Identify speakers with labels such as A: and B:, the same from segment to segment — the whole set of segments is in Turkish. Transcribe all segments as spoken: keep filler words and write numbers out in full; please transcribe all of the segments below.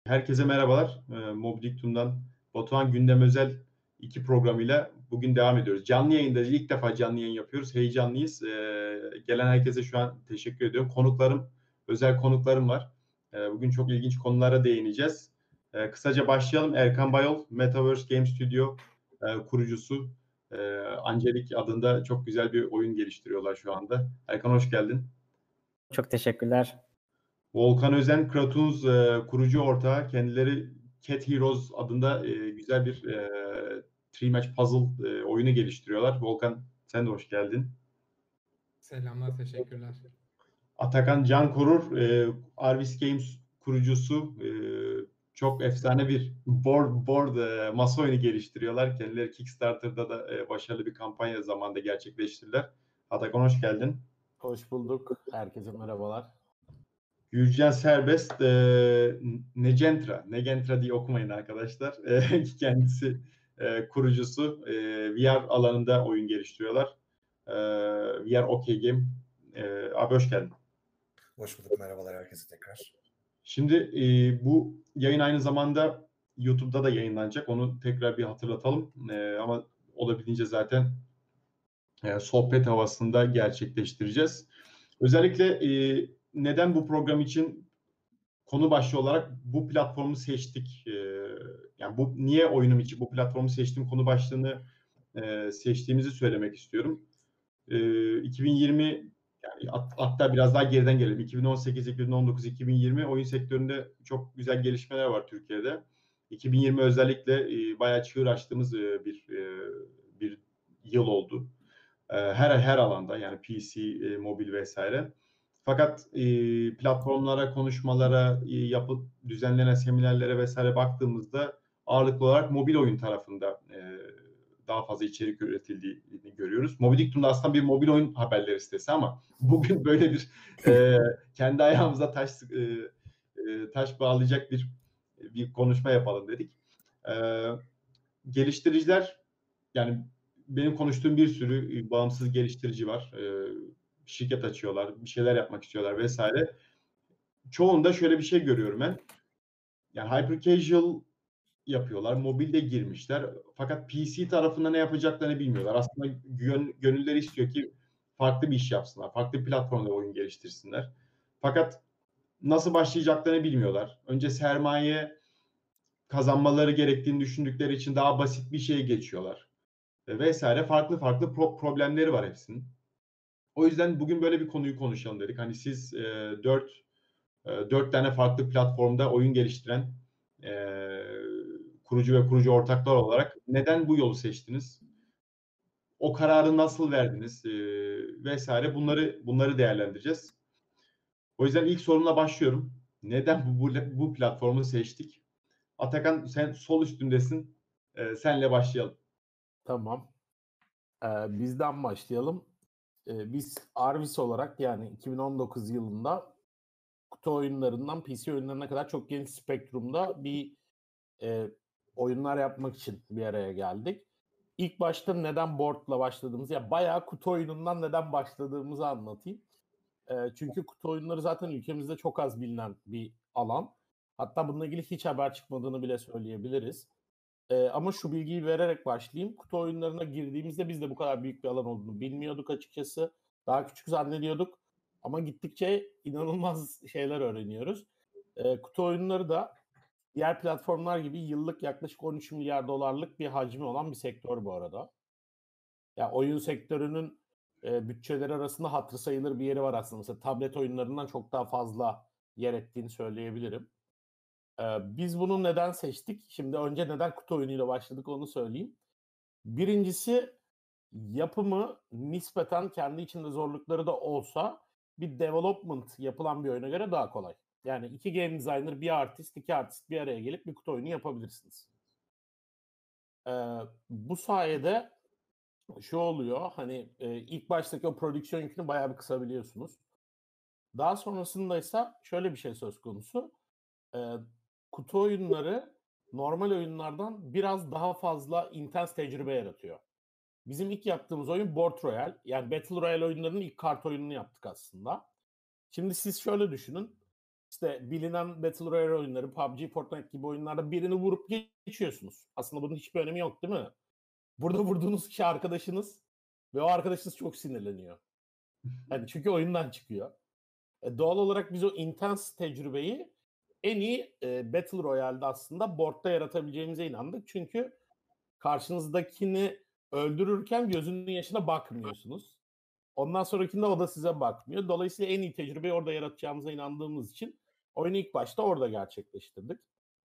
A: Herkese merhabalar. Eee, Moby Diktum'dan Batuhan Gündem Özel iki programıyla bugün devam ediyoruz. Canlı yayındayız. İlk defa canlı yayın yapıyoruz. Heyecanlıyız. Eee, gelen herkese şu an teşekkür ediyorum. Konuklarım, özel konuklarım var. Eee, bugün çok ilginç konulara değineceğiz. Eee, kısaca başlayalım. Erkan Bayol, Metaverse Game Studio eee, kurucusu. Eee, Angelik adında çok güzel bir oyun geliştiriyorlar şu anda. Erkan hoş geldin.
B: Çok teşekkürler.
A: Volkan Özen, Kratos e, kurucu ortağı. Kendileri Cat Heroes adında e, güzel bir e, three match puzzle e, oyunu geliştiriyorlar. Volkan sen de hoş geldin.
C: Selamlar, teşekkürler.
A: Atakan Can Korur, e, Arvis Games kurucusu. E, çok efsane bir board, board e, masa oyunu geliştiriyorlar. Kendileri Kickstarter'da da e, başarılı bir kampanya zamanında gerçekleştirdiler. Atakan hoş geldin.
D: Hoş bulduk. Herkese merhabalar.
A: Gürcan Serbest, e, Negentra, Negentra diye okumayın arkadaşlar. E, kendisi e, kurucusu. E, V R alanında oyun geliştiriyorlar. E, V R OK Game. E, abi hoş geldin.
E: Hoş bulduk. Merhabalar herkese tekrar.
A: Şimdi e, bu yayın aynı zamanda YouTube'da da yayınlanacak. Onu tekrar bir hatırlatalım. E, ama olabildiğince zaten e, sohbet havasında gerçekleştireceğiz. Özellikle e, neden bu program için konu başlığı olarak bu platformu seçtik. Ee, yani bu niye oyunum için bu platformu seçtiğim konu başlığını e, seçtiğimizi söylemek istiyorum. Ee, iki bin yirmi yani hat, hatta biraz daha geriden gelelim. iki bin on sekiz, iki bin on dokuz, iki bin yirmi oyun sektöründe çok güzel gelişmeler var Türkiye'de. iki bin yirmi özellikle e, bayağı çığır açtığımız e, bir e, bir yıl oldu. E, her her alanda yani P C, e, mobil vesaire. Fakat e, platformlara, konuşmalara, e, yapıp düzenlenen seminerlere vesaire baktığımızda ağırlıklı olarak mobil oyun tarafında e, daha fazla içerik üretildiğini görüyoruz. Moby Diktum'da aslında bir mobil oyun haberleri sitesi ama bugün böyle bir e, kendi ayağımıza taş e, e, taş bağlayacak bir bir konuşma yapalım dedik. E, geliştiriciler yani benim konuştuğum bir sürü bağımsız geliştirici var. E, şirket açıyorlar, bir şeyler yapmak istiyorlar vesaire. Çoğunda şöyle bir şey görüyorum ben. Yani hyper casual yapıyorlar, mobilde girmişler. Fakat P C tarafında ne yapacaklarını bilmiyorlar. Aslında gön, gönülleri istiyor ki farklı bir iş yapsınlar, farklı platformda oyun geliştirsinler. Fakat nasıl başlayacaklarını bilmiyorlar. Önce sermaye kazanmaları gerektiğini düşündükleri için daha basit bir şeye geçiyorlar. Vesaire farklı farklı pro- problemleri var hepsinin. O yüzden bugün böyle bir konuyu konuşalım dedik. Hani siz e, dört e, dört tane farklı platformda oyun geliştiren e, kurucu ve kurucu ortaklar olarak neden bu yolu seçtiniz? O kararı nasıl verdiniz? E, vesaire bunları bunları değerlendireceğiz. O yüzden ilk sorumla başlıyorum. Neden bu, bu, bu platformu seçtik? Atakan sen sol üstündesin. E, senle başlayalım.
D: Tamam. Ee, bizden başlayalım. Ee, biz Arvis olarak yani iki bin on dokuz yılında kutu oyunlarından P C oyunlarına kadar çok geniş spektrumda bir e, oyunlar yapmak için bir araya geldik. İlk başta neden board'la başladığımızı, ya bayağı kutu oyunundan neden başladığımızı anlatayım. E, çünkü kutu oyunları zaten ülkemizde çok az bilinen bir alan. Hatta bununla ilgili hiç haber çıkmadığını bile söyleyebiliriz. Ee, ama şu bilgiyi vererek başlayayım. Kutu oyunlarına girdiğimizde biz de bu kadar büyük bir alan olduğunu bilmiyorduk açıkçası. Daha küçük zannediyorduk. Ama gittikçe inanılmaz şeyler öğreniyoruz. Ee, kutu oyunları da diğer platformlar gibi yıllık yaklaşık on üç milyar dolarlık bir hacmi olan bir sektör bu arada. Ya yani oyun sektörünün e, bütçeleri arasında hatırı sayılır bir yeri var aslında. Mesela tablet oyunlarından çok daha fazla yer ettiğini söyleyebilirim. Biz bunu neden seçtik? Şimdi önce neden kutu oyunuyla başladık onu söyleyeyim. Birincisi yapımı nispeten kendi içinde zorlukları da olsa bir development yapılan bir oyuna göre daha kolay. Yani iki game designer, bir artist, iki artist bir araya gelip bir kutu oyunu yapabilirsiniz. Ee, bu sayede şu oluyor, hani e, ilk baştaki o prodüksiyon yükünü bayağı bir kısabiliyorsunuz. Daha sonrasında ise şöyle bir şey söz konusu. Ee, kutu oyunları normal oyunlardan biraz daha fazla intens tecrübe yaratıyor. Bizim ilk yaptığımız oyun Board Royale. Yani Battle Royale oyunlarının ilk kart oyununu yaptık aslında. Şimdi siz şöyle düşünün. İşte bilinen Battle Royale oyunları, P U B G, Fortnite gibi oyunlarda birini vurup geçiyorsunuz. Aslında bunun hiçbir önemi yok değil mi? Burada vurduğunuz kişi arkadaşınız ve o arkadaşınız çok sinirleniyor. Yani çünkü oyundan çıkıyor. E, doğal olarak biz o intense tecrübeyi en iyi e, Battle Royale'de aslında board'da yaratabileceğimize inandık. Çünkü karşınızdakini öldürürken gözünün yaşına bakmıyorsunuz. Ondan sonrakinde o da size bakmıyor. Dolayısıyla en iyi tecrübeyi orada yaratacağımıza inandığımız için oyunu ilk başta orada gerçekleştirdik.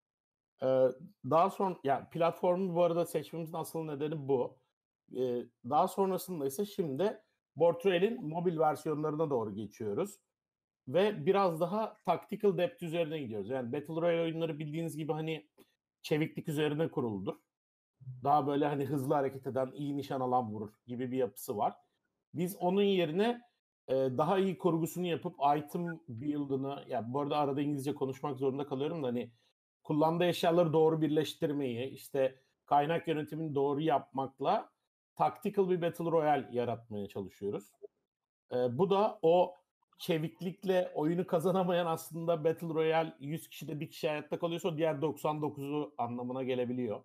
D: Ee, daha sonra yani platformu bu arada seçmemizin asıl nedeni bu. Ee, daha sonrasında ise şimdi Board Royale'in mobil versiyonlarına doğru geçiyoruz. Ve biraz daha tactical depth üzerine gidiyoruz. Yani Battle Royale oyunları bildiğiniz gibi hani çeviklik üzerine kuruludur. Daha böyle hani hızlı hareket eden, iyi nişan alan vurur gibi bir yapısı var. Biz onun yerine e, daha iyi kurgusunu yapıp item build'ını, yani bu arada arada İngilizce konuşmak zorunda kalıyorum da hani kullandığı eşyaları doğru birleştirmeyi, işte kaynak yönetimini doğru yapmakla tactical bir Battle Royale yaratmaya çalışıyoruz. E, bu da o çeviklikle oyunu kazanamayan aslında Battle Royale yüz kişide bir kişi hayatta kalıyorsa o diğer doksan dokuzu anlamına gelebiliyor.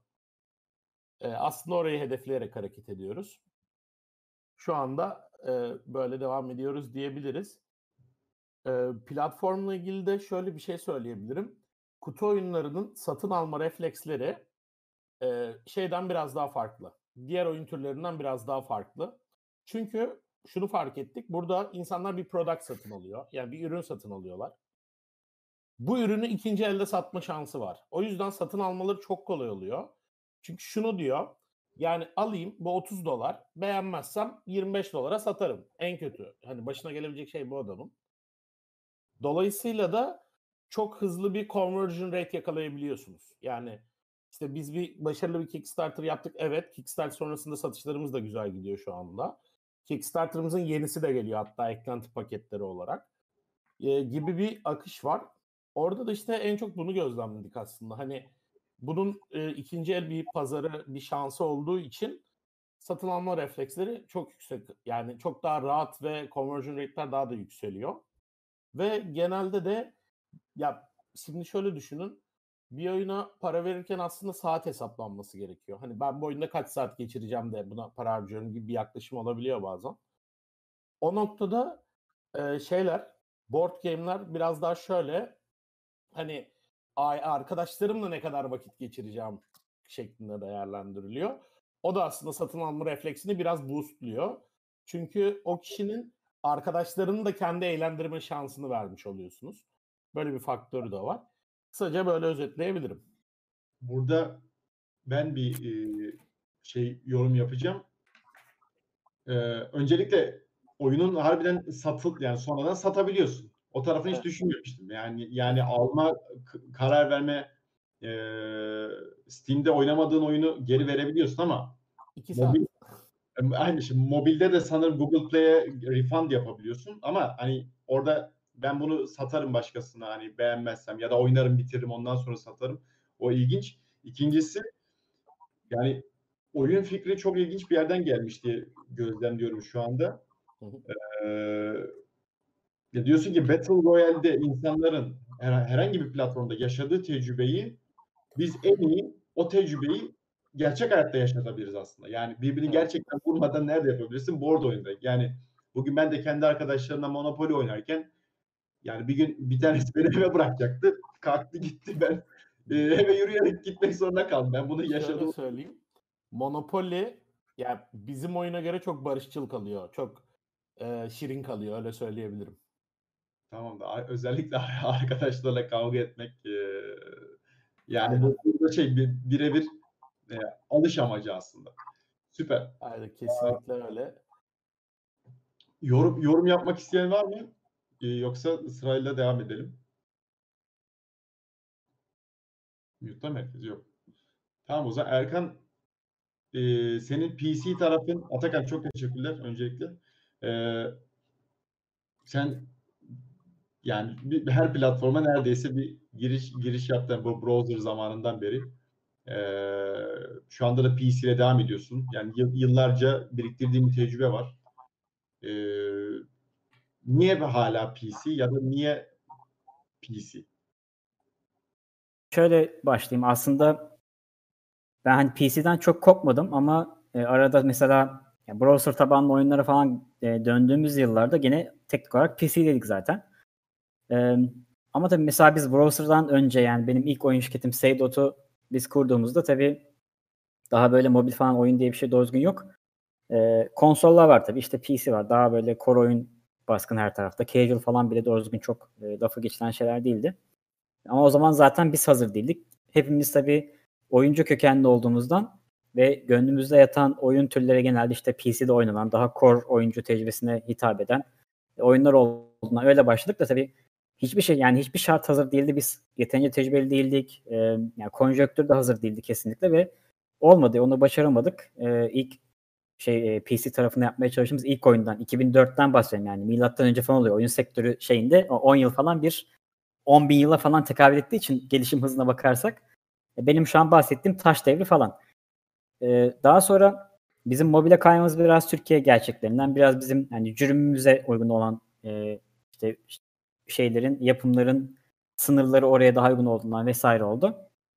D: E, aslında orayı hedefleyerek hareket ediyoruz. Şu anda e, böyle devam ediyoruz diyebiliriz. E, platformla ilgili de şöyle bir şey söyleyebilirim. Kutu oyunlarının satın alma refleksleri e, şeyden biraz daha farklı. Diğer oyun türlerinden biraz daha farklı. Çünkü şunu fark ettik. Burada insanlar bir product satın alıyor. Yani bir ürün satın alıyorlar. Bu ürünü ikinci elde satma şansı var. O yüzden satın almaları çok kolay oluyor. Çünkü şunu diyor. Yani alayım bu otuz dolar. Beğenmezsem yirmi beş dolara satarım. En kötü. Hani başına gelebilecek şey bu adamın. Dolayısıyla da çok hızlı bir conversion rate yakalayabiliyorsunuz. Yani işte biz bir başarılı bir Kickstarter yaptık. Evet, Kickstarter sonrasında satışlarımız da güzel gidiyor şu anda. Kickstarter'ımızın yenisi de geliyor hatta eklenti paketleri olarak. Ee, gibi bir akış var. Orada da işte en çok bunu gözlemledik aslında. Hani bunun e, ikinci el bir pazarı, bir şansı olduğu için satın alma refleksleri çok yüksek. Yani çok daha rahat ve conversion rate'ler daha da yükseliyor. Ve genelde de ya şimdi şöyle düşünün. Bir oyuna para verirken aslında saat hesaplanması gerekiyor. Hani ben bu oyunda kaç saat geçireceğim de buna para harcıyorum gibi bir yaklaşım olabiliyor bazen. O noktada e, şeyler, board game'ler biraz daha şöyle hani ay arkadaşlarımla ne kadar vakit geçireceğim şeklinde değerlendiriliyor. O da aslında satın alma refleksini biraz boostluyor. Çünkü o kişinin arkadaşlarını da kendi eğlendirme şansını vermiş oluyorsunuz. Böyle bir faktörü de var. Kısaca böyle özetleyebilirim.
A: Burada ben bir e, şey yorum yapacağım. Ee, öncelikle oyunun harbiden satıl yani sonradan satabiliyorsun. O tarafını hiç
D: Evet.
A: düşünmemiştim. Yani yani alma k- karar verme e, Steam'de oynamadığın oyunu geri verebiliyorsun ama
D: İki
A: mobil
D: saat.
A: aynı şey. Mobilde de sanırım Google Play'e refund yapabiliyorsun ama hani orada ben bunu satarım başkasına hani beğenmezsem ya da oynarım bitiririm ondan sonra satarım. O ilginç. İkincisi yani oyun fikri çok ilginç bir yerden gelmiş diye gözlemliyorum şu anda.
D: Hı hı.
A: Ee, ya diyorsun ki Battle Royale'de insanların her- herhangi bir platformda yaşadığı tecrübeyi biz en iyi o tecrübeyi gerçek hayatta yaşatabiliriz aslında. Yani birbirini
D: Evet.
A: gerçekten vurmadan nerede yapabilirsin? Board oyunda. Yani bugün ben de kendi arkadaşlarımla Monopoly oynarken yani bir gün bir tanesi beni eve bırakacaktı. Kalktı gitti ben e, eve yürüyerek gitmek zorunda kaldım. Ben bunu
D: Şöyle
A: yaşadım.
D: söyleyeyim. Monopoly yani bizim oyuna göre çok barışçıl kalıyor. Çok e, şirin kalıyor öyle söyleyebilirim.
A: Tamam da özellikle arkadaşlarla kavga etmek e, yani
D: Aynen.
A: bu burada şey bir- birebir e, alış amacı aslında. Süper.
D: Aynen kesinlikle öyle.
A: Yorum yorum yapmak isteyen var mı? E, yoksa sırayla devam edelim. Mute'da mı herkes? Yok. Tamam o zaman Erkan e, senin P C tarafın Atakan çok teşekkürler öncelikle. E, sen yani bir, her platforma neredeyse bir giriş giriş yaptın bu browser zamanından beri. Ee, şu anda da P C ile devam ediyorsun. Yani yıllarca biriktirdiğin bir tecrübe var. Ee, niye hala P C ya da niye P P C?
B: Şöyle başlayayım. Aslında ben hani P C'den çok kopmadım ama e, arada mesela ya browser tabanlı oyunlara falan e, döndüğümüz yıllarda gene teknik olarak P C'deydik zaten. E, ama tabii mesela biz browser'dan önce yani benim ilk oyun şirketim Seydot'u biz kurduğumuzda tabii daha böyle mobil falan oyun diye bir şey doğru düzgün yok. E, konsollar var tabii. İşte P C var. Daha böyle core oyun baskın her tarafta. Casual falan bile doğru düzgün çok e, lafı geçilen şeyler değildi. Ama o zaman zaten biz hazır değildik. Hepimiz tabii oyuncu kökenli olduğumuzdan ve gönlümüzde yatan oyun türleri genelde işte P C'de oynanan, daha core oyuncu tecrübesine hitap eden oyunlar olduğundan öyle başladık da tabii hiçbir şey yani hiçbir şart hazır değildi. Biz yeterince tecrübeli değildik. Ee, yani konjonktür de hazır değildi kesinlikle ve olmadı. Onu başaramadık. Ee, ilk şey e, P C tarafını yapmaya çalıştığımız ilk oyundan iki bin dörtten bahsediyorum yani milattan önce falan oluyor. Oyun sektörü şeyinde o on yıl falan bir on bin yıla falan tekabül ettiği için gelişim hızına bakarsak e, benim şu an bahsettiğim taş devri falan. Ee, daha sonra bizim mobile kaymamız biraz Türkiye gerçeklerinden, biraz bizim hani cürümümüze uygun olan e, işte şeylerin, yapımların sınırları oraya daha uygun olduğundan vesaire oldu.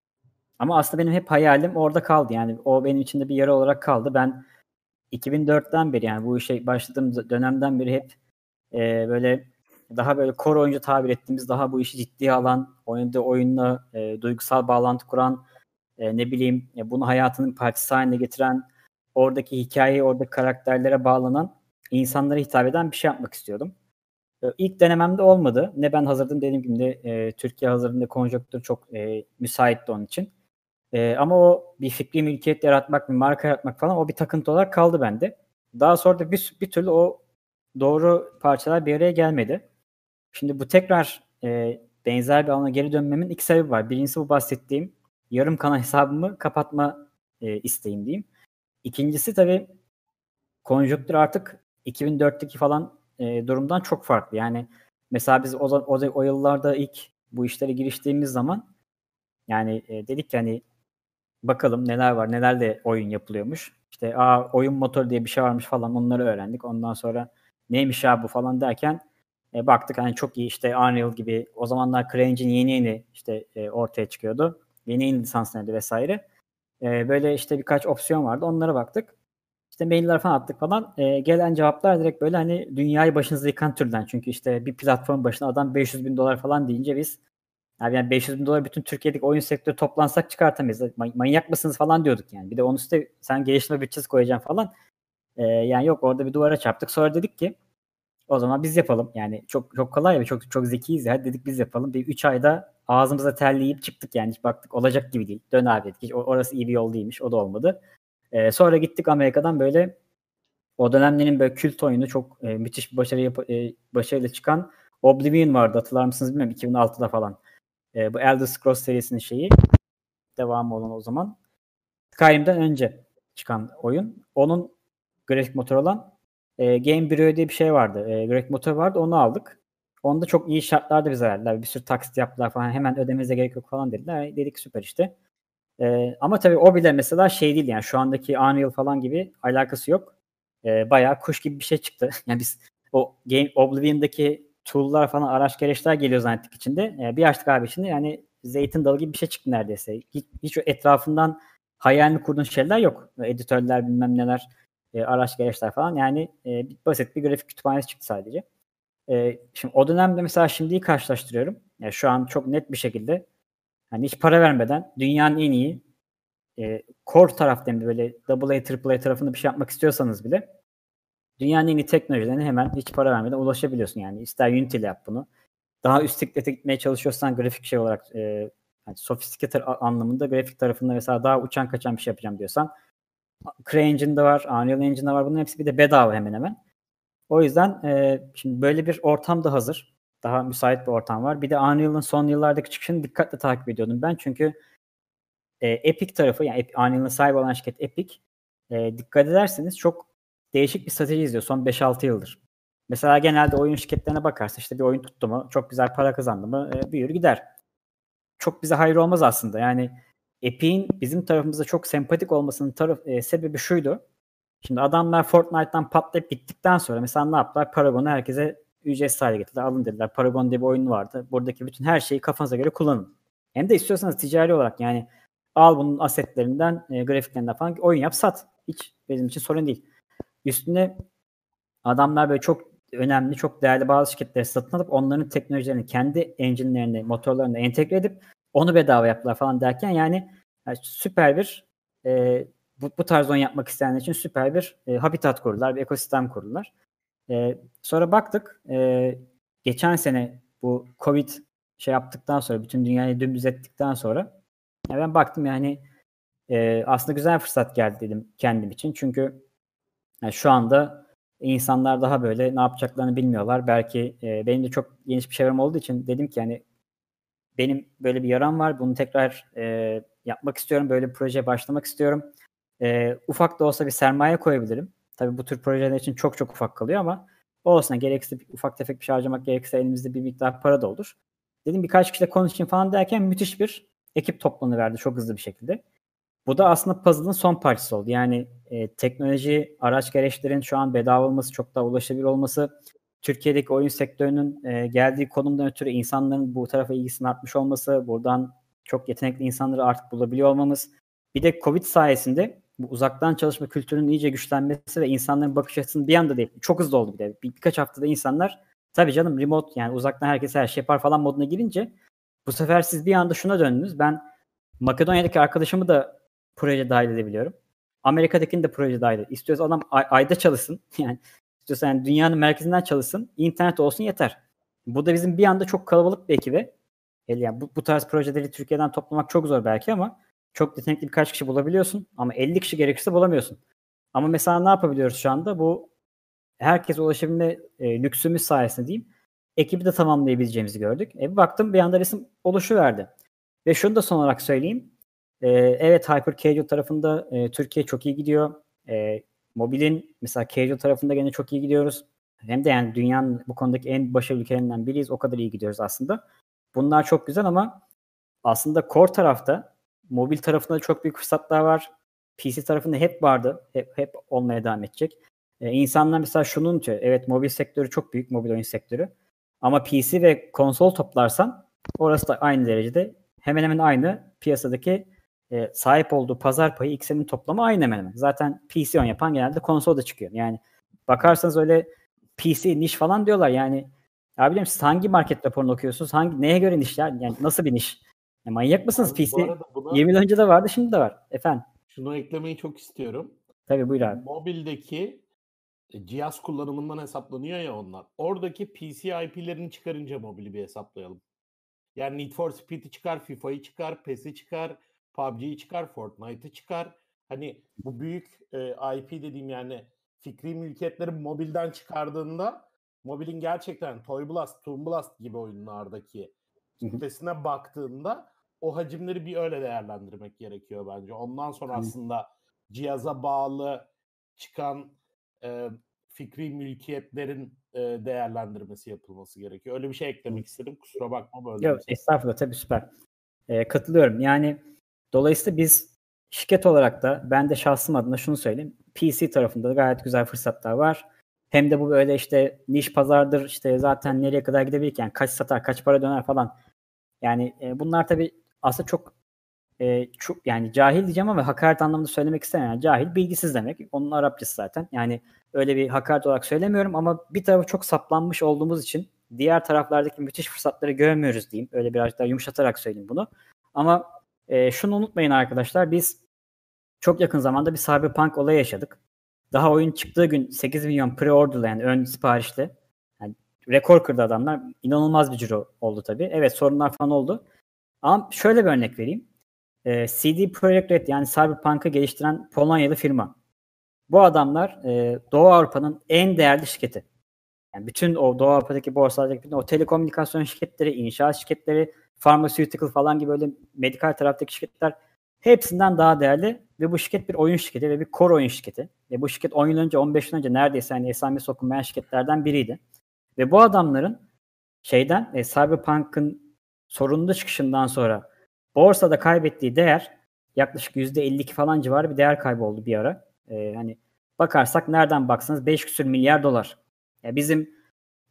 B: Ama aslında benim hep hayalim orada kaldı. Yani o benim içinde bir yara olarak kaldı. Ben iki bin dörtten beri yani bu işe başladığım dönemden beri hep e, böyle daha böyle core oyuncu tabir ettiğimiz daha bu işi ciddiye alan, oynadığı oyunla e, duygusal bağlantı kuran, e, ne bileyim e, bunu hayatının parçası haline getiren, oradaki hikayeyi, oradaki karakterlere bağlanan, insanlara hitap eden bir şey yapmak istiyordum. E, ilk denememde olmadı. Ne ben hazırdım dediğim gibi de e, Türkiye hazırlığında konjonktür çok e, müsaitti onun için. E, ama o bir fikri mülkiyet yaratmak, bir marka yaratmak falan o bir takıntı olarak kaldı bende. Daha sonra da bir, bir türlü o doğru parçalar bir araya gelmedi. Şimdi bu tekrar e, benzer bir alana geri dönmemin iki sebebi var. Birincisi bu bahsettiğim yarım kalan hesabımı kapatma e, isteğim diyeyim. İkincisi tabii konjonktür artık iki bin dörtteki falan e, durumdan çok farklı. Yani mesela biz o, o, o yıllarda ilk bu işlere giriştiğimiz zaman yani e, dedik ki hani bakalım neler var, nelerle oyun yapılıyormuş. İşte aa oyun motoru diye bir şey varmış falan onları öğrendik. Ondan sonra neymiş ya bu falan derken e, baktık hani çok iyi işte Unreal gibi o zamanlar CryEngine yeni yeni işte e, ortaya çıkıyordu. Yeni yeni lisanslanıyordu vesaire. E, böyle işte birkaç opsiyon vardı. Onlara baktık. İşte mailler falan attık falan. E, gelen cevaplar direkt böyle hani dünyayı başınıza yıkan türden. Çünkü işte bir platform başına adam beş yüz bin dolar falan deyince biz abi yani beş yüz bin dolar bütün Türkiye'deki oyun sektörü toplansak çıkartamayız. Manyak mısınız falan diyorduk yani. Bir de onun üstüne sen geliştirme bütçesi koyacaksın falan. Ee, yani yok orada bir duvara çarptık. Sonra dedik ki o zaman biz yapalım. Yani çok çok kolay ve çok çok zekiyiz ya. Dedik biz yapalım. Bir üç ayda ağzımıza terleyip çıktık yani. Hiç baktık olacak gibi değil. Dön abi dedik. Hiç, orası iyi bir yol değilmiş. O da olmadı. Ee, sonra gittik Amerika'dan böyle o dönemlerin böyle kült oyunu çok e, müthiş bir başarı yap- e, başarıyla çıkan Oblivion vardı. Hatırlar mısınız bilmiyorum. iki bin altıda falan. E, bu Elder Scrolls serisinin şeyi devamı olan o zaman. Skyrim'den önce çıkan oyun. Onun grafik motoru olan e, Game Bureau diye bir şey vardı. E, grafik motoru vardı. Onu aldık. Onda çok iyi şartlarda bize verdiler. Bir sürü taksit yaptılar falan. Hemen ödemenize gerek yok falan dediler. E, dedik süper işte. E, ama tabii o bile mesela şey değil yani şu andaki Unreal falan gibi alakası yok. E, bayağı kuş gibi bir şey çıktı. Yani biz o Game Oblivion'daki tool'lar falan araç gereçler geliyor zannettik içinde. E, bir açtık abi içinde yani zeytin dalı gibi bir şey çıktı neredeyse. Hiç, hiç etrafından hayalini kurduğun şeyler yok. Editörler bilmem neler, e, araç gereçler falan. Yani e, basit bir grafik kütüphanesi çıktı sadece. E, şimdi o dönemde mesela şimdiyi karşılaştırıyorum. Yani şu an çok net bir şekilde hani hiç para vermeden dünyanın en iyi e, core taraftan böyle double A, triple A tarafında bir şey yapmak istiyorsanız bile dünyanın en iyi teknolojilerine hemen hiç para vermeden ulaşabiliyorsun yani. İster Unity ile yap bunu. Daha üst siklete gitmeye çalışıyorsan grafik şey olarak e, yani sophisticated anlamında grafik tarafında mesela daha uçan kaçan bir şey yapacağım diyorsan CryEngine'de var, Unreal Engine'de var. Bunların hepsi bir de bedava hemen hemen. O yüzden e, şimdi böyle bir ortam da hazır. Daha müsait bir ortam var. Bir de Unreal'ın son yıllardaki çıkışını dikkatle takip ediyordum ben. Çünkü e, Epic tarafı yani Unreal'ın sahibi olan şirket Epic e, dikkat ederseniz çok değişik bir strateji izliyor son beş altı yıldır. Mesela genelde oyun şirketlerine bakarsa işte bir oyun tuttu mu, çok güzel para kazandı mı e, büyür gider. Çok bize hayır olmaz aslında. Yani Epic'in bizim tarafımızda çok sempatik olmasının taraf, e, sebebi şuydu. Şimdi adamlar Fortnite'dan patlayıp gittikten sonra mesela ne yaptılar? Paragon'u herkese ücretsiz hale getirdiler. Alın dediler. Paragon diye bir oyun vardı. Buradaki bütün her şeyi kafanıza göre kullanın. Hem de istiyorsanız ticari olarak yani al bunun asetlerinden, e, grafiklerinden falan oyun yap sat. Hiç benim için sorun değil. Üstüne adamlar böyle çok önemli, çok değerli bazı şirketleri satın alıp onların teknolojilerini kendi engine'lerini, motorlarını entegre edip onu bedava yaptılar falan derken yani, yani süper bir e, bu, bu tarz oyun yapmak isteyenler için süper bir e, habitat kurdular, bir ekosistem kurdular. E, sonra baktık e, geçen sene bu Covid şey yaptıktan sonra, bütün dünyayı dümdüz ettikten sonra yani ben baktım yani e, aslında güzel fırsat geldi dedim kendim için. Çünkü yani şu anda insanlar daha böyle ne yapacaklarını bilmiyorlar. Belki e, benim de çok geniş bir çevrem olduğu için dedim ki yani benim böyle bir yaram var. Bunu tekrar e, yapmak istiyorum. Böyle bir projeye başlamak istiyorum. E, ufak da olsa bir sermaye koyabilirim. Tabii bu tür projeler için çok çok ufak kalıyor ama olsun, gerekirse ufak tefek bir şey harcamak gerekirse elimizde bir miktar para da olur. Dedim birkaç kişiyle konuşayım falan derken müthiş bir ekip toplanıverdi çok hızlı bir şekilde. Bu da aslında puzzle'ın son parçası oldu. Yani e, teknoloji, araç gereçlerin şu an bedava olması, çok daha ulaşılabilir olması, Türkiye'deki oyun sektörünün e, geldiği konumdan ötürü insanların bu tarafa ilgisinin artmış olması, buradan çok yetenekli insanları artık bulabiliyor olmamız. Bir de Covid sayesinde bu uzaktan çalışma kültürünün iyice güçlenmesi ve insanların bakış açısının bir anda değil, çok hızlı oldu bir de. Bir, birkaç haftada insanlar, tabii canım remote yani uzaktan herkes her şey yapar falan moduna girince bu sefer siz bir anda şuna döndünüz. Ben Makedonya'daki arkadaşımı da proje dahil edebiliyorum. Amerika'dakini de proje dahil edebiliyorum. İstiyorsa adam ay- ayda çalışsın. Yani istiyorsa yani dünyanın merkezinden çalışsın. İnternet olsun yeter. Bu da bizim bir anda çok kalabalık bir ekibe. Yani bu, bu tarz projeleri Türkiye'den toplamak çok zor belki ama çok yetenekli birkaç kişi bulabiliyorsun. Ama elli kişi gerekirse bulamıyorsun. Ama mesela ne yapabiliyoruz şu anda? Bu herkese ulaşabilme e, lüksümüz sayesinde diyeyim. Ekibi de tamamlayabileceğimizi gördük. E, bir baktım bir anda resim oluşuverdi. Ve şunu da son olarak söyleyeyim. Ee, evet Hyper Casual tarafında e, Türkiye çok iyi gidiyor. E, mobilin mesela casual tarafında gene çok iyi gidiyoruz. Hem de yani dünyanın bu konudaki en başarılı ülkelerinden biriyiz. O kadar iyi gidiyoruz aslında. Bunlar çok güzel ama aslında core tarafta mobil tarafında çok büyük fırsatlar var. P C tarafında hep vardı. Hep, hep olmaya devam edecek. E, insanlar mesela şunu unutuyor. Evet mobil sektörü çok büyük. Mobil oyun sektörü. Ama P C ve konsol toplarsan orası da aynı derecede hemen hemen aynı piyasadaki e, sahip olduğu pazar payı ikisinin toplamı aynı hemen hemen. Zaten P C oyun yapan genelde konsolda çıkıyor. Yani bakarsanız öyle P C niş falan diyorlar. Yani ya biliyorum siz hangi market raporunu okuyorsunuz? Hangi neye göre niş ya? Yani nasıl bir niş? Ya manyak mısınız?
D: Abi,
B: P
D: bu
B: C
D: arada buna
B: yirmi yıl önce de vardı, şimdi de var. Efendim.
D: şunu eklemeyi çok istiyorum.
B: Tabii buyur abi.
D: Mobildeki e, cihaz kullanımından hesaplanıyor ya onlar. Oradaki P C I P'lerini çıkarınca mobili bir hesaplayalım. Yani Need for Speed'i çıkar, FIFA'yı çıkar, PES'i çıkar, P U B G'yi çıkar, Fortnite'ı çıkar. Hani bu büyük e, I P dediğim yani fikri mülkiyetleri mobilden çıkardığında mobilin gerçekten Toy Blast, Toon Blast gibi oyunlardaki kitlesine baktığında o hacimleri bir öyle değerlendirmek gerekiyor bence. Ondan sonra aslında cihaza bağlı çıkan e, fikri mülkiyetlerin e, değerlendirmesi yapılması gerekiyor. Öyle bir şey eklemek istedim. Kusura bakma böyle.
B: Yok estağfurullah, tabii süper. Ee, katılıyorum. Yani dolayısıyla biz şirket olarak da ben de şahsım adına şunu söyleyeyim. P C tarafında da gayet güzel fırsatlar var. Hem de bu böyle işte niş pazardır, işte zaten nereye kadar gidebilir ki? Yani kaç satar, kaç para döner falan. Yani e, bunlar tabii aslında çok e, çok yani cahil diyeceğim ama hakaret anlamında söylemek istemiyorum. Yani cahil, bilgisiz demek. Onun Arapçası zaten. Yani öyle bir hakaret olarak söylemiyorum ama bir tarafı çok saplanmış olduğumuz için diğer taraflardaki müthiş fırsatları görmüyoruz diyeyim. Öyle birazcık daha yumuşatarak söyleyeyim bunu. Ama e, şunu unutmayın arkadaşlar. Biz çok yakın zamanda bir Cyberpunk olayı yaşadık. Daha oyun çıktığı gün sekiz milyon pre-order'la yani ön siparişle yani rekor kırdı adamlar. İnanılmaz bir ciro oldu tabii. Evet sorunlar falan oldu. Ama şöyle bir örnek vereyim. E, C D Projekt Red yani Cyberpunk'ı geliştiren Polonyalı firma. Bu adamlar e, Doğu Avrupa'nın en değerli şirketi. Yani bütün o Doğu Avrupa'daki borsalardaki bütün o telekomünikasyon şirketleri, inşaat şirketleri, pharmaceutical falan gibi böyle medikal taraftaki şirketler hepsinden daha değerli ve bu şirket bir oyun şirketi ve bir core oyun şirketi. Ve bu şirket on yıl önce, on beş yıl önce neredeyse hani esamesi okunmayan şirketlerden biriydi. Ve bu adamların şeyden e, Cyberpunk'ın sorunlu çıkışından sonra borsada kaybettiği değer yaklaşık yüzde elli iki falan civarı bir değer kaybı oldu bir ara. E, hani bakarsak nereden baksanız beş küsur milyar dolar. Ya bizim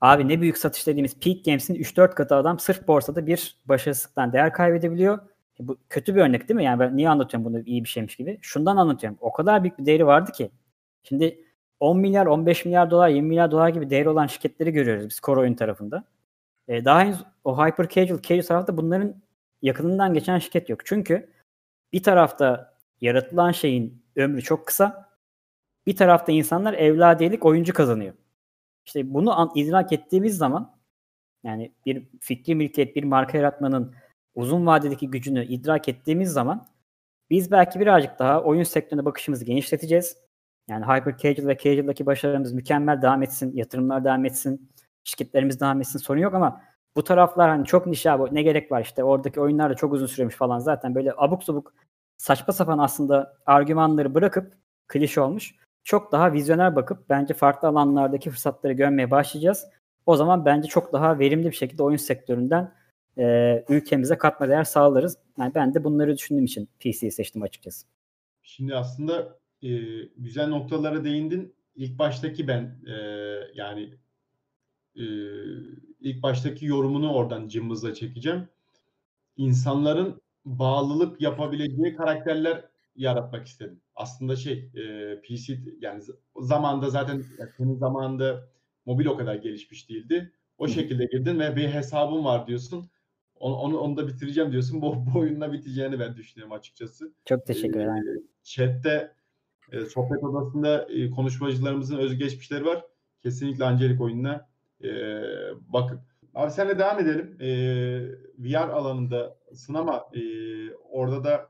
B: Abi ne büyük satış dediğimiz Peak Games'in üç dört katı adam sırf borsada bir başarısızlıktan değer kaybedebiliyor. E bu kötü bir örnek değil mi? Yani ben niye anlatıyorum bunu iyi bir şeymiş gibi? Şundan anlatıyorum. O kadar büyük bir değeri vardı ki. Şimdi on milyar, on beş milyar dolar, yirmi milyar dolar gibi değeri olan şirketleri görüyoruz biz core oyun tarafında. E, daha henüz o hyper casual, casual tarafta bunların yakınından geçen şirket yok. Çünkü bir tarafta yaratılan şeyin ömrü çok kısa, bir tarafta insanlar evladiyelik oyuncu kazanıyor. İşte bunu an, idrak ettiğimiz zaman, yani bir fikri mülkiyet, bir marka yaratmanın uzun vadedeki gücünü idrak ettiğimiz zaman biz belki birazcık daha oyun sektörüne bakışımızı genişleteceğiz. Yani hyper casual ve casual'daki başarılarımız mükemmel devam etsin, yatırımlar devam etsin, şirketlerimiz devam etsin, sorun yok ama bu taraflar hani çok niş abi, ne gerek var işte oradaki oyunlar da çok uzun sürüyormuş falan, zaten böyle abuk subuk saçma sapan aslında argümanları bırakıp klişe olmuş, çok daha vizyoner bakıp bence farklı alanlardaki fırsatları görmeye başlayacağız. O zaman bence çok daha verimli bir şekilde oyun sektöründen e, ülkemize katma değer sağlarız. Yani ben de bunları düşündüğüm için P C'yi seçtim açıkçası.
A: Şimdi aslında e, güzel noktalara değindin. İlk baştaki ben e, yani e, ilk baştaki yorumunu oradan cımbızla çekeceğim. İnsanların bağlılık yapabileceği karakterler yaratmak istedim. Aslında şey e, P C yani zamanında zaten senin zamanında mobil o kadar gelişmiş değildi. O şekilde girdin ve bir hesabın var diyorsun. Onu, onu, onu da bitireceğim diyorsun. Bu, bu oyunla biteceğini ben düşünüyorum açıkçası.
B: Çok teşekkür
A: Ee,
B: ederim.
A: Chat'te e, sohbet odasında e, konuşmacılarımızın özgeçmişleri var. Kesinlikle Angelik oyununa e, bakın. Abi senle devam edelim. E, V R alanındasın ama e, orada da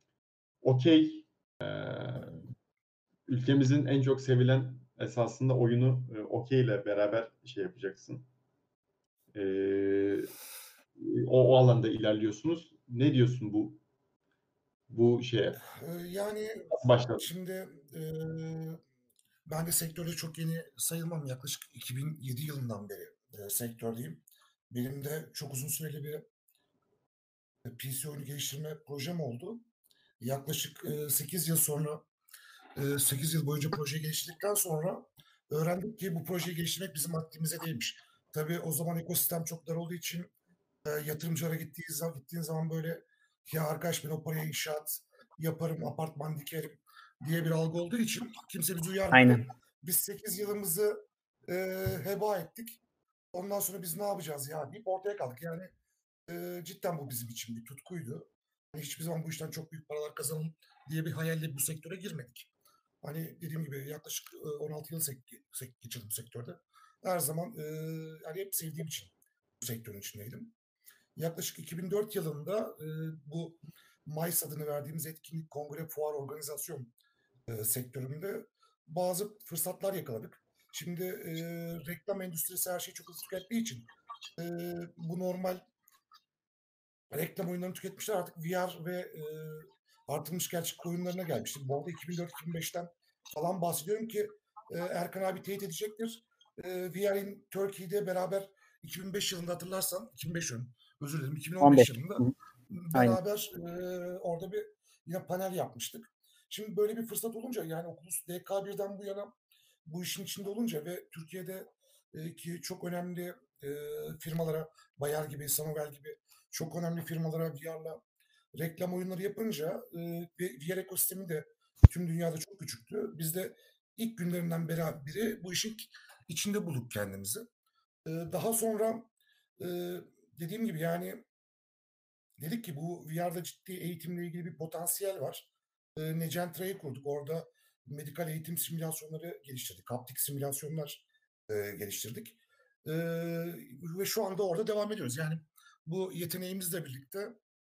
A: okey e, ülkemizin en çok sevilen esasında oyunu e, okey ile beraber şey yapacaksın. E, o, o alanda ilerliyorsunuz. Ne diyorsun bu bu şeye?
E: Yani
A: Başladım.
E: şimdi e, ben de sektörde çok yeni sayılmam. Yaklaşık iki bin yedi yılından beri e, sektördeyim. Benim de çok uzun süreli bir P C oyunu geliştirme projem oldu. Yaklaşık e, sekiz yıl sonra, e, sekiz yıl boyunca projeyi geliştirdikten sonra öğrendik ki bu projeyi geliştirmek bizim haddimize değilmiş. Tabii o zaman ekosistem çok dar olduğu için e, yatırımcılara gittiği zaman, gittiğin zaman böyle ya arkadaş ben o paraya inşaat yaparım, apartman dikerim diye bir algı olduğu için kimse bizi uyarmadı.
B: Aynen.
E: Biz sekiz yılımızı e, heba ettik. Ondan sonra biz ne yapacağız ya deyip ortaya kaldık. Yani e, cidden bu bizim için bir tutkuydu. Hani hiçbir zaman bu işten çok büyük paralar kazanalım diye bir hayalle bu sektöre girmedik. Hani dediğim gibi yaklaşık e, on altı yıl sek- sek- geçirdim sektörde. Her zaman e, yani hep sevdiğim için bu sektörün içindeydim. Yaklaşık iki bin dört yılında e, bu MICE adını verdiğimiz etkinlik, kongre, fuar, organizasyon e, sektöründe bazı fırsatlar yakaladık. Şimdi e, reklam endüstrisi her şeyi çok hızlı tükettiği için e, bu normal reklam oyunlarını tüketmişler, artık V R ve e, artırılmış gerçeklik oyunlarına gelmiştir. Bu arada iki bin dört iki bin beşten falan bahsediyorum ki e, Erkan abi teyit edecektir. E, V R in Turkey'de beraber iki bin beş yılında hatırlarsan, iki bin beş yılında, özür dilerim, iki bin on beş
B: on beş.
E: yılında
B: Hı. Aynen.
E: beraber e, orada bir yine panel yapmıştık. Şimdi böyle bir fırsat olunca, yani Oculus D K birden bu yana bu işin içinde olunca ve Türkiye'de e, ki çok önemli e, firmalara, Bayer gibi, Sanovel gibi çok önemli firmalara V R'la reklam oyunları yapınca e, ve V R ekosistemi de tüm dünyada çok küçüktü. Biz de ilk günlerinden beri biri bu işin içinde bulduk kendimizi. E, daha sonra e, dediğim gibi yani dedik ki bu V R'da ciddi eğitimle ilgili bir potansiyel var. E, Necentra'yı kurduk. Orada medikal eğitim simülasyonları geliştirdik. Haptik simülasyonlar e, geliştirdik. E, ve şu anda orada devam ediyoruz. Yani bu yeteneğimizle birlikte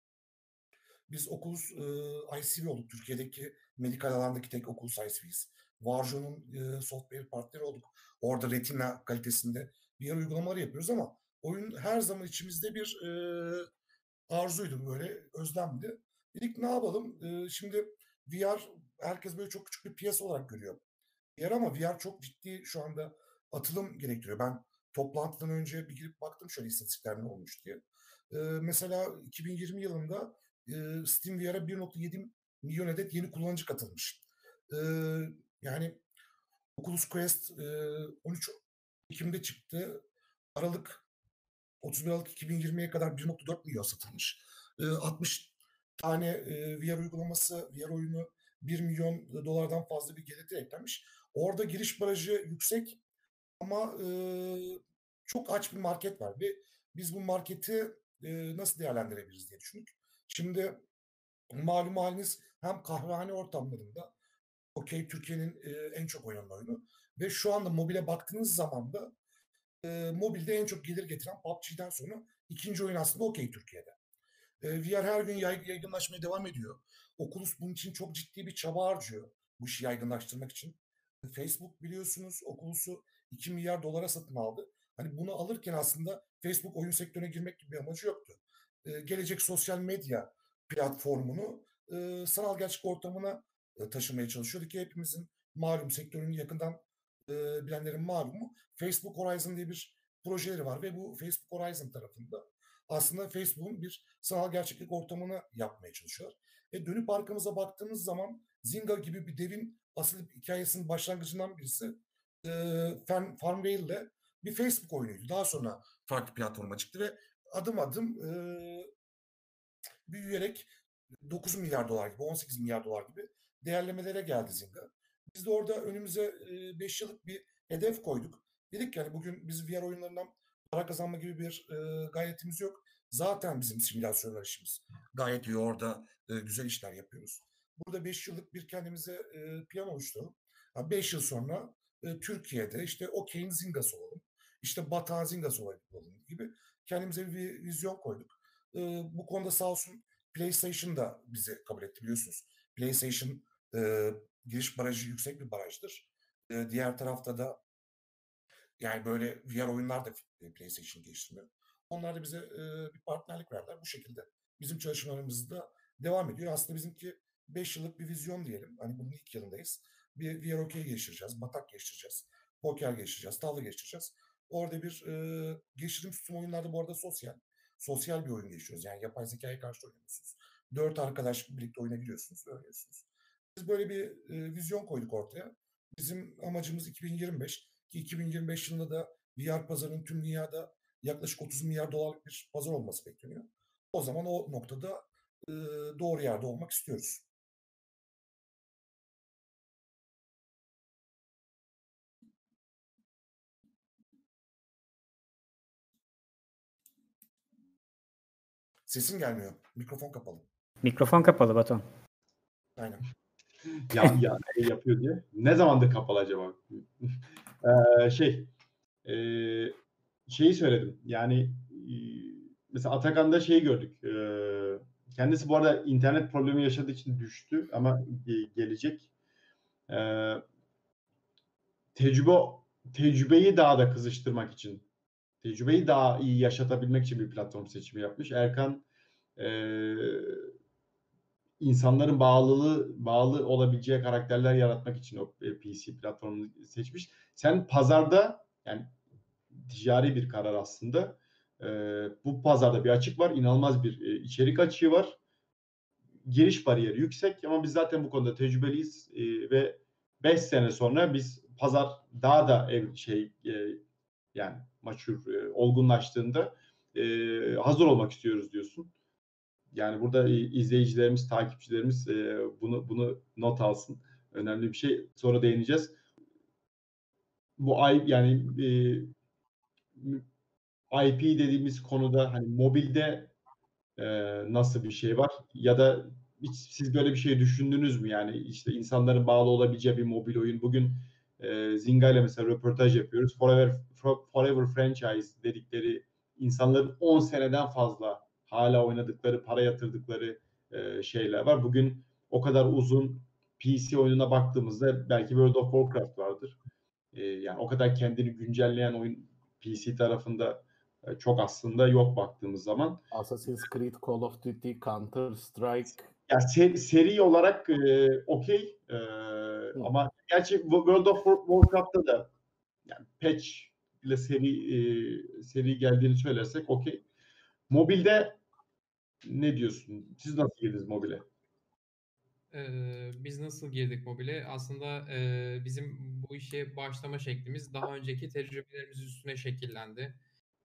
E: biz Oculus e, I C V olduk. Türkiye'deki medikal alandaki tek Oculus I C V'yiz. Varjo'nun e, software partneri olduk. Orada retina kalitesinde bir yer uygulamaları yapıyoruz ama oyun her zaman içimizde bir e, arzuydu, böyle özlemdi. Dedik ne yapalım? E, şimdi V R herkes böyle çok küçük bir piyasa olarak görüyor. V R ama V R çok ciddi şu anda atılım gerektiriyor. Ben toplantıdan önce bir girip baktım şöyle istatistikler ne olmuş diye. Ee, mesela iki bin yirmi yılında e, Steam V R'a bir nokta yedi milyon adet yeni kullanıcı katılmış. Ee, yani Oculus Quest e, on üç Ekim'de çıktı. Aralık otuz bir Aralık iki bin yirmiye kadar bir nokta dört milyon satılmış. E, altmış tane e, V R uygulaması, V R oyunu bir milyon dolardan fazla bir gelir eklenmiş. Orada giriş barajı yüksek ama e, çok aç bir market var ve biz bu marketi e, nasıl değerlendirebiliriz diye düşündük. Şimdi malum haliniz hem kahvehane ortamlarında Okey Türkiye'nin e, en çok oynanan oyunu ve şu anda mobile baktığınız zaman da e, mobilde en çok gelir getiren P U B G'den sonra ikinci oyun aslında Okey Türkiye'de. E, V R her gün yay- yaygınlaşmaya devam ediyor. Oculus bunun için çok ciddi bir çaba harcıyor bu işi yaygınlaştırmak için. E, Facebook biliyorsunuz Oculus'u iki milyar dolara satın aldı. Hani bunu alırken aslında Facebook oyun sektörüne girmek gibi bir amacı yoktu. E, gelecek sosyal medya platformunu e, sanal gerçek ortamına e, taşımaya çalışıyordu ki hepimizin malum sektörün yakından e, bilenlerin malumu Facebook Horizon diye bir projeleri var ve bu Facebook Horizon tarafında aslında Facebook'un bir sanal gerçeklik ortamını yapmaya çalışıyorlar. E dönüp arkamıza baktığımız zaman Zynga gibi bir devin asıl hikayesinin başlangıcından birisi e, Farmville ile bir Facebook oyunuydu. Daha sonra farklı platforma çıktı ve adım adım e, büyüyerek dokuz milyar dolar gibi, on sekiz milyar dolar gibi değerlemelere geldi Zynga. Biz de orada önümüze beş yıllık bir hedef koyduk. Dedik ki hani bugün biz V R oyunlarından para kazanma gibi bir e, gayretimiz yok. Zaten bizim simülasyonlar işimiz gayet iyi, orada e, güzel işler yapıyoruz. Burada beş yıllık bir kendimize e, plan oluşturalım. beş yıl sonra e, Türkiye'de işte Okey'in Zynga'sı olalım. İşte Batağın Zynga'sı olalım gibi kendimize bir vizyon koyduk. E, bu konuda sağ olsun PlayStation da bizi kabul etti biliyorsunuz. PlayStation e, giriş barajı yüksek bir barajdır. E, diğer tarafta da yani böyle V R oyunlar da PlayStation geliştirmiyor. Onlar da bize e, bir partnerlik verdiler. Bu şekilde bizim çalışmalarımız da devam ediyor. Aslında bizimki beş yıllık bir vizyon diyelim. Hani bunun ilk yılındayız. Bir V R okey geliştireceğiz, batak geliştireceğiz, poker geliştireceğiz, tavla geliştireceğiz. Orada bir e, geliştirdiğimiz tüm oyunlarda bu arada sosyal. Sosyal bir oyun geçiyoruz. Yani yapay zekaya karşı oynuyorsunuz. Dört arkadaş birlikte oyuna giriyorsunuz, oynuyorsunuz. Biz böyle bir e, vizyon koyduk ortaya. Bizim amacımız iki bin yirmi beş ki iki bin yirmi beş yılında da V R pazarının tüm dünyada yaklaşık otuz milyar dolarlık bir pazar olması bekleniyor. O zaman o noktada e, doğru yerde olmak istiyoruz. Sesin gelmiyor. Mikrofon kapalı.
B: Mikrofon kapalı Batuhan.
E: Aynen.
A: Ya, ya şey yapıyor diye. Ne zamandır kapalı acaba? Ee, şey e, şeyi söyledim. Yani e, mesela Atakan'da şeyi gördük. E, kendisi bu arada internet problemi yaşadığı için düştü ama ge- gelecek. E, tecrübe tecrübeyi daha da kızıştırmak için, tecrübeyi daha iyi yaşatabilmek için bir platform seçimi yapmış. Erkan e, insanların bağlılığı bağlı olabileceği karakterler yaratmak için o P C platformunu seçmiş. Sen pazarda, yani ticari bir karar aslında. E, bu pazarda bir açık var. İnanılmaz bir e, içerik açığı var. Giriş bariyeri yüksek ama biz zaten bu konuda tecrübeliyiz e, ve beş sene sonra biz pazar daha da ev şey e, yani maçur e, olgunlaştığında e, hazır olmak istiyoruz diyorsun. Yani burada izleyicilerimiz, takipçilerimiz e, bunu bunu not alsın. Önemli bir şey. Sonra değineceğiz. Bu ay yani e, I P dediğimiz konuda hani mobilde e, nasıl bir şey var? Ya da hiç siz böyle bir şey düşündünüz mü? Yani işte insanların bağlı olabileceği bir mobil oyun. Bugün e, Zynga ile mesela röportaj yapıyoruz. Forever Forever Franchise dedikleri, insanların on seneden fazla hala oynadıkları, para yatırdıkları e, şeyler var. Bugün o kadar uzun P C oyununa baktığımızda belki World of Warcraft vardır. E, yani o kadar kendini güncelleyen oyun P C tarafında e, çok aslında yok baktığımız zaman.
D: Assassin's Creed, Call of Duty, Counter Strike.
A: Ya seri, seri olarak e, okey e, ama gerçi World of Warcraft'ta da yani patch ile seri e, seri geldiğini söylersek okey. Mobilde ne diyorsun? Siz nasıl girdiniz mobile?
C: Ee, biz nasıl girdik mobile? Aslında e, bizim bu işe başlama şeklimiz daha önceki tecrübelerimiz üstüne şekillendi.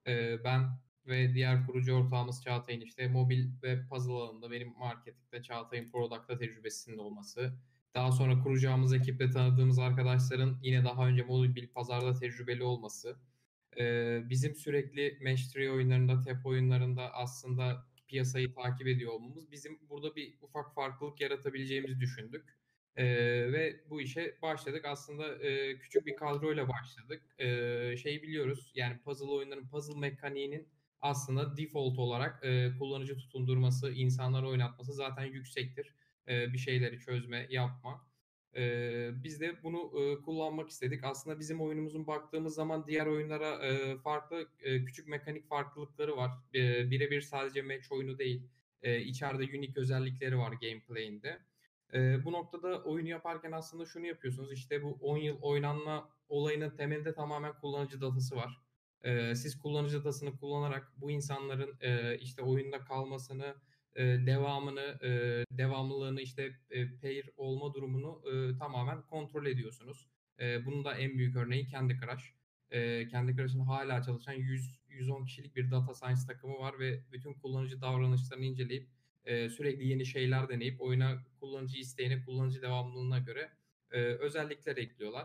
C: Ee, ben ve diğer kurucu ortağımız Çağatay'ın işte mobil ve puzzle alanında, benim marketingde, Çağatay'ın product'ta tecrübesinin olması. Daha sonra kuracağımız ekiple tanıdığımız arkadaşların yine daha önce mobil pazarda tecrübeli olması. Ee, bizim sürekli Match üç oyunlarında, Tap oyunlarında aslında piyasayı takip ediyor olmamız, bizim burada bir ufak farklılık yaratabileceğimizi düşündük. Ee, ve bu işe başladık. Aslında e, küçük bir kadroyla başladık. Ee, şey biliyoruz, yani puzzle oyunların puzzle mekaniğinin aslında default olarak e, kullanıcı tutundurması, insanları oynatması zaten yüksektir. E, bir şeyleri çözme, yapma. Ee, biz de bunu e, kullanmak istedik. Aslında bizim oyunumuzun baktığımız zaman diğer oyunlara e, farklı e, küçük mekanik farklılıkları var. E, birebir sadece match oyunu değil. E, içeride unique özellikleri var gameplay'inde. E, bu noktada oyunu yaparken aslında şunu yapıyorsunuz. İşte bu on yıl oynanma olayının temelinde tamamen kullanıcı datası var. E, siz kullanıcı datasını kullanarak bu insanların e, işte oyunda kalmasını, e, devamını, e, devamlılığını, işte e, pair olma durumunu e, tamamen kontrol ediyorsunuz. E, bunun da en büyük örneği Candy Crush. E, Candy Crush'ın hala çalışan yüz yüz on kişilik bir data science takımı var ve bütün kullanıcı davranışlarını inceleyip e, sürekli yeni şeyler deneyip oyuna kullanıcı isteğine, kullanıcı devamlılığına göre e, özellikler ekliyorlar.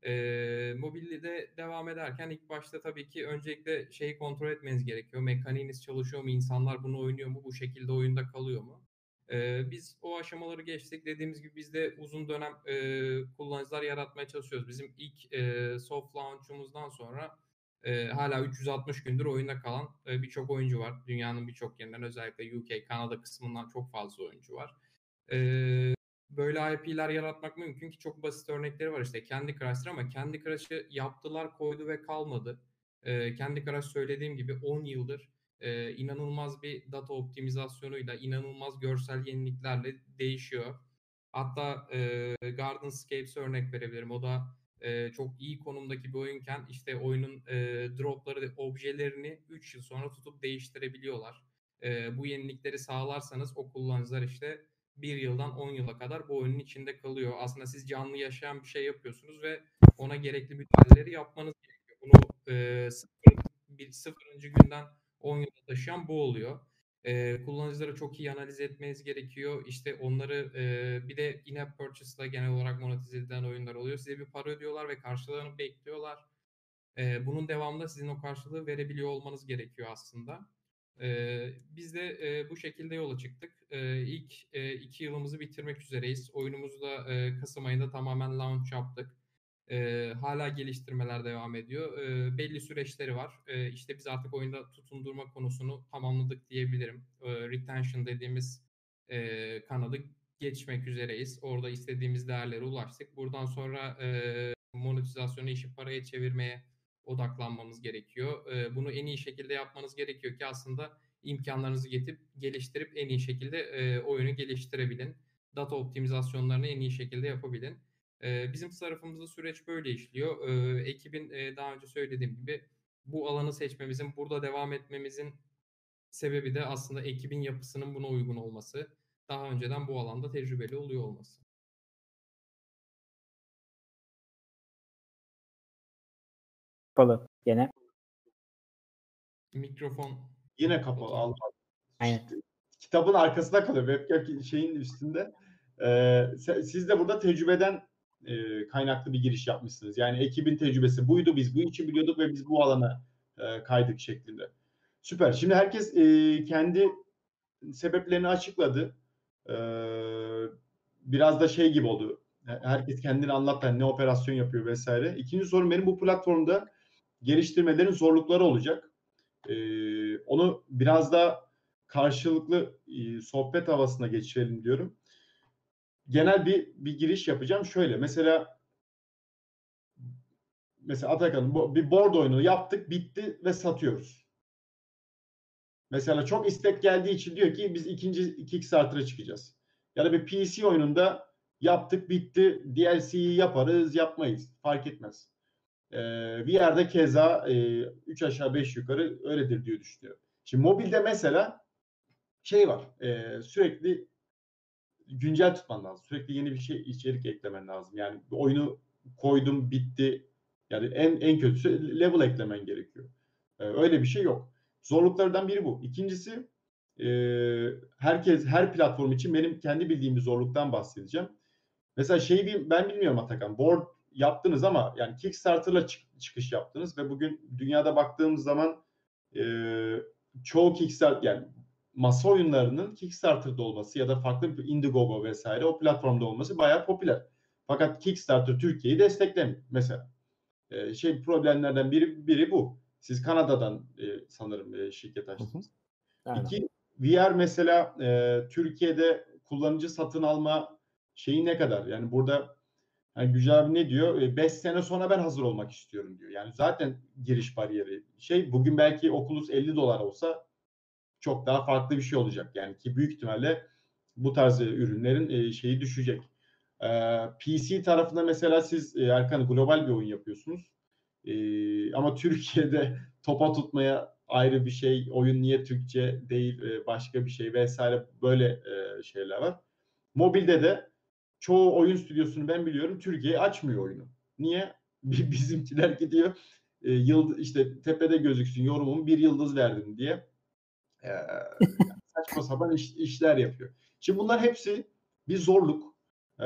C: E, mobilde de devam ederken ilk başta tabii ki öncelikle şeyi kontrol etmeniz gerekiyor. Mekaniğiniz çalışıyor mu? İnsanlar bunu oynuyor mu? Bu şekilde oyunda kalıyor mu? E, biz o aşamaları geçtik. Dediğimiz gibi biz de uzun dönem e, kullanıcılar yaratmaya çalışıyoruz. Bizim ilk e, soft launch'umuzdan sonra e, hala üç yüz altmış gündür oyunda kalan e, birçok oyuncu var. Dünyanın birçok yerinden, özellikle U K, Kanada kısmından çok fazla oyuncu var. E, Böyle I P'ler yaratmak mümkün ki çok basit örnekleri var, işte Candy Crush'tır, ama Candy Crush'ı yaptılar, koydu ve kalmadı. Ee, Candy Crush söylediğim gibi on yıldır e, inanılmaz bir data optimizasyonuyla, inanılmaz görsel yeniliklerle değişiyor. Hatta e, Gardenscapes örnek verebilirim. O da e, çok iyi konumdaki bir oyunken işte oyunun e, dropları, objelerini üç yıl sonra tutup değiştirebiliyorlar. E, bu yenilikleri sağlarsanız o kullanıcılar işte bir yıldan on yıla kadar bu oyunun içinde kalıyor. Aslında siz canlı yaşayan bir şey yapıyorsunuz ve ona gerekli müdahaleleri yapmanız gerekiyor. Bunu e, sıfır, bir, sıfırıncı günden on yıla taşıyan bu oluyor. E, kullanıcıları çok iyi analiz etmeniz gerekiyor. İşte onları e, bir de in-app purchase'la genel olarak monetize edilen oyunlar oluyor. Size bir para ödüyorlar ve karşılığını bekliyorlar. E, bunun devamında sizin o karşılığı verebiliyor olmanız gerekiyor aslında. E, biz de e, bu şekilde yola çıktık. E, ilk e, iki yılımızı bitirmek üzereyiz. Oyunumuzu da e, Kasım ayında tamamen launch yaptık. E, hala geliştirmeler devam ediyor. E, belli süreçleri var. E, işte biz artık oyunda tutundurma konusunu tamamladık diyebilirim. E, retention dediğimiz e, kanadı geçmek üzereyiz. Orada istediğimiz değerlere ulaştık. Buradan sonra e, monetizasyonu, işi paraya çevirmeye odaklanmamız gerekiyor. E, bunu en iyi şekilde yapmanız gerekiyor ki aslında imkanlarınızı getirip geliştirip en iyi şekilde e, oyunu geliştirebilin. Data optimizasyonlarını en iyi şekilde yapabilin. E, bizim tarafımızda süreç böyle işliyor. E, ekibin e, daha önce söylediğim gibi bu alanı seçmemizin, burada devam etmemizin sebebi de aslında ekibin yapısının buna uygun olması. Daha önceden bu alanda tecrübeli oluyor olması.
B: Kapalı gene.
C: Mikrofon
A: Yine kapalı.
C: Otur.
A: Allah.
B: Aynen.
A: Kitabın arkasında kalıyor. Webcam şeyin üstünde. Ee, siz de burada tecrübeden e, kaynaklı bir giriş yapmışsınız. Yani ekibin tecrübesi buydu. Biz bu işi biliyorduk ve biz bu alana e, kaydık şeklinde. Süper. Şimdi herkes e, kendi sebeplerini açıkladı. Ee, biraz da şey gibi oldu. Herkes kendini anlattı. Ne operasyon yapıyor vesaire. İkinci sorum, benim bu platformda geliştirmelerin zorlukları olacak. Ee, onu biraz da karşılıklı e, sohbet havasına geçirelim diyorum. Genel bir bir giriş yapacağım. Şöyle mesela mesela Atakan, bir board oyunu yaptık, bitti ve satıyoruz. Mesela çok istek geldiği için diyor ki biz ikinci iki Kickstarter'a çıkacağız. Ya da bir P C oyununda yaptık, bitti, D L C'yi yaparız, yapmayız. Fark etmez. Ee, bir yerde keza e, üç aşağı beş yukarı öyledir diye düşünüyorum. Şimdi mobilde mesela şey var. E, sürekli güncel tutman lazım. Sürekli yeni bir şey, içerik eklemen lazım. Yani oyunu koydum, bitti. Yani en en kötüsü level eklemen gerekiyor. E, öyle bir şey yok. Zorluklardan biri bu. İkincisi e, herkes her platform için benim kendi bildiğim bir zorluktan bahsedeceğim. Mesela şeyi bil- ben bilmiyorum Atakan. Board yaptınız ama yani Kickstarter'la çık- çıkış yaptınız ve bugün dünyada baktığımız zaman e, çoğu Kickstarter yani masa oyunlarının Kickstarter'da olması ya da farklı bir Indiegogo vesaire o platformda olması bayağı popüler. Fakat Kickstarter Türkiye'yi desteklemiyor mesela. E, şey problemlerden biri biri bu. Siz Kanada'dan e, sanırım e, şirket
D: Hı hı.
A: açtınız.
D: Aynen.
A: İki, V R mesela e, Türkiye'de kullanıcı satın alma şeyi ne kadar? Yani burada hani Gücü abi ne diyor? beş sene sonra ben hazır olmak istiyorum diyor. Yani zaten giriş bariyeri şey bugün belki Oculus elli dolar olsa çok daha farklı bir şey olacak. Yani ki büyük ihtimalle bu tarz e, ürünlerin e, şeyi düşecek. E, P C tarafında mesela siz e, Erkan global bir oyun yapıyorsunuz. E, ama Türkiye'de topa tutmaya ayrı bir şey, oyun niye Türkçe değil e, başka bir şey vesaire böyle e, şeyler var. Mobilde de çoğu oyun stüdyosunu ben biliyorum Türkiye açmıyor oyunu. Niye? Bizimkiler gidiyor e, yıldız işte tepede gözüksün yorumum bir yıldız verdim diye e, yani saçma sapan iş, işler yapıyor. Şimdi bunlar hepsi bir zorluk. E,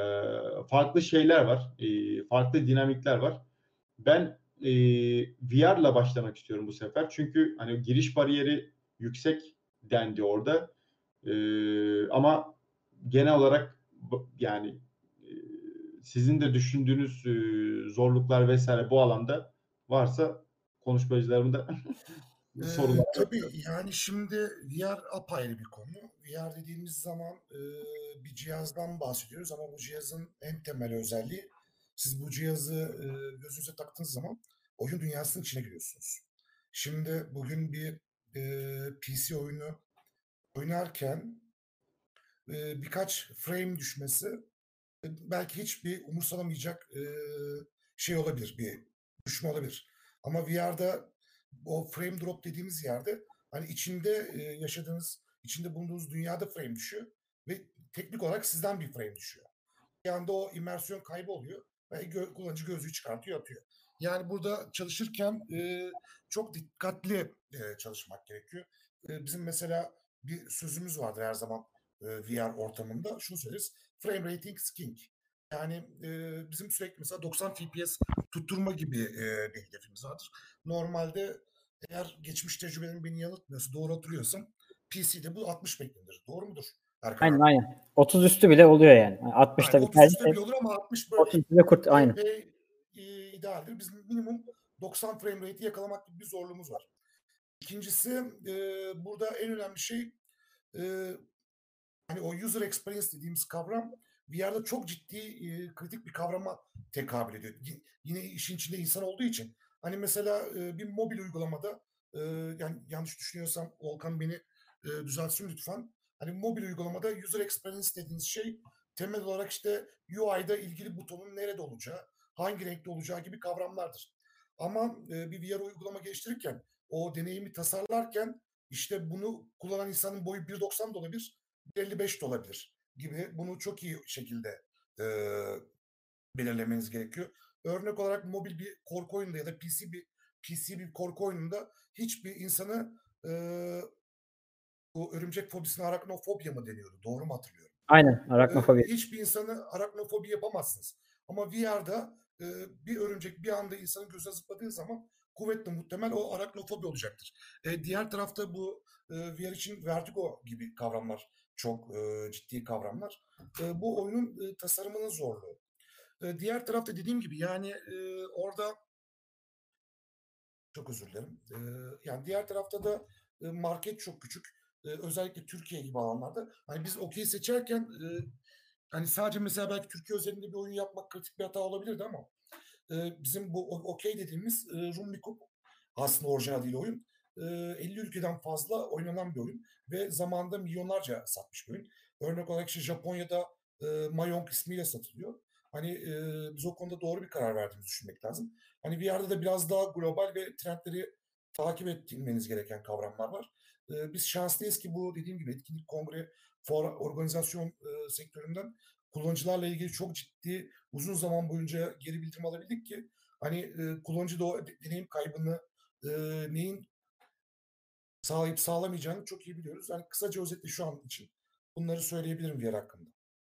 A: farklı şeyler var. E, farklı dinamikler var. Ben e, V R'la başlamak istiyorum bu sefer. Çünkü hani giriş bariyeri yüksek dendi orada. E, ama genel olarak yani e, sizin de düşündüğünüz e, zorluklar vesaire bu alanda varsa konuşmacılarım da
E: Ee,
A: sorular.
E: tabii yani şimdi V R apayrı bir konu. V R dediğimiz zaman e, bir cihazdan bahsediyoruz ama bu cihazın en temel özelliği siz bu cihazı e, gözünüze taktığınız zaman oyun dünyasının içine giriyorsunuz. Şimdi bugün bir e, P C oyunu oynarken e, birkaç frame düşmesi e, belki hiçbir umursanamayacak e, şey olabilir, bir düşme olabilir. Ama V R'da o frame drop dediğimiz yerde hani içinde e, yaşadığınız, içinde bulunduğunuz dünyada frame düşüyor ve teknik olarak sizden bir frame düşüyor. Bir anda o immersiyon kaybı oluyor ve gö- kullanıcı gözlüğü çıkartıyor, atıyor. Yani burada çalışırken e, çok dikkatli e, çalışmak gerekiyor. E, bizim mesela bir sözümüz vardır her zaman e, V R ortamında. Şunu söyleriz. Frame rating is king. Yani e, bizim sürekli mesela doksan F P S tutturma gibi e, bir hedefimiz vardır. Normalde eğer geçmiş tecrübelerim beni yanıltmıyorsa, doğru hatırlıyorsam P C'de bu altmış beklenir. Doğru mudur Erkan
B: Aynen
E: abi?
B: aynen. otuz üstü bile oluyor yani. Yani altmışta
E: Aynen otuz üstte
B: biterse
E: bile olur ama altmış böyle
B: otuz üstü de kurt aynı.
E: epey e, idealdir. Biz minimum doksan frame rate'i yakalamak gibi bir zorluğumuz var. İkincisi e, burada en önemli şey e, hani o user experience dediğimiz kavram V R'da çok ciddi e, kritik bir kavrama tekabül ediyor. Y- yine işin içinde insan olduğu için. Hani mesela e, bir mobil uygulamada e, yani yanlış düşünüyorsam Volkan beni e, düzeltsin lütfen. Hani mobil uygulamada user experience dediğiniz şey temel olarak işte U I'da ilgili butonun nerede olacağı, hangi renkte olacağı gibi kavramlardır. Ama e, bir V R uygulama geliştirirken o deneyimi tasarlarken işte bunu kullanan insanın boyu bir doksan da olabilir, elli beş de olabilir gibi bunu çok iyi şekilde e, belirlemeniz gerekiyor. Örnek olarak mobil bir korku oyununda ya da P C bir P C bir korku oyununda hiçbir insanı e, bu örümcek fobisine araknofobya mı deniyordu? Doğru mu hatırlıyorum?
B: Aynen.
E: E,
B: Arachnofobi.
E: hiçbir insanı araknofobi yapamazsınız. Ama V R'da e, bir örümcek bir anda insanın gözüne zıpladığı zaman kuvvetle muhtemel o araknofobi olacaktır. E, diğer tarafta bu e, V R için vertigo gibi kavramlar çok e, ciddi kavramlar. E, bu oyunun e, tasarımının zorluğu. E, diğer tarafta dediğim gibi yani e, orada çok özür dilerim. E, yani diğer tarafta da e, market çok küçük. E, özellikle Türkiye gibi alanlarda. Hani biz okey seçerken e, hani sadece mesela belki Türkiye özelinde bir oyun yapmak kritik bir hata olabilirdi ama e, bizim bu o- okey dediğimiz e, Rummikub aslında orijinal değil oyun. E, elli ülkeden fazla oynanan bir oyun ve zamanında milyonlarca satmış bir oyun. Örnek olarak işte Japonya'da e, Mayong ismiyle satılıyor. Hani e, biz o konuda doğru bir karar verdiğimizi düşünmek lazım. Hani V R'da da biraz daha global ve trendleri takip etmeniz gereken kavramlar var. E, biz şanslıyız ki bu dediğim gibi etkinlik, kongre, fuar, organizasyon e, sektöründen kullanıcılarla ilgili çok ciddi uzun zaman boyunca geri bildirim alabildik ki hani e, kullanıcı da o deneyim kaybını e, neyin sağlayıp sağlamayacağını çok iyi biliyoruz. Yani kısaca özetle şu an için bunları söyleyebilirim V R hakkında.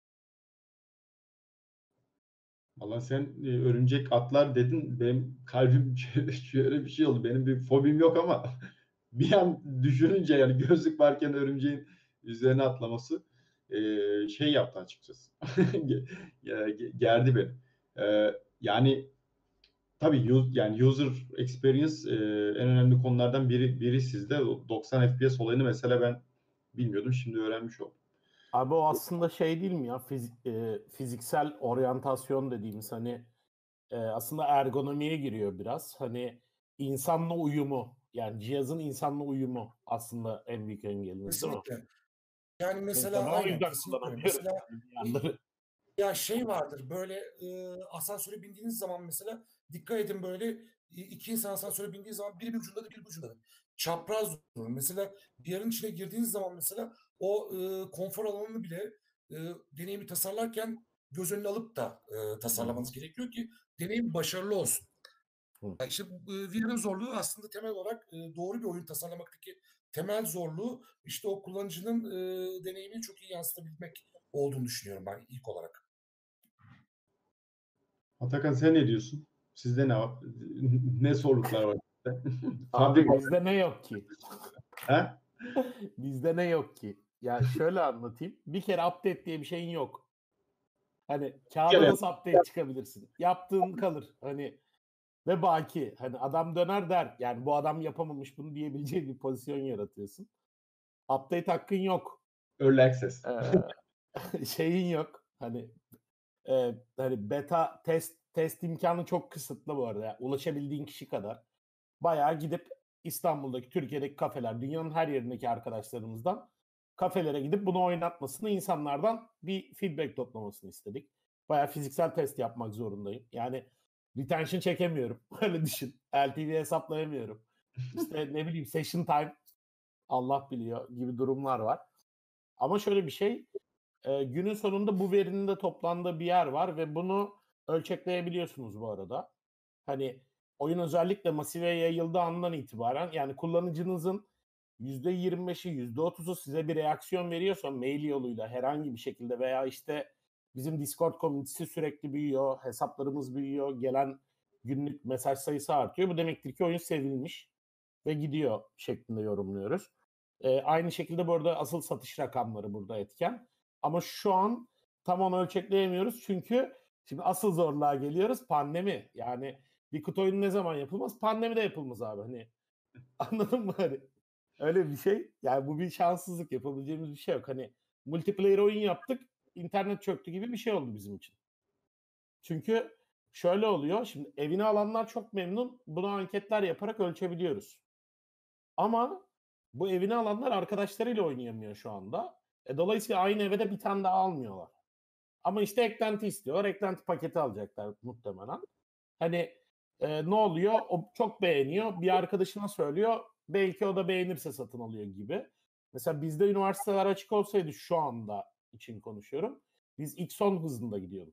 A: Valla sen e, örümcek atlar dedin. Benim kalbim şöyle bir şey oldu. Benim bir fobim yok ama bir an düşününce yani gözlük varken örümceğin üzerine atlaması e, şey yaptı açıkçası. Ge- ge- Gerdi beni. E, yani tabii us- yani user experience e, en önemli konulardan biri biri sizde. O doksan F P S olayını mesela ben bilmiyordum. Şimdi öğrenmiş oldum.
D: Abi o aslında şey değil mi ya? Fizik, e, fiziksel oryantasyon dediğimiz hani e, aslında ergonomiye giriyor biraz. Hani insanla uyumu, yani cihazın insanla uyumu aslında en büyük engelimiz değil mi?
E: Kesinlikle. Yani
D: Mesela
E: mesela
D: ben o
E: aynen
D: yüzden
E: kesinlikle öyle.
D: kullanamıyorum
E: Mesela
D: yani bir yanları.
E: ya şey vardır böyle e, asansöre bindiğiniz zaman mesela dikkat edin böyle i- iki insan asansöre bindiği zaman biri bir ucundadır biri bir ucundadır. Çapraz durur. Mesela bir yerin içine girdiğiniz zaman mesela o e, konfor alanını bile e, deneyimi tasarlarken göz önüne alıp da e, tasarlamanız gerekiyor ki deneyim başarılı olsun.
D: Hı.
E: Yani işte e, V R'ın zorluğu aslında temel olarak e, doğru bir oyun tasarlamaktaki temel zorluğu işte o kullanıcının e, deneyimini çok iyi yansıtabilmek olduğunu düşünüyorum ben ilk olarak.
A: Atakan sen ne diyorsun? Sizde ne var? Ne zorluklar var?
D: Abi
A: Fabrika.
D: bizde ne yok ki?
A: Ha?
D: Bizde ne yok ki? Ya şöyle anlatayım. Bir kere update diye bir şeyin yok. Hani kağıda
A: kere.
D: nasıl update çıkabilirsin? Yaptığın kalır. Hani ve baki. Hani adam döner der. Yani bu adam yapamamış bunu diyebileceği bir pozisyon yaratıyorsun. Update hakkın yok.
A: Early access.
D: Ee, şeyin yok. Hani e, hani beta test test imkanı çok kısıtlı bu arada. Yani ulaşabildiğin kişi kadar. Bayağı gidip İstanbul'daki, Türkiye'deki kafeler, dünyanın her yerindeki arkadaşlarımızdan kafelere gidip bunu oynatmasını, insanlardan bir feedback toplamasını istedik. Bayağı fiziksel test yapmak zorundayım. Yani retention çekemiyorum. Öyle düşün. L T V hesaplayamıyorum. İşte ne bileyim session time Allah biliyor gibi durumlar var. Ama şöyle bir şey, e, günün sonunda bu verinin de toplandığı bir yer var ve bunu ölçekleyebiliyorsunuz bu arada. Hani oyun özellikle masive yayıldığı andan itibaren yani kullanıcınızın yüzde yirmi beşi, yüzde otuzu size bir reaksiyon veriyorsa mail yoluyla herhangi bir şekilde veya işte bizim Discord komünitesi sürekli büyüyor, hesaplarımız büyüyor, gelen günlük mesaj sayısı artıyor. Bu demektir ki oyun sevilmiş ve gidiyor şeklinde yorumluyoruz. Ee, aynı şekilde bu arada asıl satış rakamları burada etken. Ama şu an tam onu ölçekleyemiyoruz çünkü şimdi asıl zorluğa geliyoruz pandemi. Yani bir kutu oyunu ne zaman yapılmaz? Pandemide yapılmaz abi. Hani anladın mı? Hani öyle bir şey. Yani bu bir şanssızlık. Yapabileceğimiz bir şey yok. Hani multiplayer oyun yaptık. İnternet çöktü gibi bir şey oldu bizim için. Çünkü şöyle oluyor. Şimdi evine alanlar çok memnun. Bunu anketler yaparak ölçebiliyoruz. Ama bu evine alanlar arkadaşlarıyla oynayamıyor şu anda. E, dolayısıyla aynı eve de bir tane daha almıyorlar. Ama işte eklenti istiyorlar. Eklenti paketi alacaklar muhtemelen. Hani e, ne oluyor? O çok beğeniyor. Bir arkadaşına söylüyor. Belki o da beğenirse satın alıyor gibi. Mesela bizde üniversiteler açık olsaydı şu anda için konuşuyorum. Biz X on hızında gidiyorduk.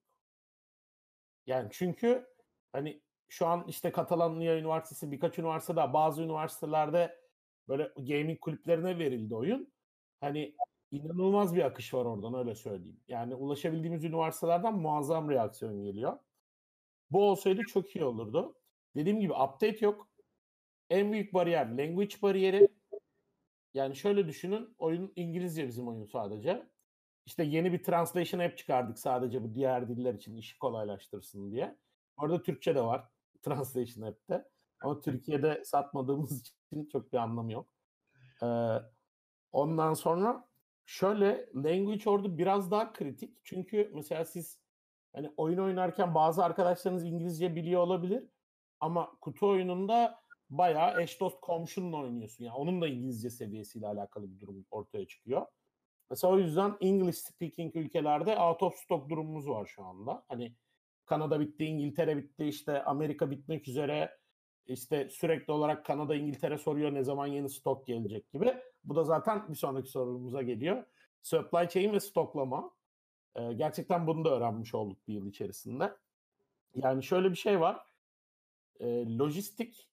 D: Yani çünkü hani şu an işte Katalanya Üniversitesi, birkaç üniversitede, bazı üniversitelerde böyle gaming kulüplerine verildi oyun. Hani inanılmaz bir akış var oradan öyle söyleyeyim. Yani ulaşabildiğimiz üniversitelerden muazzam reaksiyon geliyor. Bu olsaydı çok iyi olurdu. Dediğim gibi update yok. En büyük bariyer language bariyeri. Yani şöyle düşünün. Oyun İngilizce bizim oyun sadece. İşte yeni bir translation app çıkardık sadece bu diğer diller için işi kolaylaştırsın diye. Orada Türkçe de var translation app'te. Ama Türkiye'de satmadığımız için çok bir anlamı yok. Ee, ondan sonra şöyle language orada biraz daha kritik. Çünkü mesela siz hani oyun oynarken bazı arkadaşlarınız İngilizce biliyor olabilir. Ama kutu oyununda bayağı eş dost komşunla oynuyorsun. Yani onun da İngilizce seviyesiyle alakalı bir durum ortaya çıkıyor. Mesela o yüzden English speaking ülkelerde out of stock durumumuz var şu anda. Hani Kanada bitti, İngiltere bitti, işte Amerika bitmek üzere. İşte sürekli olarak Kanada, İngiltere soruyor ne zaman yeni stok gelecek gibi. Bu da zaten bir sonraki sorumuza geliyor. Supply chain ve stoklama. Ee, gerçekten bunu da öğrenmiş olduk bir yıl içerisinde. Yani şöyle bir şey var. Ee, lojistik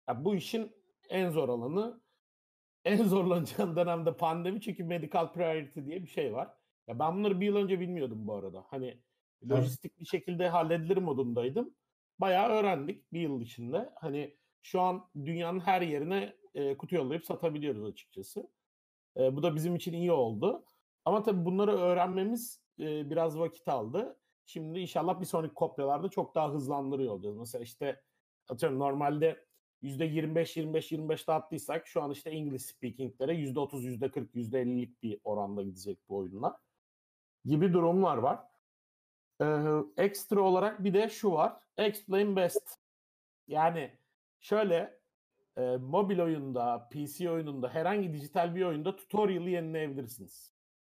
D: Ya bu işin en zor alanı, en zorlanacağın dönemde pandemi, çünkü medical priority diye bir şey var. Ya ben bunları bir yıl önce bilmiyordum bu arada. Hani
A: Tabii.
D: lojistik bir şekilde halledilir modundaydım. Bayağı öğrendik bir yıl içinde. Hani şu an dünyanın her yerine e, kutu yollayıp satabiliyoruz açıkçası. E, bu da bizim için iyi oldu. Ama tabii bunları öğrenmemiz e, biraz vakit aldı. Şimdi inşallah bir sonraki kopyalarda çok daha hızlandırıyor olacağız. Mesela işte atıyorum normalde yüzde yirmi beş yirmi beş yirmi beş dağıttıysak şu an işte English speaking'lere yüzde otuz yüzde kırk yüzde ellilik bir oranda gidecek bu oyunlar gibi durumlar var. Ee, ekstra olarak bir de şu var. Explain best. Yani şöyle e, mobil oyunda, P C oyununda, herhangi dijital bir oyunda tutorial'ı yenileyebilirsiniz.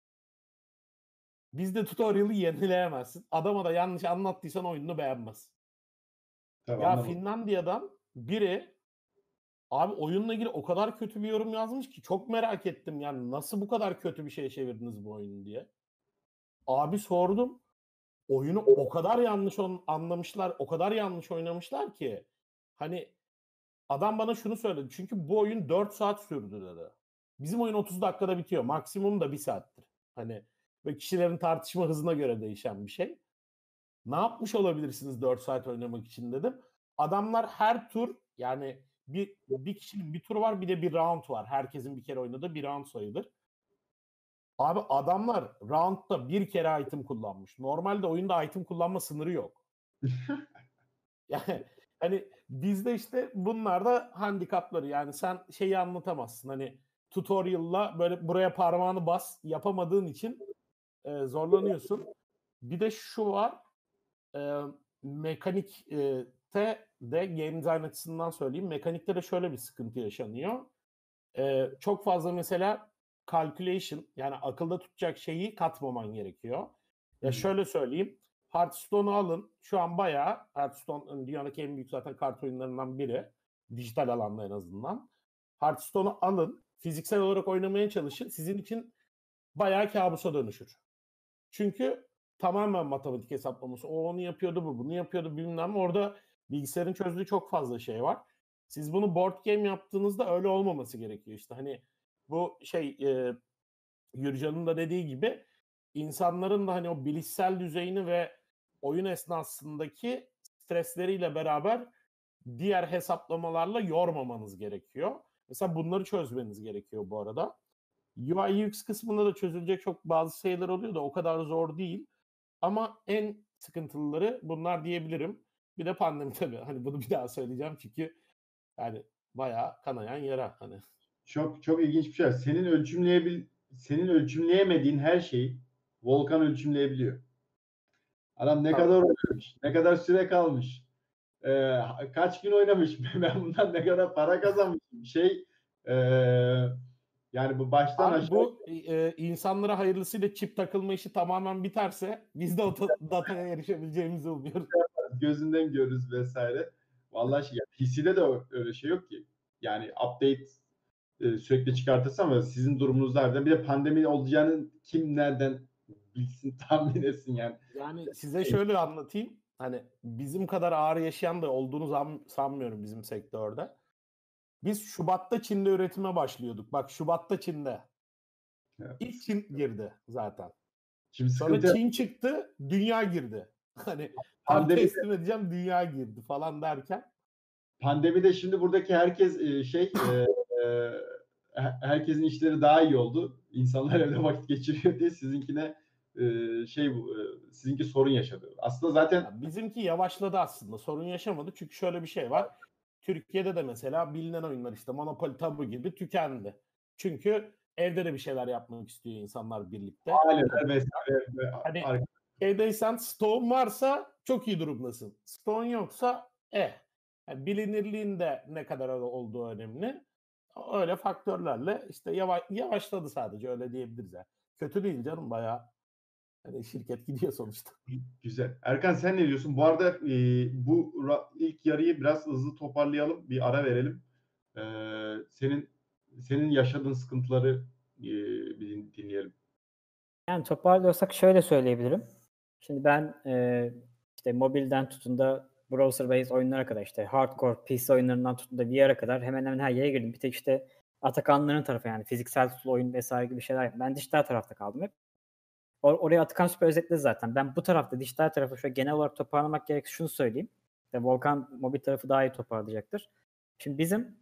D: Bizde tutorial'ı yenileyemezsin. Adama da yanlış anlattıysan oyununu beğenmez.
A: Tabii
D: Ya
A: anlamadım.
D: Finlandiya'dan biri abi oyunla ilgili o kadar kötü bir yorum yazmış ki çok merak ettim, yani nasıl bu kadar kötü bir şey çevirdiniz bu oyunu diye. Abi sordum. Oyunu o kadar yanlış on- anlamışlar, o kadar yanlış oynamışlar ki. Hani adam bana şunu söyledi. Çünkü bu oyun dört saat sürdü dedi. Bizim oyun otuz dakikada bitiyor. Maksimum da bir saattir. Hani ve kişilerin tartışma hızına göre değişen bir şey. Ne yapmış olabilirsiniz dört saat oynamak için dedim. Adamlar her tur, yani bir, bir kişinin bir turu var, bir de bir round var. Herkesin bir kere oynadığı bir round sayılır. Abi adamlar roundda bir kere item kullanmış. Normalde oyunda item kullanma sınırı yok. Yani hani bizde işte bunlar da handikapları. Yani sen şeyi anlatamazsın. Hani tutorial'la böyle buraya parmağını bas yapamadığın için e, zorlanıyorsun. Bir de şu var. E, mekanikte de game design açısından söyleyeyim. Mekanikte de şöyle bir sıkıntı yaşanıyor. E, çok fazla mesela calculation, yani akılda tutacak şeyi katmaman gerekiyor. Ya şöyle söyleyeyim. Hearthstone'u alın. Şu an bayağı Hearthstone dünyanın en büyük zaten kart oyunlarından biri. Dijital alanda en azından. Hearthstone'u alın. Fiziksel olarak oynamaya çalışın. Sizin için bayağı kabusa dönüşür. Çünkü tamamen matematik hesaplaması. O onu yapıyordu, bu bunu yapıyordu bilmem. Orada bilgisayarın çözdüğü çok fazla şey var. Siz bunu board game yaptığınızda öyle olmaması gerekiyor. İşte hani bu şey e, Gürcan'ın da dediği gibi insanların da hani o bilişsel düzeyini ve oyun esnasındaki stresleriyle beraber diğer hesaplamalarla yormamanız gerekiyor. Mesela bunları çözmeniz gerekiyor bu arada. U I U X kısmında da çözülecek çok bazı şeyler oluyor da o kadar zor değil. Ama en sıkıntılıları bunlar diyebilirim. Bir de pandemi tabii. Hani bunu bir daha söyleyeceğim çünkü yani bayağı kanayan yara hani.
A: Çok çok ilginç bir şey. Senin ölçümleyebil senin ölçümleyemediğin her şeyi Volkan ölçümleyebiliyor. Adam ne
D: Tabii.
A: kadar oynamış, ne kadar süre kalmış, e, kaç gün oynamış, ben bundan ne kadar para kazanmışım. Şey e, yani bu baştan
D: Abi
A: aşağı
D: bu e, insanlara hayırlısıyla çip takılma işi tamamen biterse biz de o ta- dataya erişebileceğimizi umuyoruz.
A: gözünden görürüz vesaire. Vallahi şey, P C'de de öyle şey yok ki. Yani update e, sürekli çıkartırsa ama sizin durumunuzda harbiden bir de pandemi olacağını kim nereden bilsin, tahmin etsin yani.
D: Yani size şöyle anlatayım. Hani bizim kadar ağır yaşayan da olduğunu zam- sanmıyorum bizim sektörde. Biz Şubat'ta Çin'de üretime başlıyorduk. Bak Şubat'ta Çin'de.
A: Evet.
D: İlk Çin girdi zaten.
A: Şimdi
D: Sonra
A: sıkıntı
D: Çin çıktı, dünya girdi. Hani tam
A: pandemi
D: teslim edeceğim, dünya girdi falan derken.
A: pandemide şimdi buradaki herkes e, şey e, e, herkesin işleri daha iyi oldu. İnsanlar evde vakit geçiriyor diye sizinkine e, şey bu e, sizinki sorun yaşadı. Aslında zaten
D: Ya bizimki yavaşladı aslında. Sorun yaşamadı. Çünkü şöyle bir şey var. Türkiye'de de mesela bilinen oyunlar işte Monopoly, Tabu gibi tükendi. Çünkü evde de bir şeyler yapmak istiyor insanlar birlikte.
A: aileler vesaire ve
D: Hani
A: ar-
D: evdeysen Stone varsa çok iyi durumdasın. Stone yoksa eh. Yani bilinirliğin de ne kadar olduğu önemli. Öyle faktörlerle işte yavaş, yavaşladı sadece, öyle diyebiliriz yani. Kötü değil canım, bayağı. Hani şirket gidiyor sonuçta.
A: güzel. Erkan sen ne diyorsun? Bu arada e, bu ra- ilk yarıyı biraz hızlı toparlayalım, bir ara verelim. E, senin senin yaşadığın sıkıntıları e, bir din- dinleyelim.
B: Yani toparlıyorsak şöyle söyleyebilirim. Şimdi ben e, işte mobilden tutun da browser based oyunlara kadar işte hardcore P C oyunlarından tutun da V R'a kadar hemen hemen her yere girdim. Bir tek işte Atakanların tarafı yani fiziksel tutul oyun vesaire gibi şeyler. Ben dijital tarafta kaldım hep. Or- oraya Atakan süper özetledi zaten. Ben bu tarafta dijital tarafı şöyle genel olarak toparlamak gerekirse şunu söyleyeyim. İşte Volkan mobil tarafı daha iyi toparlayacaktır. Şimdi bizim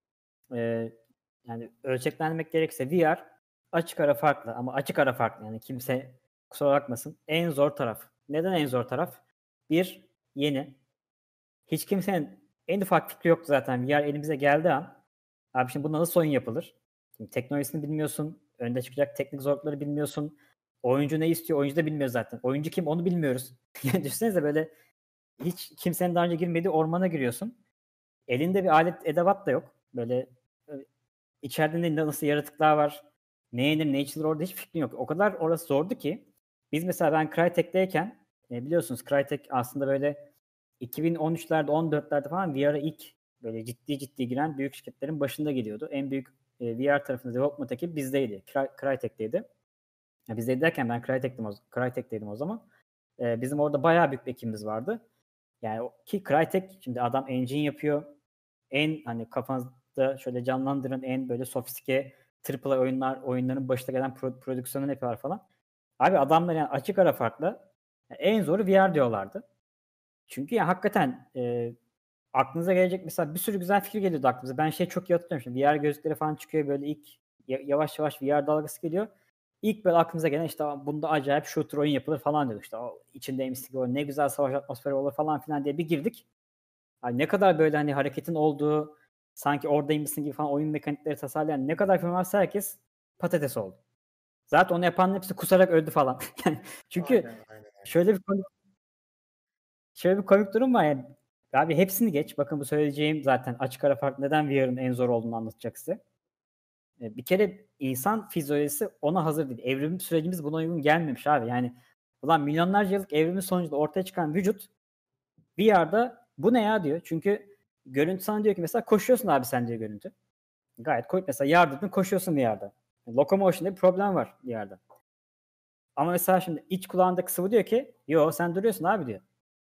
B: e, yani ölçeklenmek gerekirse V R açık ara farklı ama açık ara farklı yani kimse kusura bakmasın. En zor taraf. Neden en zor taraf? Bir, yeni. Hiç kimsenin en ufak fikri yoktu zaten. V R elimize geldiği an abi şimdi bunda nasıl oyun yapılır? Şimdi teknolojisini bilmiyorsun. Önde çıkacak teknik zorlukları bilmiyorsun. Oyuncu ne istiyor? Oyuncu da bilmiyor zaten. Oyuncu kim? Onu bilmiyoruz. Yani düşünsenize böyle hiç kimsenin daha önce girmediği ormana giriyorsun. Elinde bir alet edevat da yok. Böyle içeride ne, nasıl yaratıklar var? Ne yenir, ne içilir orada hiç fikrin yok. O kadar orası zordu ki biz mesela ben Crytek'teyken e, biliyorsunuz Crytek aslında böyle iki bin on üçlerde on dörtlerde falan V R'a ilk böyle ciddi ciddi giren büyük şirketlerin başında geliyordu. En büyük e, V R tarafında development ekibi bizdeydi. Cry- Crytek'teydi. Ya bizdeydi derken ben Crytek'teydim o, Crytek'teydim o zaman. E, bizim orada bayağı büyük bir ekibimiz vardı. Yani o- ki Crytek şimdi adam engine yapıyor. En hani kafanızda şöyle canlandırın en böyle sofistike triple A oyunlar oyunların başına gelen pro- prodüksiyonu yapıyorlar falan. Abi adamlar yani açık ara farklı en zoru V R diyorlardı. Çünkü ya hakikaten e, aklınıza gelecek mesela bir sürü güzel fikir geliyordu aklınıza. Ben şey çok iyi hatırlıyorum şimdi V R gözlükleri falan çıkıyor böyle ilk yavaş yavaş V R dalgası geliyor. İlk böyle aklımıza gelen işte bunda acayip shooter oyun yapılır falan diyorduk. İşte o içinde M C gibi ne güzel savaş atmosferi olur falan filan diye bir girdik. Yani ne kadar böyle hani hareketin olduğu sanki oradaymışsın gibi falan oyun mekanikleri tasarlayan ne kadar film varsa herkes patates oldu. Zaten onu yapanların hepsi kusarak öldü falan. Yani çünkü
E: Aynen, aynen, aynen.
B: şöyle bir komik şöyle bir komik durum var yani. Abi hepsini geç. Bakın bu söyleyeceğim zaten açık ara fark neden V R'ın en zor olduğunu anlatacak size. Bir kere insan fizyolojisi ona hazır değil. Evrim sürecimiz buna uygun gelmemiş abi. Yani ulan milyonlarca yıllık evrimin sonucunda ortaya çıkan vücut V R'da bu ne ya diyor. Çünkü görüntü sana diyor ki mesela koşuyorsun abi sen diyor görüntü. Gayet koy mesela yardırdın koşuyorsun V R'da. Locomotion'da bir problem var V R'da. Ama mesela şimdi iç kulağındaki sıvı diyor ki yo sen duruyorsun abi diyor.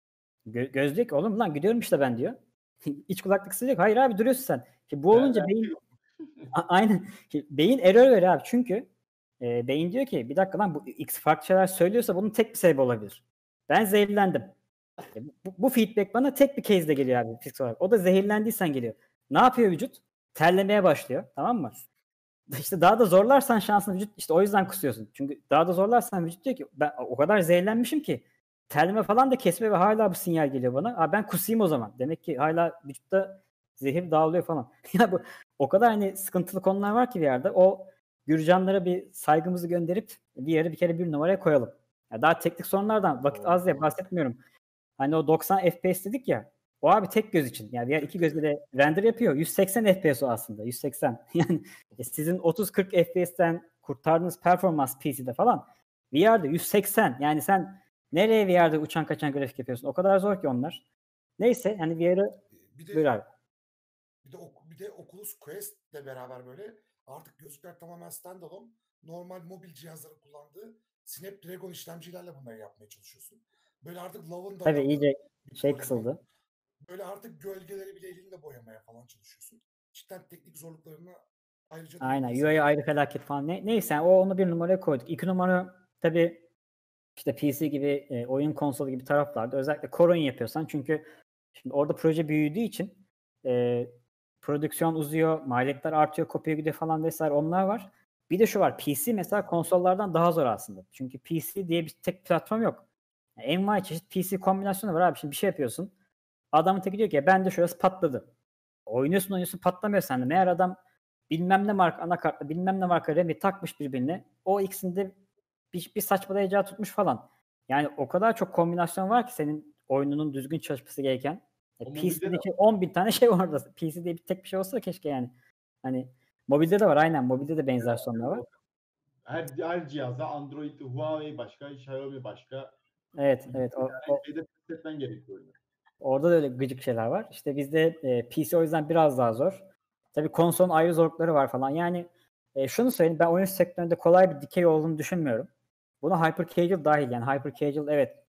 B: Gö- göz diyor ki oğlum lan gidiyorum işte ben diyor. İç kulaklık sıcak. Hayır abi duruyorsun sen. Şimdi bu olunca beyin A- aynen. Şimdi beyin error veriyor abi. Çünkü e, beyin diyor ki bir dakika lan bu X farklı şeyler söylüyorsa bunun tek bir sebebi olabilir. Ben zehirlendim. E, bu, bu feedback bana tek bir case'de geliyor abi fiziksel olarak. O da zehirlendiysen geliyor. Ne yapıyor vücut? Terlemeye başlıyor. Tamam mı? İşte daha da zorlarsan şansın vücut işte o yüzden kusuyorsun. Çünkü daha da zorlarsan vücut diyor ki ben o kadar zehirlenmişim ki terleme falan da kesme ve hala bu sinyal geliyor bana. Aa, ben kusayım o zaman. Demek ki hala vücutta zehir dağılıyor falan. Ya bu o kadar hani sıkıntılı konular var ki bir yerde. O Gürcanlara bir saygımızı gönderip bir yere bir kere bir numaraya koyalım. Ya daha teknik sorunlardan vakit az diye bahsetmiyorum. Hani o doksan F P S dedik ya. O abi tek göz için. Yani diğer iki gözle de render yapıyor. yüz seksen F P S o aslında. yüz seksen. Yani e, sizin otuz kırk F P S'ten kurtardığınız performans P C'de falan V R'de yüz seksen. Yani sen nereye V R'de uçan kaçan grafik yapıyorsun? O kadar zor ki onlar. Neyse hani V R'ı
E: Bir de
B: buyur abi.
E: bir de ok- bir de Oculus Quest'le beraber böyle artık gözlükler tamamen standalone, normal mobil cihazların kullandığı Snapdragon işlemcilerle bunları yapmaya çalışıyorsun. Böyle artık Love'ın da
B: Tabii
E: yaptığı
B: iyice
E: bir
B: şey
E: poligon.
B: kısıldı.
E: Böyle artık gölgeleri bile elinle boyamaya falan çalışıyorsun. Cidden teknik zorluklarına ayrıca
B: Aynen.
E: değiniriz.
B: U I ayrı felaket falan. Ne, neyse o onu bir numaraya koyduk. İki numara tabii işte P C gibi e, oyun konsolu gibi taraflarda özellikle core oyun yapıyorsan çünkü şimdi orada proje büyüdüğü için e, prodüksiyon uzuyor, maliyetler artıyor, kopya gidiyor falan vesaire onlar var. Bir de şu var P C mesela konsollardan daha zor aslında. Çünkü P C diye bir tek platform yok. Yani envai çeşit P C kombinasyonu var abi. Şimdi bir şey yapıyorsun. Adamın teki diyor ki ya bende şurası patladı. Oynuyorsun oynuyorsun patlamıyor sende. Meğer adam bilmem ne marka anakartla bilmem ne marka R A M'i takmış birbirine. O ikisinde bir, bir saçmalayacağı tutmuş falan. Yani o kadar çok kombinasyon var ki senin oyununun düzgün çalışması gereken. E,
A: O mobilde de
B: P C'deki on bin tane şey var orada. P C diye bir tek bir şey olsa da keşke yani. Hani mobilde de var aynen. Mobilde de benzer sorunlar var.
A: her, her cihazda Android, Huawei başka, Xiaomi başka.
B: Evet, evet. O, o,
A: Şeyde test etmen gerekiyor oyunu.
B: orada da öyle gıcık şeyler var. İşte bizde e, P C o yüzden biraz daha zor. Tabii konsolun ayrı zorlukları var falan. Yani e, şunu söyleyeyim ben oyun sektöründe kolay bir dikey olduğunu düşünmüyorum. Buna hyper casual dahil yani hyper casual evet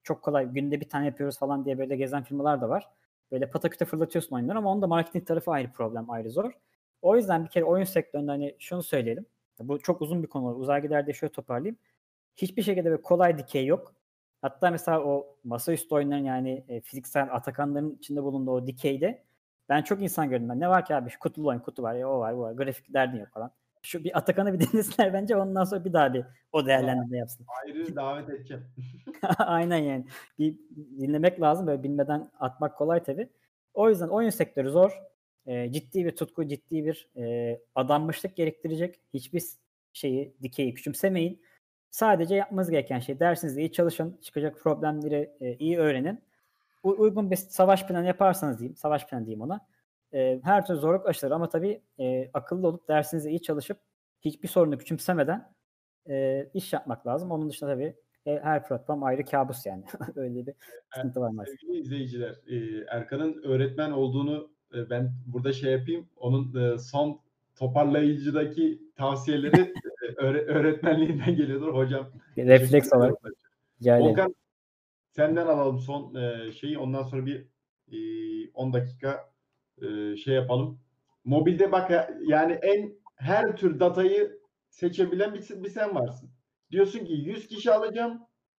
B: çok kolay günde bir tane yapıyoruz falan diye böyle gezen firmalar da var. Böyle pataküte fırlatıyorsun oyunları ama onun da marketing tarafı ayrı problem, ayrı zor. O yüzden bir kere oyun sektöründe hani şunu söyleyelim. Bu çok uzun bir konu. Uzar gider diye şöyle toparlayayım. Hiçbir şekilde böyle kolay dikey yok. Hatta mesela o masaüstü oyunların yani e, fiziksel Atakanların içinde bulunduğu o dikeyde ben çok insan gördüm. Ben ne var ki abi şu kutulu oyun, kutu var, ya o var, bu var. Grafik derdin yok falan. Şu bir Atakan'ı bir denesinler bence ondan sonra bir daha bir o değerlendirme yapsın.
A: Ayrı davet edeceğim.
B: Aynen yani. Bir dinlemek lazım. Böyle bilmeden atmak kolay tabii. O yüzden oyun sektörü zor. E, ciddi bir tutku, ciddi bir e, adanmışlık gerektirecek. Hiçbir şeyi, dikeyi küçümsemeyin. Sadece yapmanız gereken şey dersinizde iyi çalışın. Çıkacak problemleri e, iyi öğrenin. U- uygun bir savaş planı yaparsanız diyeyim. Savaş planı diyeyim ona. E, her türlü zorluk aşılır ama tabii e, akıllı olup dersinizde iyi çalışıp hiçbir sorunu küçümsemeden e, iş yapmak lazım. Onun dışında tabii e, her platform ayrı kabus yani. Öyle bir sıkıntı var maalesef.
A: Sevgili izleyiciler, e, Erkan'ın öğretmen olduğunu e, ben burada şey yapayım. Onun e, son toparlayıcıdaki tavsiyeleri e, öğre- öğretmenliğinden geliyordur hocam.
B: Refleks
A: Teşekkür
B: olarak.
A: ederim.
B: Rica ederim.
A: Volkan, senden alalım son e, şeyi. Ondan sonra bir e, on dakika e, şey yapalım. Mobilde bak ya- yani en her tür datayı seçebilen bir, bir sen varsın. Diyorsun ki yüz kişi alacağım,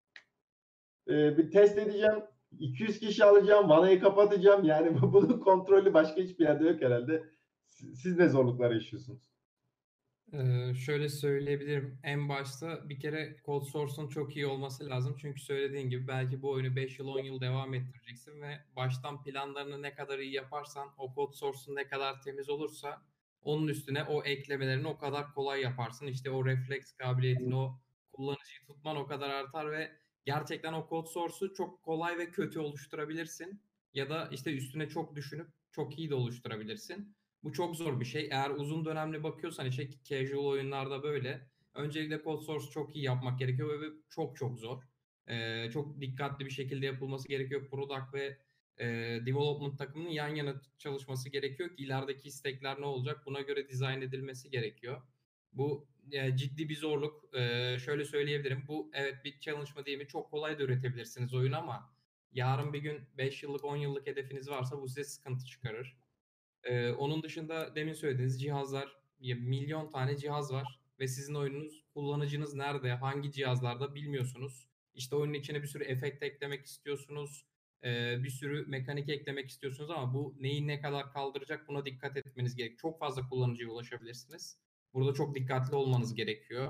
A: e, bir test edeceğim, iki yüz kişi alacağım, vanayı kapatacağım. Yani bu- bunun kontrolü başka hiçbir yerde yok herhalde. Siz, siz ne zorluklar yaşıyorsunuz?
C: Ee, şöyle söyleyebilirim. En başta bir kere code source'un çok iyi olması lazım. Çünkü söylediğin gibi belki bu oyunu beş yıl on yıl devam ettireceksin ve baştan planlarını ne kadar iyi yaparsan, o code source'un ne kadar temiz olursa onun üstüne o eklemelerini o kadar kolay yaparsın. İşte o refleks kabiliyetini, o kullanıcıyı tutman o kadar artar ve gerçekten o code source'u çok kolay ve kötü oluşturabilirsin. Ya da işte üstüne çok düşünüp çok iyi de oluşturabilirsin. Bu çok zor bir şey. Eğer uzun dönemli bakıyorsan işte casual oyunlarda böyle. Öncelikle code source çok iyi yapmak gerekiyor ve çok çok zor. Ee, çok dikkatli bir şekilde yapılması gerekiyor. Product ve e, development takımının yan yana çalışması gerekiyor ki ilerideki istekler ne olacak? Buna göre dizayn edilmesi gerekiyor. Bu e, ciddi bir zorluk. Ee, şöyle söyleyebilirim. Bu evet bir challenge mı değil mi? Çok kolay da üretebilirsiniz oyun ama yarın bir gün beş yıllık on yıllık hedefiniz varsa bu size sıkıntı çıkarır. Ee, onun dışında demin söylediğiniz cihazlar, ya milyon tane cihaz var ve sizin oyununuz, kullanıcınız nerede, hangi cihazlarda bilmiyorsunuz. İşte oyunun içine bir sürü efekt eklemek istiyorsunuz, e, bir sürü mekanik eklemek istiyorsunuz ama bu neyi ne kadar kaldıracak buna dikkat etmeniz gerek. Çok fazla kullanıcıya ulaşabilirsiniz. Burada çok dikkatli olmanız gerekiyor.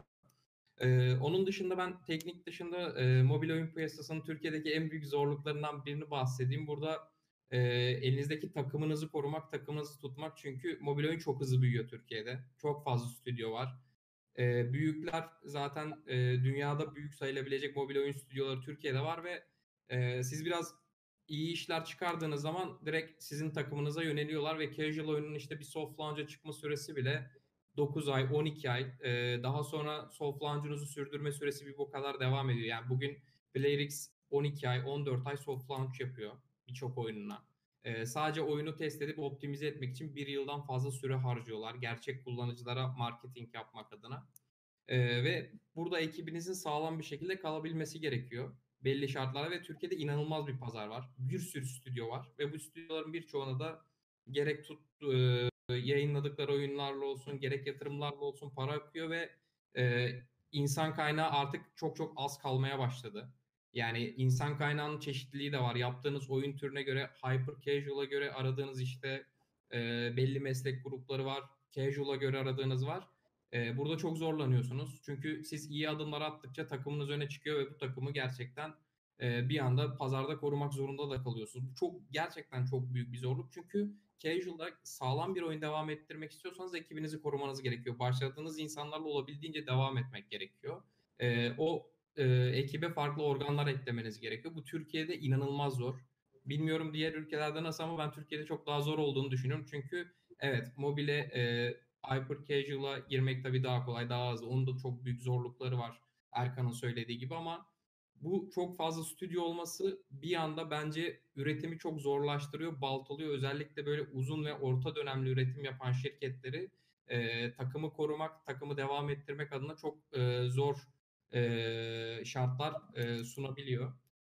C: Ee, onun dışında ben teknik dışında e, mobil oyun piyasasının Türkiye'deki en büyük zorluklarından birini bahsedeyim. Burada e, elinizdeki takımınızı korumak, takımınızı tutmak. Çünkü mobil oyun çok hızlı büyüyor Türkiye'de. Çok fazla stüdyo var. E, büyükler zaten e, dünyada büyük sayılabilecek mobil oyun stüdyoları Türkiye'de var ve e, siz biraz iyi işler çıkardığınız zaman direkt sizin takımınıza yöneliyorlar ve casual oyunun işte bir soft launch'a çıkma süresi bile dokuz ay, on iki ay. E, daha sonra soft launch'unuzu sürdürme süresi bir bu kadar devam ediyor. Yani bugün PlayerX on iki ay, on dört ay soft launch yapıyor birçok oyununa. E, sadece oyunu test edip optimize etmek için bir yıldan fazla süre harcıyorlar. Gerçek kullanıcılara marketing yapmak adına. Ee, ve burada ekibinizin sağlam bir şekilde kalabilmesi gerekiyor. Belli şartlarda ve Türkiye'de inanılmaz bir pazar var. Bir sürü stüdyo var ve bu stüdyoların birçoğuna da gerek tut, e, yayınladıkları oyunlarla olsun, gerek yatırımlarla olsun para akıyor ve e, insan kaynağı artık çok çok az kalmaya başladı. Yani insan kaynağının çeşitliliği de var. Yaptığınız oyun türüne göre, hyper casual'a göre aradığınız işte e, belli meslek grupları var. Casual'a göre aradığınız var. Ee, burada çok zorlanıyorsunuz. Çünkü siz iyi adımlar attıkça takımınız öne çıkıyor ve bu takımı gerçekten e, bir anda pazarda korumak zorunda da kalıyorsunuz. Bu çok gerçekten çok büyük bir zorluk. Çünkü casual'da sağlam bir oyun devam ettirmek istiyorsanız ekibinizi korumanız gerekiyor. Başladığınız insanlarla olabildiğince devam etmek gerekiyor. E, o e, ekibe farklı organlar eklemeniz gerekiyor. Bu Türkiye'de inanılmaz zor. Bilmiyorum diğer ülkelerde nasıl ama ben Türkiye'de çok daha zor olduğunu düşünüyorum. Çünkü evet mobile e, hyper casual'a girmek tabii daha kolay, daha hızlı. Onun da çok büyük zorlukları var Erkan'ın söylediği gibi ama bu çok fazla stüdyo olması bir anda bence üretimi çok zorlaştırıyor, baltalıyor. Özellikle böyle uzun ve orta dönemli üretim yapan şirketleri e, takımı korumak, takımı devam ettirmek adına çok e, zor e, şartlar e, sunabiliyor.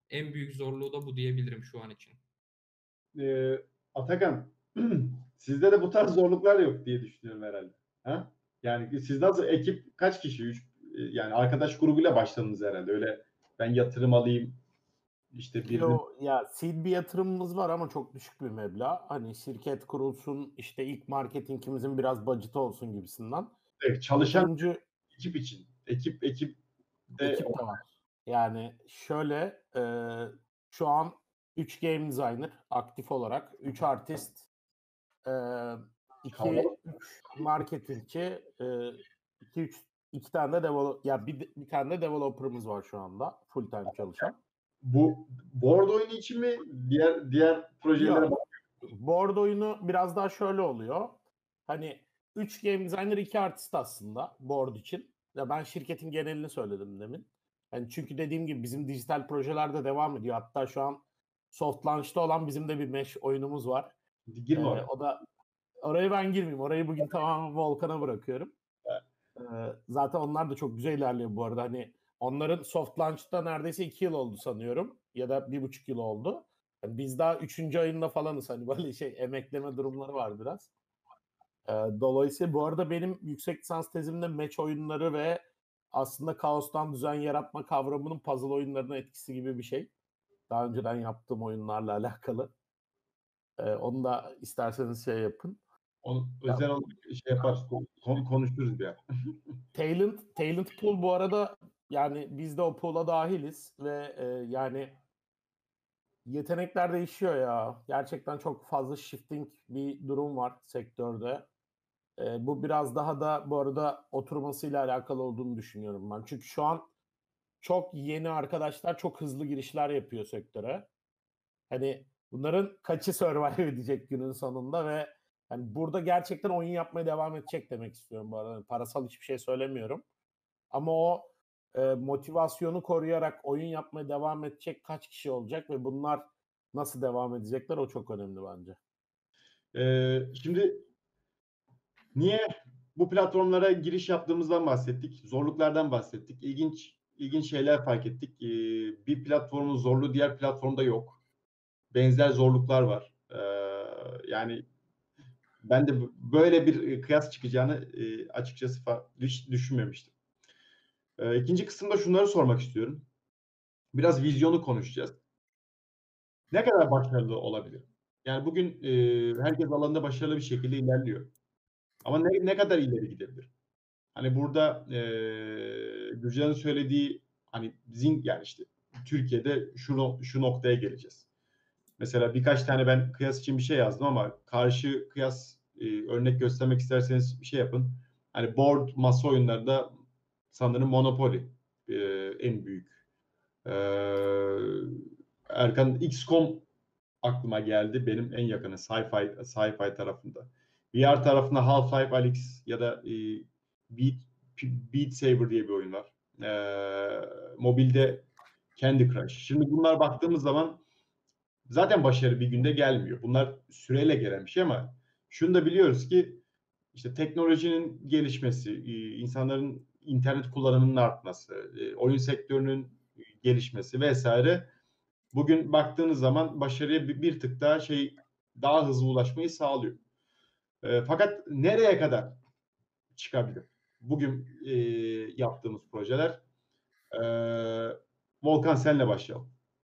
C: En büyük zorluğu da bu diyebilirim şu an için.
A: Ee, Atakan, sizde de bu tarz zorluklar yok diye düşünüyorum herhalde. Ha? Yani siz nasıl ekip kaç kişi? Üç, e, yani arkadaş grubuyla başladınız herhalde. Öyle ben yatırım alayım işte birini
D: Yo, ya seed bir yatırımımız var ama çok düşük bir meblağ. Hani şirket kurulsun, işte ilk marketingimizin biraz budget'ı olsun gibisinden.
A: evet, çalışan
D: Yatırımcı
A: ekip için. Ekip ekip de
D: ekip de var. Yani şöyle e, şu an üç game designer aktif olarak, üç artist, e, iki
A: kalabalık.
D: üç marketingçi, e, iki üç iki tane de develop ya bir, bir tane de developer'ımız var şu anda full time çalışan.
A: Bu board oyunu için mi? Diğer diğer projelere
D: Yok.
A: bak.
D: Board oyunu biraz daha şöyle oluyor. Hani üç game designer, iki artist aslında board için. Ya ben şirketin genelini söyledim demin. Yani çünkü dediğim gibi bizim dijital projeler de devam ediyor. Hatta şu an soft launch'ta olan bizim de bir mesh oyunumuz var.
A: Girme
D: Ee,
A: oraya.
D: o da oraya ben girmeyeyim. Orayı bugün tamamen Volkan'a bırakıyorum. Ee, zaten onlar da çok güzel ilerliyor bu arada. Hani onların soft launch'ta neredeyse iki yıl oldu sanıyorum. Ya da bir buçuk yıl oldu. Yani biz daha üçüncü ayında falanız. Hani böyle şey emekleme durumları var biraz. Ee, dolayısıyla bu arada benim yüksek lisans tezimde match oyunları ve aslında kaostan düzen yaratma kavramının puzzle oyunlarına etkisi gibi bir şey. Daha önceden yaptığım oyunlarla alakalı. Ee, onu da isterseniz şey yapın.
A: Onu
D: Ya,
A: özel olarak şey yaparız. Kon- konuşuruz bir ara.
D: Talent, talent pool bu arada yani biz de o pool'a dahiliz ve e, yani yetenekler değişiyor ya. Gerçekten çok fazla shifting bir durum var sektörde. E, bu biraz daha da bu arada oturmasıyla alakalı olduğunu düşünüyorum ben. Çünkü şu an çok yeni arkadaşlar çok hızlı girişler yapıyor sektöre. Hani bunların kaçı survive edecek günün sonunda ve hani burada gerçekten oyun yapmaya devam edecek demek istiyorum bu arada. Yani parasal hiçbir şey söylemiyorum. Ama o e, motivasyonu koruyarak oyun yapmaya devam edecek kaç kişi olacak ve bunlar nasıl devam edecekler o çok önemli bence.
A: Ee, şimdi niye bu platformlara giriş yaptığımızdan bahsettik. Zorluklardan bahsettik. İlginç ilginç şeyler fark ettik. Ee, bir platformun zorluğu diğer platformda yok. Benzer zorluklar var. Ee, yani ben de böyle bir kıyas çıkacağını e, açıkçası hiç düşünmemiştim. Ee, ikinci kısımda şunları sormak istiyorum. Biraz vizyonu konuşacağız. Ne kadar başarılı olabilir? Yani bugün e, herkes alanında başarılı bir şekilde ilerliyor. Ama ne, ne kadar ileri gidebilir? Hani burada e, Gürcan'ın söylediği hani zing yani işte Türkiye'de şu şu noktaya geleceğiz. Mesela birkaç tane ben kıyas için bir şey yazdım ama karşı kıyas e, örnek göstermek isterseniz bir şey yapın. Hani board masa oyunlarında sanırım Monopoly e, en büyük. E, Erkan X COM aklıma geldi. Benim en yakını sci-fi sci-fi tarafında. V R tarafında Half-Life Alyx ya da e, Beat, Beat Saber diye bir oyun var. E, mobilde Candy Crush. Şimdi bunlar baktığımız zaman zaten başarı bir günde gelmiyor. Bunlar süreyle gelen bir şey ama şunu da biliyoruz ki işte teknolojinin gelişmesi, e, insanların internet kullanımının artması, e, oyun sektörünün gelişmesi vesaire bugün baktığınız zaman başarıya bir, bir tık daha şey daha hızlı ulaşmayı sağlıyor. E, fakat nereye kadar çıkabilir? Bugün e, yaptığımız projeler. E, Volkan senle başlayalım.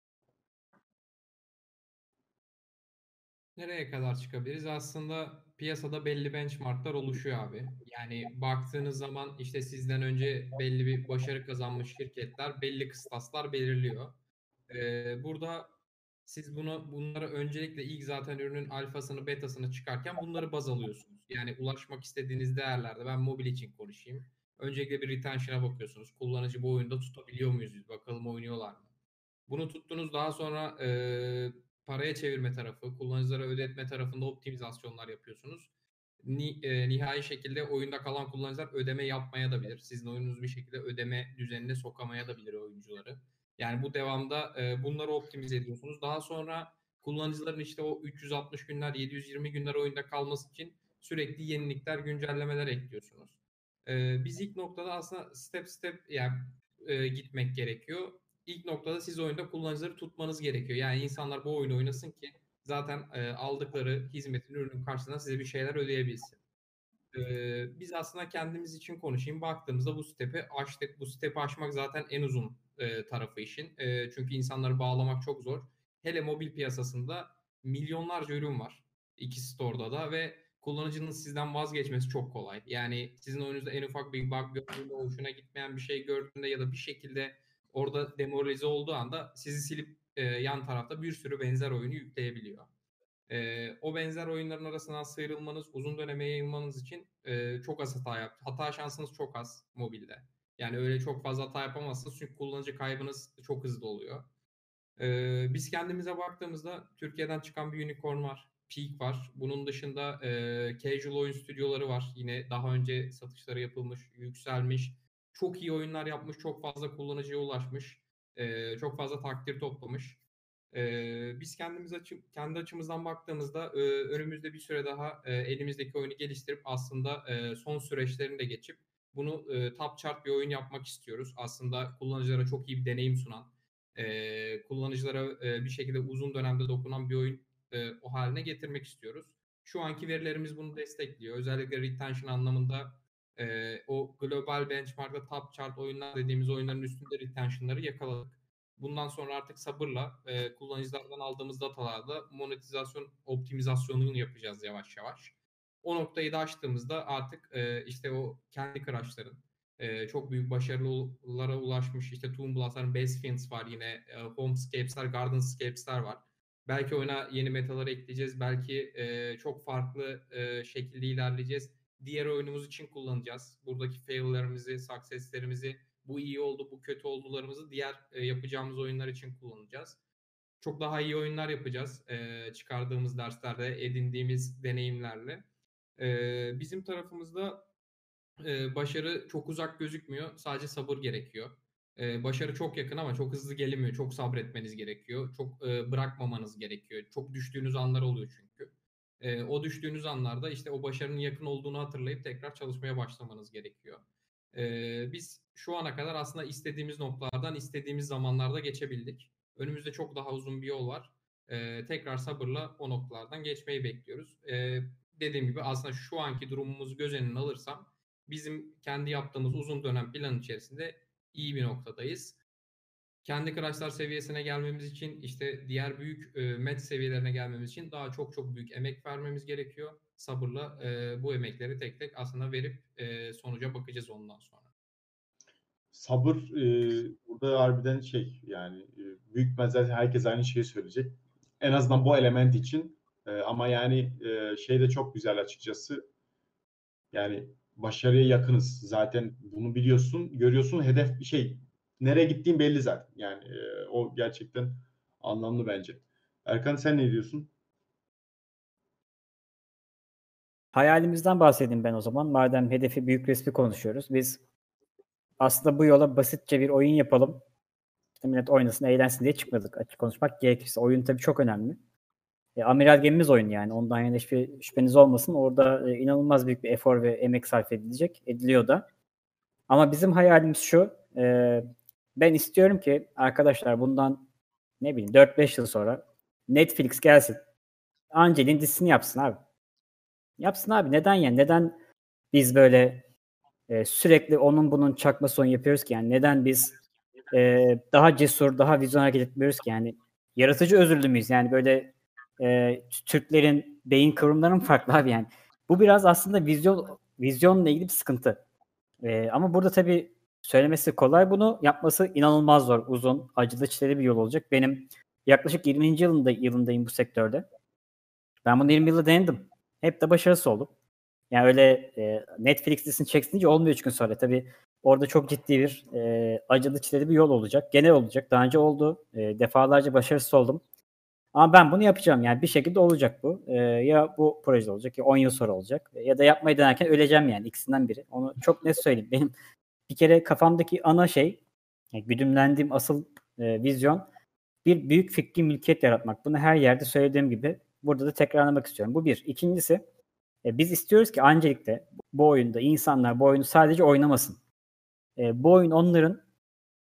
C: Nereye kadar çıkabiliriz? Aslında piyasada belli benchmarklar oluşuyor abi. Yani baktığınız zaman işte sizden önce belli bir başarı kazanmış şirketler belli kıstaslar belirliyor. Ee, burada siz bunu bunlara öncelikle ilk zaten ürünün alfasını, betasını çıkarken bunları baz alıyorsunuz. Yani ulaşmak istediğiniz değerlerde ben mobil için konuşayım. Öncelikle bir retention'a bakıyorsunuz. Kullanıcı bu oyunda tutabiliyor muyuz? Bakalım oynuyorlar mı? Bunu tuttunuz daha sonra e, paraya çevirme tarafı, kullanıcılara ödetme tarafında optimizasyonlar yapıyorsunuz. Ni, e, nihai şekilde oyunda kalan kullanıcılar ödeme yapmaya da bilir. Sizin oyununuz bir şekilde ödeme düzenine sokamaya da bilir oyuncuları. Yani bu devamda e, bunları optimize ediyorsunuz. Daha sonra kullanıcıların işte o üç yüz altmış günler, yedi yüz yirmi günler oyunda kalması için sürekli yenilikler, güncellemeler ekliyorsunuz. E, biz ilk noktada aslında step step yani e, gitmek gerekiyor. ilk noktada siz oyunda kullanıcıları tutmanız gerekiyor. Yani insanlar bu oyunu oynasın ki zaten e, aldıkları hizmetin, ürünün karşılığında size bir şeyler ödeyebilsin. E, biz aslında kendimiz için konuşayım. Baktığımızda bu step'i açtık. Bu step'i aşmak zaten en uzun e, tarafı işin. E, çünkü insanları bağlamak çok zor. Hele mobil piyasasında milyonlarca ürün var. İki store'da da ve kullanıcının sizden vazgeçmesi çok kolay. Yani sizin oyununuzda en ufak bir bug gördüğünde, hoşuna gitmeyen bir şey gördüğünde ya da bir şekilde orada demoralize olduğu anda sizi silip e, yan tarafta bir sürü benzer oyunu yükleyebiliyor. E, o benzer oyunların arasından sıyrılmanız, uzun döneme yayılmanız için e, çok az hata yap. Hata şansınız çok az mobilde. Yani öyle çok fazla hata yapamazsınız çünkü kullanıcı kaybınız çok hızlı oluyor. Ee, biz kendimize baktığımızda Türkiye'den çıkan bir unicorn var. Peak var. Bunun dışında e, casual oyun stüdyoları var. Yine daha önce satışları yapılmış, yükselmiş. Çok iyi oyunlar yapmış, çok fazla kullanıcıya ulaşmış. e, çok fazla takdir toplamış. E, biz kendimiz açı, kendi açımızdan baktığımızda e, önümüzde bir süre daha e, elimizdeki oyunu geliştirip aslında e, son süreçlerini de geçip bunu e, top chart bir oyun yapmak istiyoruz. Aslında kullanıcılara çok iyi bir deneyim sunan, e, kullanıcılara e, bir şekilde uzun dönemde dokunan bir oyun e, o haline getirmek istiyoruz. Şu anki verilerimiz bunu destekliyor. Özellikle retention anlamında e, o global benchmark'ta top chart oyunlar dediğimiz oyunların üstünde retention'ları yakaladık. Bundan sonra artık sabırla e, kullanıcılardan aldığımız datalarda monetizasyon optimizasyonunu yapacağız yavaş yavaş. O noktayı da açtığımızda artık e, işte o kendi crush'ların e, çok büyük başarılara ulaşmış işte Toon Blast'lar, Basefields var yine, e, Homescapes'ler, Gardenscapes'ler var. Belki oyuna yeni metalar ekleyeceğiz. Belki e, çok farklı e, şekilde ilerleyeceğiz. Diğer oyunumuz için kullanacağız. Buradaki fail'lerimizi, success'lerimizi, bu iyi oldu, bu kötü oldularımızı diğer e, yapacağımız oyunlar için kullanacağız. Çok daha iyi oyunlar yapacağız. E, çıkardığımız derslerde, edindiğimiz deneyimlerle. E, bizim tarafımızda e, başarı çok uzak gözükmüyor. Sadece sabır gerekiyor. E, başarı çok yakın ama çok hızlı gelmiyor. Çok sabretmeniz gerekiyor. Çok e, bırakmamanız gerekiyor. Çok düştüğünüz anlar oluyor çünkü. E, o düştüğünüz anlarda işte o başarının yakın olduğunu hatırlayıp tekrar çalışmaya başlamanız gerekiyor. E, biz şu ana kadar aslında istediğimiz noktalardan istediğimiz zamanlarda geçebildik. Önümüzde çok daha uzun bir yol var. E, tekrar sabırla o noktalardan geçmeyi bekliyoruz. E, dediğim gibi aslında şu anki durumumuzu göz önüne alırsam bizim kendi yaptığımız uzun dönem plan içerisinde iyi bir noktadayız. Kendi Crush'lar seviyesine gelmemiz için işte diğer büyük e, match seviyelerine gelmemiz için daha çok çok büyük emek vermemiz gerekiyor. Sabırla e, bu emekleri tek tek aslında verip e, sonuca bakacağız ondan sonra.
A: Sabır e, burada harbiden şey yani e, büyük zaten herkes aynı şeyi söyleyecek. En azından bu element için e, ama yani e, şey de çok güzel açıkçası. Yani başarıya yakınız. Zaten bunu biliyorsun, görüyorsun. Hedef bir şey. Nereye gittiğin belli zaten. Yani e, o gerçekten anlamlı bence. Erkan sen ne diyorsun?
B: Hayalimizden bahsedeyim ben o zaman. Madem hedefi büyük resmi konuşuyoruz. Biz aslında bu yola basitçe bir oyun yapalım. İşte millet oynasın, eğlensin diye çıkmadık. Açık konuşmak gerekirse. Oyun tabii çok önemli. E, amiral gemimiz oyun yani. Ondan yana hiçbir şüpheniz olmasın. Orada e, inanılmaz büyük bir efor ve emek sarf edilecek. Ediliyor da. Ama bizim hayalimiz şu. E, ben istiyorum ki arkadaşlar bundan ne bileyim dört beş yıl sonra Netflix gelsin. Angel'in dizisini yapsın abi. Yapsın abi. Neden yani? Neden biz böyle e, sürekli onun bunun çakma son yapıyoruz ki? Yani neden biz e, daha cesur, daha vizyon hareket etmiyoruz ki? Yani yaratıcı özürlü müyüz? Yani böyle e, Türklerin beyin kıvrımlarının farklı abi yani. Bu biraz aslında vizyon vizyonla ilgili bir sıkıntı. E, ama burada tabii söylemesi kolay, bunu yapması inanılmaz zor. Uzun, acılı çileli bir yol olacak. Benim yaklaşık yirminci yılında, yılındayım bu sektörde. Ben bunu yirmi yılda denedim. Hep de başarısız oldu. Yani öyle e, Netflix dizisini çeksin deyince olmuyor üç gün sonra. Tabii orada çok ciddi bir e, acılı çileli bir yol olacak. Genel olacak. Daha önce oldu. E, defalarca başarısız oldum. Ama ben bunu yapacağım. Yani bir şekilde olacak bu. E, ya bu proje olacak ya on yıl sonra olacak. Ya da yapmayı denerken öleceğim yani. İkisinden biri. Onu çok net söyleyeyim. Benim bir kere kafamdaki ana şey, yani güdümlendiğim asıl e, vizyon bir büyük fikri mülkiyet yaratmak. Bunu her yerde söylediğim gibi burada da tekrarlamak istiyorum. Bu bir. İkincisi, e, biz istiyoruz ki öncelikle bu oyunda insanlar bu oyunu sadece oynamasın. E, bu oyun onların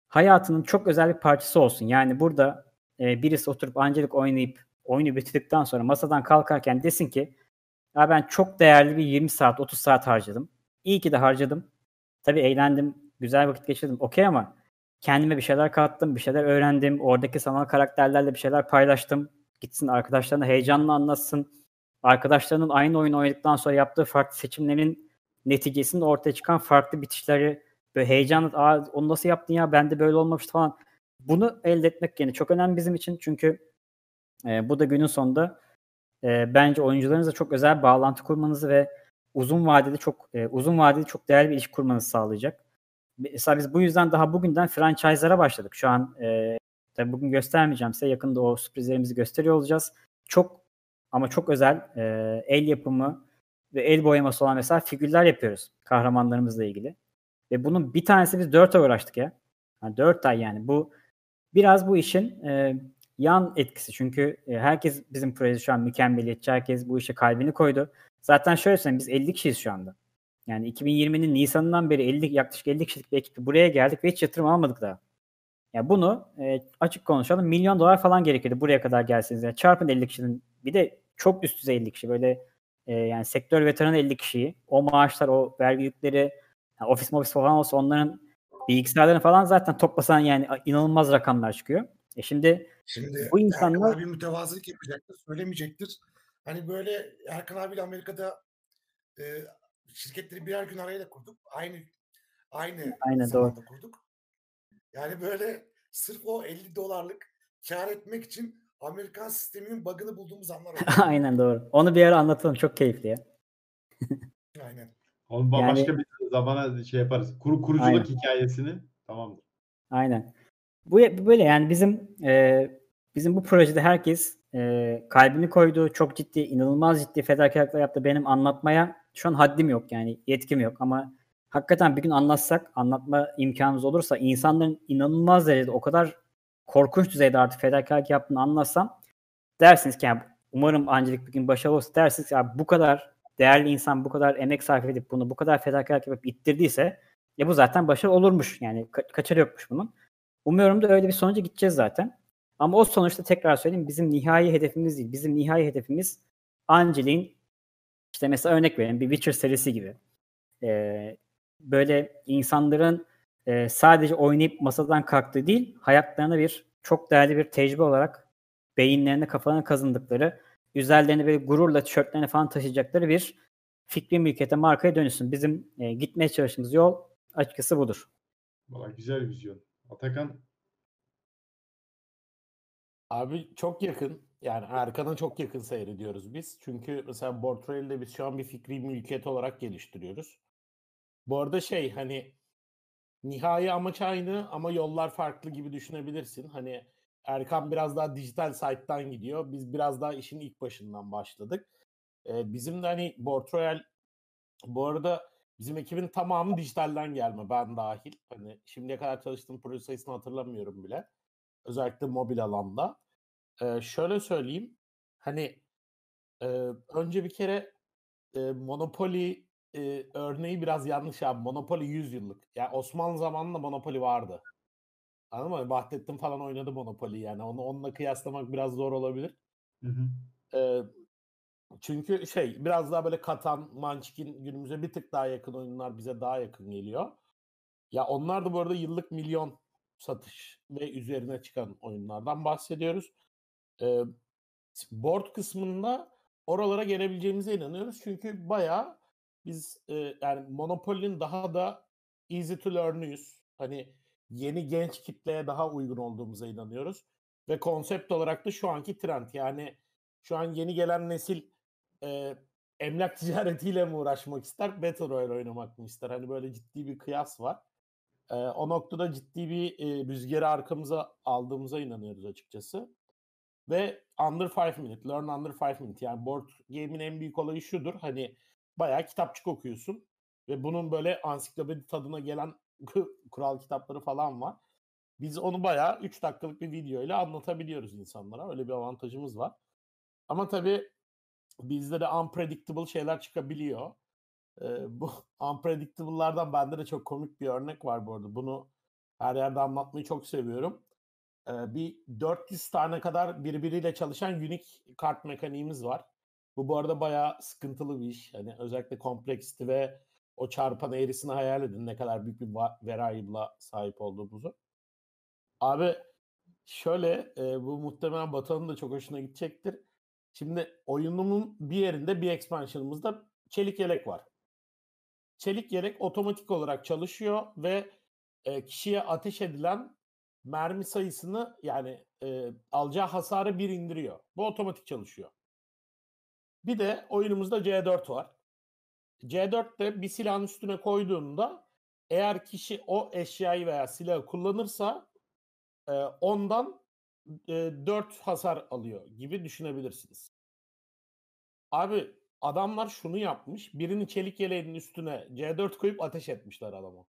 B: hayatının çok özel bir parçası olsun. Yani burada e, birisi oturup Angelic oynayıp oyunu bitirdikten sonra masadan kalkarken desin ki ya ben çok değerli bir yirmi saat otuz saat harcadım. İyi ki de harcadım. Tabii eğlendim, güzel vakit geçirdim. Okey ama kendime bir şeyler kattım, bir şeyler öğrendim. Oradaki sanal karakterlerle bir şeyler paylaştım. Gitsin arkadaşlarına heyecanla anlatsın. Arkadaşlarının aynı oyunu oynadıktan sonra yaptığı farklı seçimlerin neticesinde ortaya çıkan farklı bitişleri böyle heyecanla aa onu nasıl yaptın ya ben de böyle olmamıştı falan. Bunu elde etmek yani çok önemli bizim için çünkü e, bu da günün sonunda e, bence oyuncularınızla çok özel bir bağlantı kurmanızı ve uzun vadeli çok e, uzun vadeli çok değerli bir ilişki kurmanızı sağlayacak. Mesela biz bu yüzden daha bugünden franchise'lara başladık. Şu an e, tabii bugün göstermeyeceğim size. Yakında o sürprizlerimizi gösteriyor olacağız. Çok ama çok özel e, el yapımı ve el boyaması olan mesela figürler yapıyoruz kahramanlarımızla ilgili. Ve bunun bir tanesi biz dört ay uğraştık ya. Yani dört ay yani. Bu biraz bu işin e, yan etkisi. Çünkü e, herkes bizim projesi şu an mükemmeliyetçi. Herkes bu işe kalbini koydu. Zaten şöyle söyleyeyim biz elli kişiyiz şu anda. Yani iki bin yirminin Nisan'ından beri elli yaklaşık elli kişilik bir ekiple buraya geldik ve hiç yatırım almadık daha. Ya bunu e, açık konuşalım. Milyon dolar falan gerekirdi buraya kadar gelseniz. Yani çarpın elli kişinin. Bir de çok üst düzey elli kişi. Böyle e, yani sektör veteranı elli kişiyi. O maaşlar, o vergi yükleri, yani ofis mofis falan olsa onların bilgisayarlarını falan zaten toplasan yani inanılmaz rakamlar çıkıyor. E şimdi
E: Şimdi
B: bu
E: Erkan
B: insanlar
E: abi mütevazılık yapacaktır, söylemeyecektir. Hani böyle Erkan abiyle Amerika'da e, şirketleri birer gün arayla kurduk. Aynı aynı
B: aynen doğru.
E: zamanda kurduk. Yani böyle sırf o elli dolarlık kar etmek için Amerikan sisteminin bug'ını bulduğumuz anlar oldu.
B: Aynen doğru. Onu bir ara anlatalım. Çok keyifli ya.
E: Aynen.
A: Onu ba-
B: Yani
A: başka bir zamana şey yaparız. Kuru, kuruculuk
B: aynen.
A: hikayesini tamamdır.
B: Aynen. Bu bu böyle yani bizim e, bizim bu projede herkes e, kalbini koydu. Çok ciddi, inanılmaz ciddi fedakarlıklar yaptı. Benim anlatmaya şu an haddim yok yani yetkim yok ama hakikaten bir gün anlatsak, anlatma imkanımız olursa insanların inanılmaz derecede o kadar korkunç düzeyde artık fedakarlık yaptığını anlatsam dersiniz ki yani umarım Angelic bir gün başarılı olsun dersiniz ki ya bu kadar değerli insan bu kadar emek sarf edip bunu bu kadar fedakarlık yapıp ittirdiyse ya bu zaten başarı olurmuş yani ka- kaçarı yokmuş bunun. Umuyorum da öyle bir sonuca gideceğiz zaten. Ama o sonuçta tekrar söyleyeyim bizim nihai hedefimiz değil. Bizim nihai hedefimiz Angelic'in işte mesela örnek verelim bir Witcher serisi gibi. Ee, böyle insanların e, sadece oynayıp masadan kalktığı değil hayatlarına bir çok değerli bir tecrübe olarak beyinlerine kafalarına kazındıkları üzerlerine böyle gururla tişörtlerini falan taşıyacakları bir fikri mülkiyete markaya dönüşsün. Bizim e, gitmeye çalıştığımız yol açıkçası budur.
A: Valla güzel bir vizyon. Atakan
D: Abi çok yakın. Yani Erkan'a çok yakın seyrediyoruz biz. Çünkü mesela Board Rail'de biz şu an bir fikri mülkiyet olarak geliştiriyoruz. Bu arada şey hani nihai amaç aynı ama yollar farklı gibi düşünebilirsin. Hani Erkan biraz daha dijital site'tan gidiyor. Biz biraz daha işin ilk başından başladık. Ee, bizim de hani Board Royale bu arada bizim ekibin tamamı dijitalden gelme ben dahil. Hani şimdiye kadar çalıştığım proje sayısını hatırlamıyorum bile. Özellikle mobil alanda. Ee, şöyle söyleyeyim. Hani e, önce bir kere e, Monopoly e, örneği biraz yanlış abi. Monopoly yüz yıllık. Yani Osmanlı zamanında Monopoly vardı. Anladın mı? Vahdettin falan oynadı Monopoly yani. Onu onunla kıyaslamak biraz zor olabilir.
A: hı hı.
D: Ee, çünkü şey biraz daha böyle Katan, Munchkin günümüze bir tık daha yakın oyunlar bize daha yakın geliyor. Ya onlar da bu arada yıllık milyon satış ve üzerine çıkan oyunlardan bahsediyoruz. Ee, board kısmında oralara gelebileceğimize inanıyoruz. Çünkü bayağı biz e, yani Monopoly'nin daha da easy to learn'üyüz. Hani yeni genç kitleye daha uygun olduğumuza inanıyoruz. Ve konsept olarak da şu anki trend. Yani şu an yeni gelen nesil e, emlak ticaretiyle mi uğraşmak ister, Battle Royale oynamak mı ister? Hani böyle ciddi bir kıyas var. E, o noktada ciddi bir e, rüzgarı arkamıza aldığımıza inanıyoruz açıkçası. Ve under five minute, learn under five minute. Yani board game'in en büyük olayı şudur. Hani bayağı kitapçık okuyorsun. Ve bunun böyle ansiklopedi tadına gelen kural kitapları falan var. Biz onu bayağı üç dakikalık bir video ile anlatabiliyoruz insanlara. Öyle bir avantajımız var. Ama tabii bizde de unpredictable şeyler çıkabiliyor. Ee, bu unpredictable'lardan bende de çok komik bir örnek var bu arada. Bunu Her yerde anlatmayı çok seviyorum. Ee, bir dört yüz tane kadar birbiriyle çalışan unique kart mekaniğimiz var. Bu bu arada bayağı sıkıntılı bir iş. Hani özellikle complexity ve o çarpan eğrisini hayal edin ne kadar büyük bir va- variable'a sahip olduğumuzu. Abi şöyle e, bu muhtemelen Batuhan'ın da çok hoşuna gidecektir. Şimdi oyunumun bir yerinde bir expansion'ımızda çelik yelek var. Çelik yelek otomatik olarak çalışıyor ve e, kişiye ateş edilen mermi sayısını yani e, alacağı hasarı bir indiriyor. Bu otomatik çalışıyor. Bir de oyunumuzda C dört var. C dörtte bir silahın üstüne koyduğunda eğer kişi o eşyayı veya silahı kullanırsa e, ondan e, dört hasar alıyor gibi düşünebilirsiniz. Abi adamlar şunu yapmış. Birini çelik yeleğinin üstüne C dört koyup ateş etmişler adama.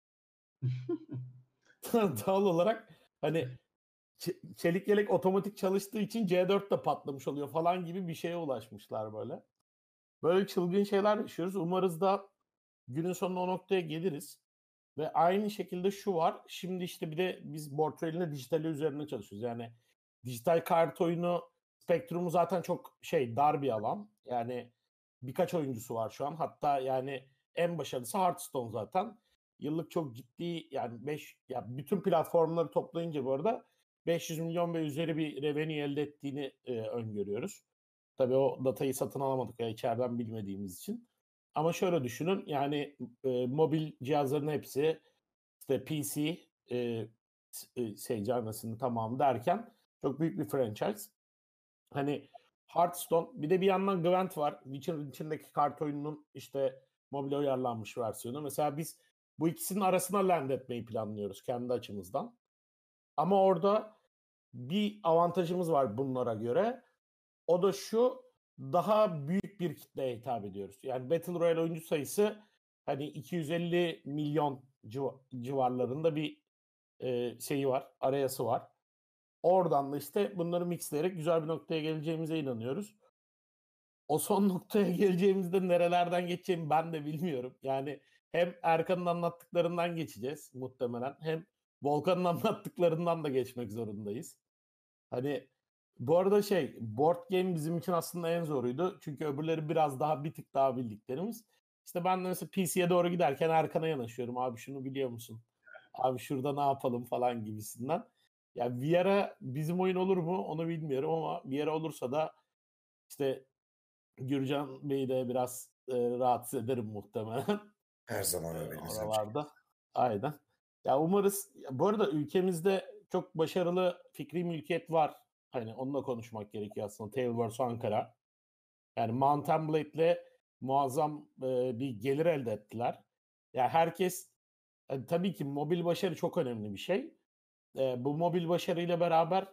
D: Doğal olarak hani ç- çelik yelek otomatik çalıştığı için C dört de patlamış oluyor falan gibi bir şeye ulaşmışlar böyle. Böyle çılgın şeyler yaşıyoruz. Umarız da günün sonunda o noktaya geliriz. Ve aynı şekilde şu var. Şimdi işte bir de biz board rail'ine dijitali üzerine çalışıyoruz. Yani dijital kart oyunu spektrumu zaten çok şey dar bir alan. Yani birkaç oyuncusu var şu an. Hatta yani en başarılısı Hearthstone zaten. Yıllık çok ciddi yani beş ya bütün platformları toplayınca bu arada beş yüz milyon ve üzeri bir revenue elde ettiğini e, öngörüyoruz. Tabii o datayı satın alamadık ya içeriden bilmediğimiz için. Ama şöyle düşünün yani e, mobil cihazların hepsi işte P C e, e, şey canlısının tamamı derken çok büyük bir franchise. Hani Hearthstone bir de bir yandan Gwent var. Witcher'ın içindeki kart oyununun işte mobil uyarlanmış versiyonu. Mesela biz bu ikisinin arasına land etmeyi planlıyoruz kendi açımızdan. Ama orada bir avantajımız var bunlara göre. O da şu daha büyük bir kitleye hitap ediyoruz. Yani Battle Royale oyuncu sayısı hani iki yüz elli milyon civ- civarlarında bir e, şeyi var, arayası var. Oradan da işte bunları mixleyerek güzel bir noktaya geleceğimize inanıyoruz. O son noktaya geleceğimizde nerelerden geçeceğimi ben de bilmiyorum. Yani hem Erkan'ın anlattıklarından geçeceğiz muhtemelen. Hem Volkan'ın anlattıklarından da geçmek zorundayız. Hani bu arada şey board game bizim için aslında en zoruydu. Çünkü öbürleri biraz daha bir tık daha bildiklerimiz. İşte ben de mesela P C'ye doğru giderken Erkan'a yanaşıyorum. Abi şunu biliyor musun? Abi şurada ne yapalım falan gibisinden. Ya V R'a bizim oyun olur mu onu bilmiyorum ama V R olursa da işte Gürcan Bey'i de biraz e, rahatsız ederim muhtemelen.
E: Her zaman
D: e,
E: öyle benim için.
D: oralarda. Aynen. Ya umarız. Ya bu arada ülkemizde çok başarılı fikri mülkiyet var. Hani onunla konuşmak gerekiyor aslında. Tailverse Ankara. Yani Mountain Blade'le muazzam e, bir gelir elde ettiler. Ya yani herkes e, tabii ki mobil başarı çok önemli bir şey. E, bu mobil başarıyla beraber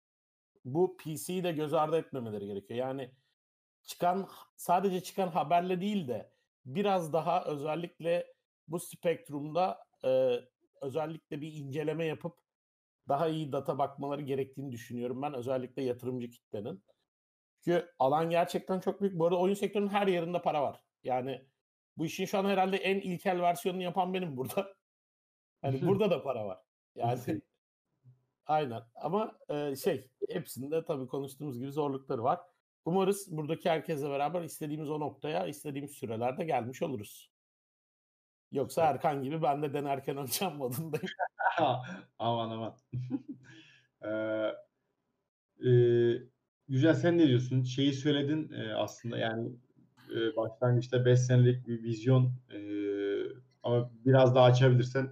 D: bu P C'yi de göz ardı etmemeleri gerekiyor. Yani çıkan sadece çıkan haberle değil de biraz daha özellikle bu spektrumda e, özellikle bir inceleme yapıp daha iyi data bakmaları gerektiğini düşünüyorum ben özellikle yatırımcı kitlenin. Çünkü alan gerçekten çok büyük. Bu arada oyun sektörünün her yerinde para var. Yani bu işin şu an herhalde en ilkel versiyonunu yapan benim burada. Hani burada da para var. Yani aynen. Ama e, şey hepsinde tabii konuştuğumuz gibi zorlukları var. Umarız buradaki herkesle beraber istediğimiz o noktaya istediğimiz sürelerde gelmiş oluruz. Yoksa Erkan gibi ben de denerken öleceğim modundayım.
A: Aman aman. Ee, e, Güzel, sen ne diyorsun? Şeyi söyledin e, aslında yani e, başlangıçta beş senelik bir vizyon e, ama biraz daha açabilirsen.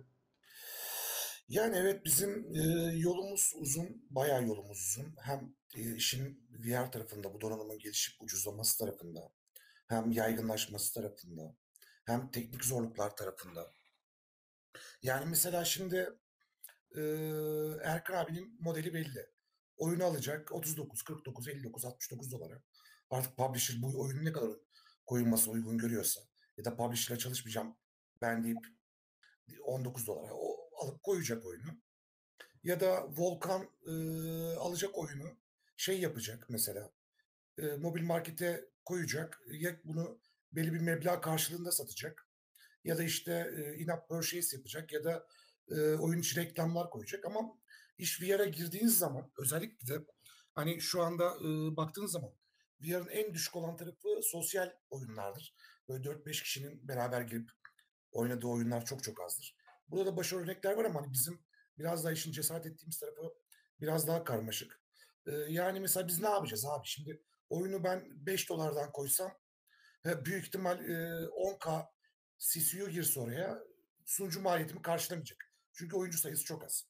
E: Yani evet bizim e, yolumuz uzun, bayağı yolumuz uzun. Hem e, işin V R tarafında, bu donanımın gelişip ucuzlaması tarafında, hem yaygınlaşması tarafında, hem teknik zorluklar tarafında. Yani mesela şimdi e, Erkan abinin modeli belli. Oyunu alacak otuz dokuz, kırk dokuz, elli dokuz, altmış dokuz dolara. Artık publisher bu oyunu ne kadar koyulması uygun görüyorsa ya da publisher'la çalışmayacağım ben deyip on dokuz dolara o alıp koyacak oyunu. Ya da Volkan e, alacak oyunu şey yapacak mesela e, mobil markete koyacak ya bunu belli bir meblağ karşılığında satacak ya da işte e, in-app purchase yapacak ya da e, oyun içi reklamlar koyacak ama iş V R'a girdiğiniz zaman özellikle de hani şu anda e, baktığınız zaman V R'ın en düşük olan tarafı sosyal oyunlardır. Böyle dört beş kişinin beraber girip oynadığı oyunlar çok çok azdır. Burada da başarılı örnekler var ama hani bizim biraz daha işin cesaret ettiğimiz tarafı biraz daha karmaşık. Ee, yani mesela biz ne yapacağız abi? Şimdi oyunu ben beş dolardan koysam he, büyük ihtimal e, on K C C U girse oraya sunucu maliyetimi karşılamayacak. Çünkü oyuncu sayısı çok az.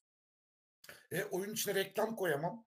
E: E, oyun içine reklam koyamam.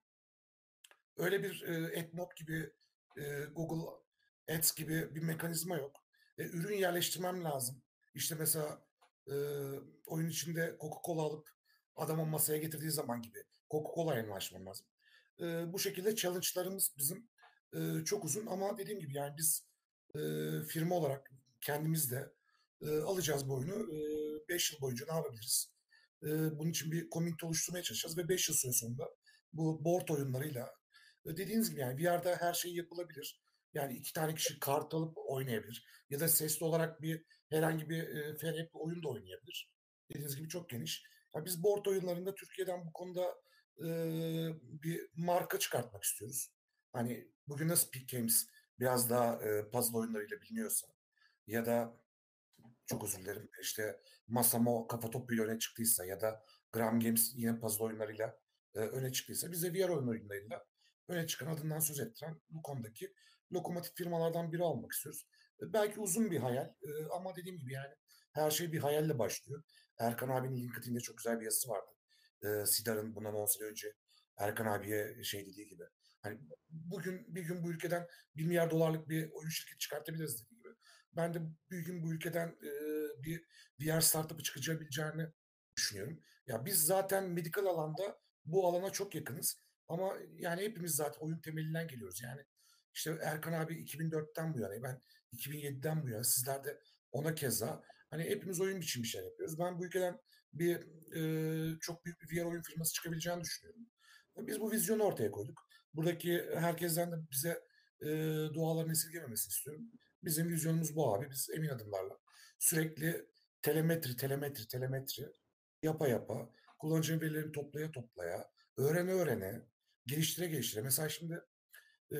E: Öyle bir e, AdMob gibi e, Google Ads gibi bir mekanizma yok. E, ürün yerleştirmem lazım. İşte mesela e, oyun içinde Coca-Cola alıp adamın masaya getirdiği zaman gibi Coca-Cola'ya ulaşmam lazım. E, bu şekilde challenge'larımız bizim e, çok uzun ama dediğim gibi yani biz e, firma olarak kendimiz de e, alacağız bu oyunu. beş yıl boyunca ne yapabiliriz? E, bunun için bir community oluşturmaya çalışacağız ve beş yıl süre sonunda bu board oyunlarıyla e, dediğiniz gibi yani V R'da her şey yapılabilir. Yani iki tane kişi kart alıp oynayabilir. Ya da sesli olarak bir herhangi bir e, F R P oyun da oynayabilir. Dediğiniz gibi çok geniş. Ya biz board oyunlarında Türkiye'den bu konuda e, bir marka çıkartmak istiyoruz. Hani bugün nasıl Peak Games biraz daha e, puzzle oyunlarıyla biliniyorsa ya da çok özür dilerim işte Masamo kafa topuyla öne çıktıysa ya da Gram Games yine puzzle oyunlarıyla e, öne çıktıysa biz de V R oyunlarıyla öne çıkan adından söz ettiren bu konudaki lokomotif firmalardan biri olmak istiyoruz. E, belki uzun bir hayal e, ama dediğim gibi yani her şey bir hayalle başlıyor. Erkan abinin LinkedIn'de çok güzel bir yazısı vardı. E, Sidar'ın bundan on sene önce Erkan abiye şey dediği gibi. Hani bugün bir gün bu ülkeden bir milyar dolarlık bir oyun şirketi çıkartabiliriz dediği gibi. Ben de bir gün bu ülkeden e, bir V R startup'ı çıkabileceğini düşünüyorum. Ya biz zaten medikal alanda bu alana çok yakınız. Ama yani hepimiz zaten oyun temelinden geliyoruz. Yani işte Erkan abi iki bin dörtten bu yana, ben iki bin yediden bu yana, sizler de ona keza. Hani hepimiz oyun için bir şey yapıyoruz. Ben bu ülkeden bir e, çok büyük bir V R oyun firması çıkabileceğini düşünüyorum. Biz bu vizyonu ortaya koyduk. Buradaki herkesten de bize e, dualarını esirgememesini istiyorum. Bizim vizyonumuz bu abi. Biz emin adımlarla sürekli telemetri, telemetri, telemetri yapa yapa, kullanıcının verilerini toplaya toplaya, öğrene öğrene, geliştire geliştire. Mesela şimdi e,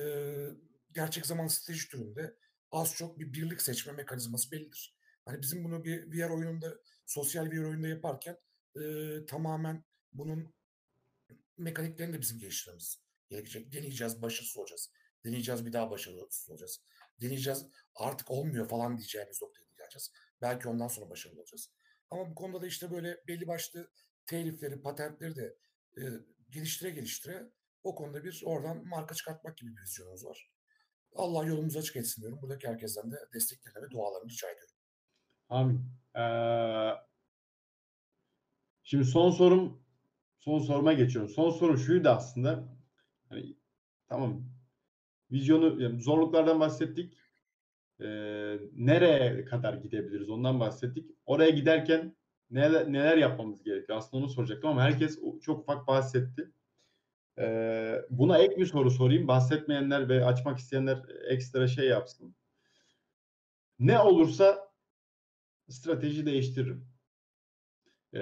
E: gerçek zaman strateji türünde az çok bir birlik seçme mekanizması bellidir. Hani bizim bunu bir V R oyununda, sosyal V R oyunda yaparken e, tamamen bunun mekaniklerini de bizim geliştirmemiz gerekecek. Deneyeceğiz, başarısız olacağız. Deneyeceğiz, bir daha başarısız olacağız. Deneyeceğiz, artık olmuyor falan diyeceğimiz noktaya geleceğiz. Belki ondan sonra başarılı olacağız. Ama bu konuda da işte böyle belli başlı telifleri, patentleri de e, geliştire geliştire o konuda bir oradan marka çıkartmak gibi bir vizyonumuz var. Allah yolumuzu açık etsin diyorum. Buradaki herkesten de desteklerini ve dualarını rica ediyorum.
A: Amin. Ee, şimdi son sorum, son soruma geçiyorum. Son sorum şuydu aslında. Hani, tamam. Vizyonu, yani zorluklardan bahsettik. Ee, nereye kadar gidebiliriz? Ondan bahsettik. Oraya giderken neler, neler yapmamız gerekiyor? Aslında onu soracaktım ama herkes çok ufak bahsetti. Ee, buna ek bir soru sorayım. Bahsetmeyenler ve açmak isteyenler ekstra şey yapsın. Ne olursa strateji değiştiririm. Ee,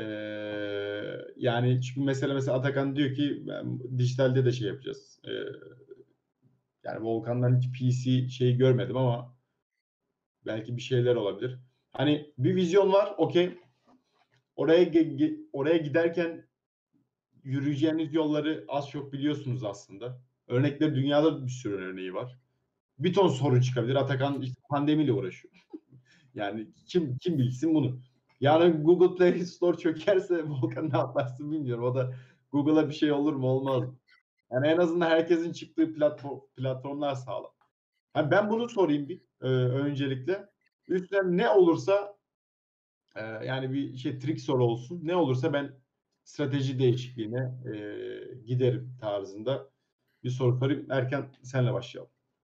A: yani çünkü mesela mesela Atakan diyor ki ben, dijitalde de şey yapacağız. Ee, yani Volkan'dan hiç P C şeyi görmedim ama belki bir şeyler olabilir. Hani bir vizyon var, okey. Oraya ge- oraya giderken yürüyeceğiniz yolları az çok biliyorsunuz aslında. Örnekleri dünyada bir sürü örneği var. Bir ton sorun çıkabilir. Atakan işte pandemiyle uğraşıyor. Yani kim kim bilsin bunu. Yani Google Play Store çökerse Volkan ne yaparsın bilmiyorum. O da Google'a bir şey olur mu olmaz mı? Yani en azından herkesin çıktığı platform, platformlar sağlam. Yani ben bunu sorayım bir e, öncelikle. Üstüne ne olursa e, yani bir şey trik soru olsun. Ne olursa ben strateji değişikliğine e, giderim tarzında bir soru sorayım. Erken senle başlayalım.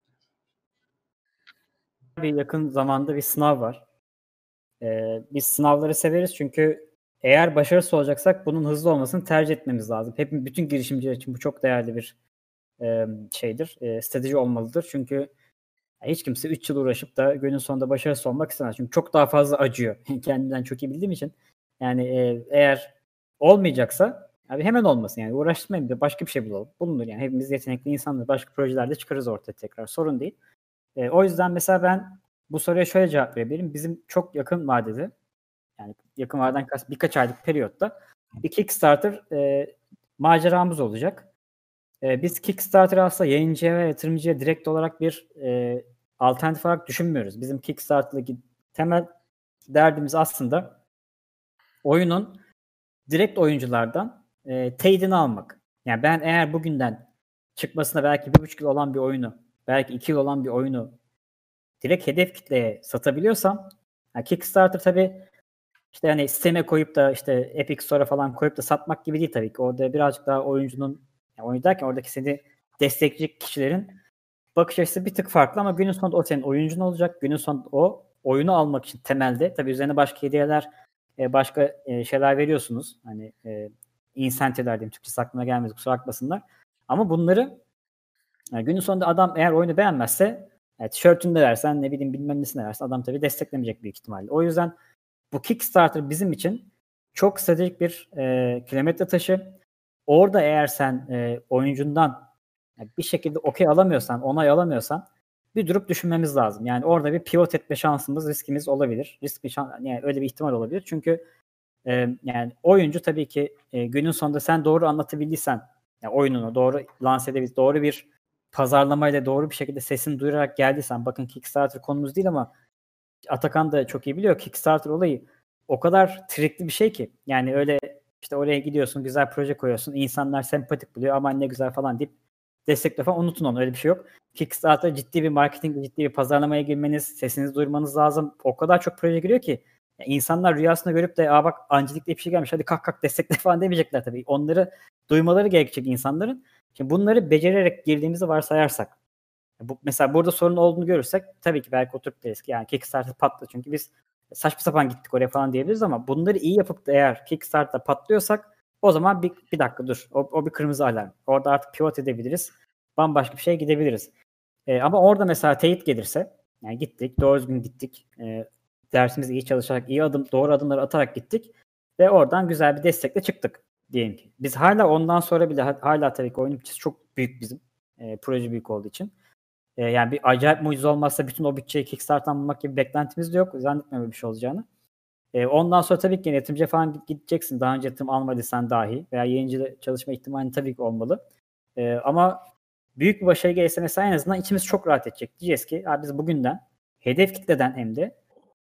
B: Bir yakın zamanda bir sınav var. Ee, biz sınavları severiz çünkü eğer başarısız olacaksak bunun hızlı olmasını tercih etmemiz lazım. Hep bütün girişimciler için bu çok değerli bir e, şeydir. E, strateji olmalıdır. Çünkü hiç kimse üç yıl uğraşıp da günün sonunda başarısız olmak istemez. Çünkü çok daha fazla acıyor. Kendimden çok iyi bildiğim için. Yani e, eğer olmayacaksa abi hemen olmasın yani uğraştırmayın bir başka bir şey bulalım. Bulunur yani hepimiz yetenekli insanlar başka projelerde çıkarız ortaya tekrar sorun değil. E, o yüzden mesela ben bu soruya şöyle cevap verebilirim. Bizim çok yakın vadede yani yakın vadeden kast birkaç aylık periyotta bir Kickstarter e, maceramız olacak. E, biz Kickstarter aslında yayıncıya ve yatırımcıya direkt olarak bir e, alternatif olarak düşünmüyoruz. Bizim Kickstarter'daki temel derdimiz aslında oyunun direkt oyunculardan e, teyidini almak. Yani ben eğer bugünden çıkmasına belki bir buçuk yıl olan bir oyunu, belki iki yıl olan bir oyunu direkt hedef kitleye satabiliyorsam, yani Kickstarter tabii işte hani Steam'e koyup da işte Epic Store'a falan koyup da satmak gibi değil tabii ki. Orada birazcık daha oyuncunun, yani oyun derken oradaki seni destekleyecek kişilerin bakış açısı bir tık farklı ama günün sonunda o senin oyuncun olacak. Günün sonunda o oyunu almak için temelde tabii üzerine başka hediyeler, başka şeyler veriyorsunuz. Hani e, incentive'ler diyeyim. Türkçesi aklıma gelmedi. Kusura bakmasınlar. Ama bunları yani günün sonunda adam eğer oyunu beğenmezse yani tişörtünü de versen ne bileyim bilmem nesini de versen adam tabii desteklemeyecek büyük ihtimalle. O yüzden bu Kickstarter bizim için çok stratejik bir e, kilometre taşı. Orada eğer sen e, oyuncundan yani bir şekilde okey alamıyorsan, onay alamıyorsan bir durup düşünmemiz lazım. Yani orada bir pivot etme şansımız, riskimiz olabilir. Risk bir şans, yani öyle bir ihtimal olabilir. Çünkü e, yani oyuncu tabii ki e, günün sonunda sen doğru anlatabildiysen, yani oyununu doğru lanse edebildiysen, doğru bir pazarlamayla doğru bir şekilde sesini duyurarak geldiysen, bakın Kickstarter konumuz değil ama Atakan da çok iyi biliyor. Kickstarter olayı o kadar trikli bir şey ki. Yani öyle işte oraya gidiyorsun, güzel proje koyuyorsun. İnsanlar sempatik buluyor. Aman ne güzel falan deyip destekle falan. Unutun onu. Öyle bir şey yok. Kickstarter ciddi bir marketing, ciddi bir pazarlamaya girmeniz, sesinizi duyurmanız lazım. O kadar çok proje giriyor ki yani insanlar rüyasında görüp de aa bak Angelik diye bir şey gelmiş hadi kalk kalk destekle falan demeyecekler tabii. Onları duymaları gerekecek insanların. Şimdi bunları becererek girdiğimizi varsayarsak bu, mesela burada sorun olduğunu görürsek tabii ki belki oturup deriz ki yani Kickstarter patladı çünkü biz saçma sapan gittik oraya falan diyebiliriz ama bunları iyi yapıp da eğer Kickstarter patlıyorsak o zaman bir, bir dakika dur. O, o bir kırmızı alarm. Orada artık pivot edebiliriz. Bambaşka bir şeye gidebiliriz. E, ama orada mesela teyit gelirse yani gittik, doğru düzgün gittik. E, dersimizi iyi çalışarak, iyi adım, doğru adımları atarak gittik ve oradan güzel bir destekle çıktık diyelim ki. Biz hala ondan sonra bile hala tabii ki oyun bütçesi çok büyük bizim. E, proje büyük olduğu için. E, yani bir acayip mucize olmazsa bütün o bütçeyi Kickstarter'dan bulmak gibi bir beklentimiz de yok. Zannetmiyorum bir şey olacağını. E, ondan sonra tabii ki yönetimciye falan gideceksin. Daha önce yatırım almadıysan dahi veya yayıncıyla çalışma ihtimali tabii ki olmalı. E, ama büyük bir başarı gelirse mesela en azından içimiz çok rahat edecek. Diyeceğiz ki abi biz bugünden hedef kitleden hem de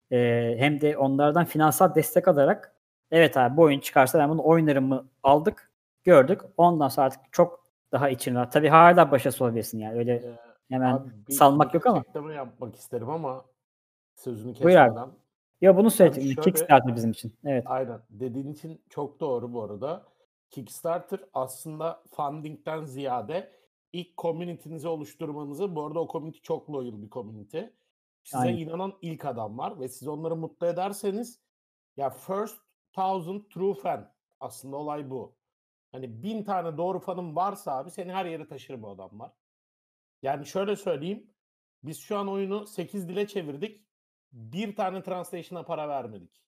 B: e, hem de onlardan finansal destek alarak evet abi bu oyun çıkarsa ben bunu oynarım mı aldık, gördük. Ondan sonra artık çok daha için rahat. Tabii hala başarısı olabilirsin yani öyle
D: Ee,
B: hemen
D: abi bir,
B: salmak yok ama.
D: açıklama yapmak isterim ama sözünü
B: Buyur abi.
D: kesmeden.
B: Ya bunu
D: Abi
B: söyledim.
D: şöyle,
B: Kickstarter bizim için. Evet.
D: aynen. Dediğin için çok doğru bu arada. Kickstarter aslında funding'den ziyade ilk community'nizi oluşturmanızı, bu arada o community çok loyal bir community. Size
B: Aynen.
D: inanan ilk adam var ve siz onları mutlu ederseniz ya first thousand true fan. Aslında olay bu. Hani bin tane doğru fanın varsa abi seni her yere taşır bu adamlar. Yani şöyle söyleyeyim. Biz şu an oyunu sekiz dile çevirdik. Bir tane translation'a para vermedik.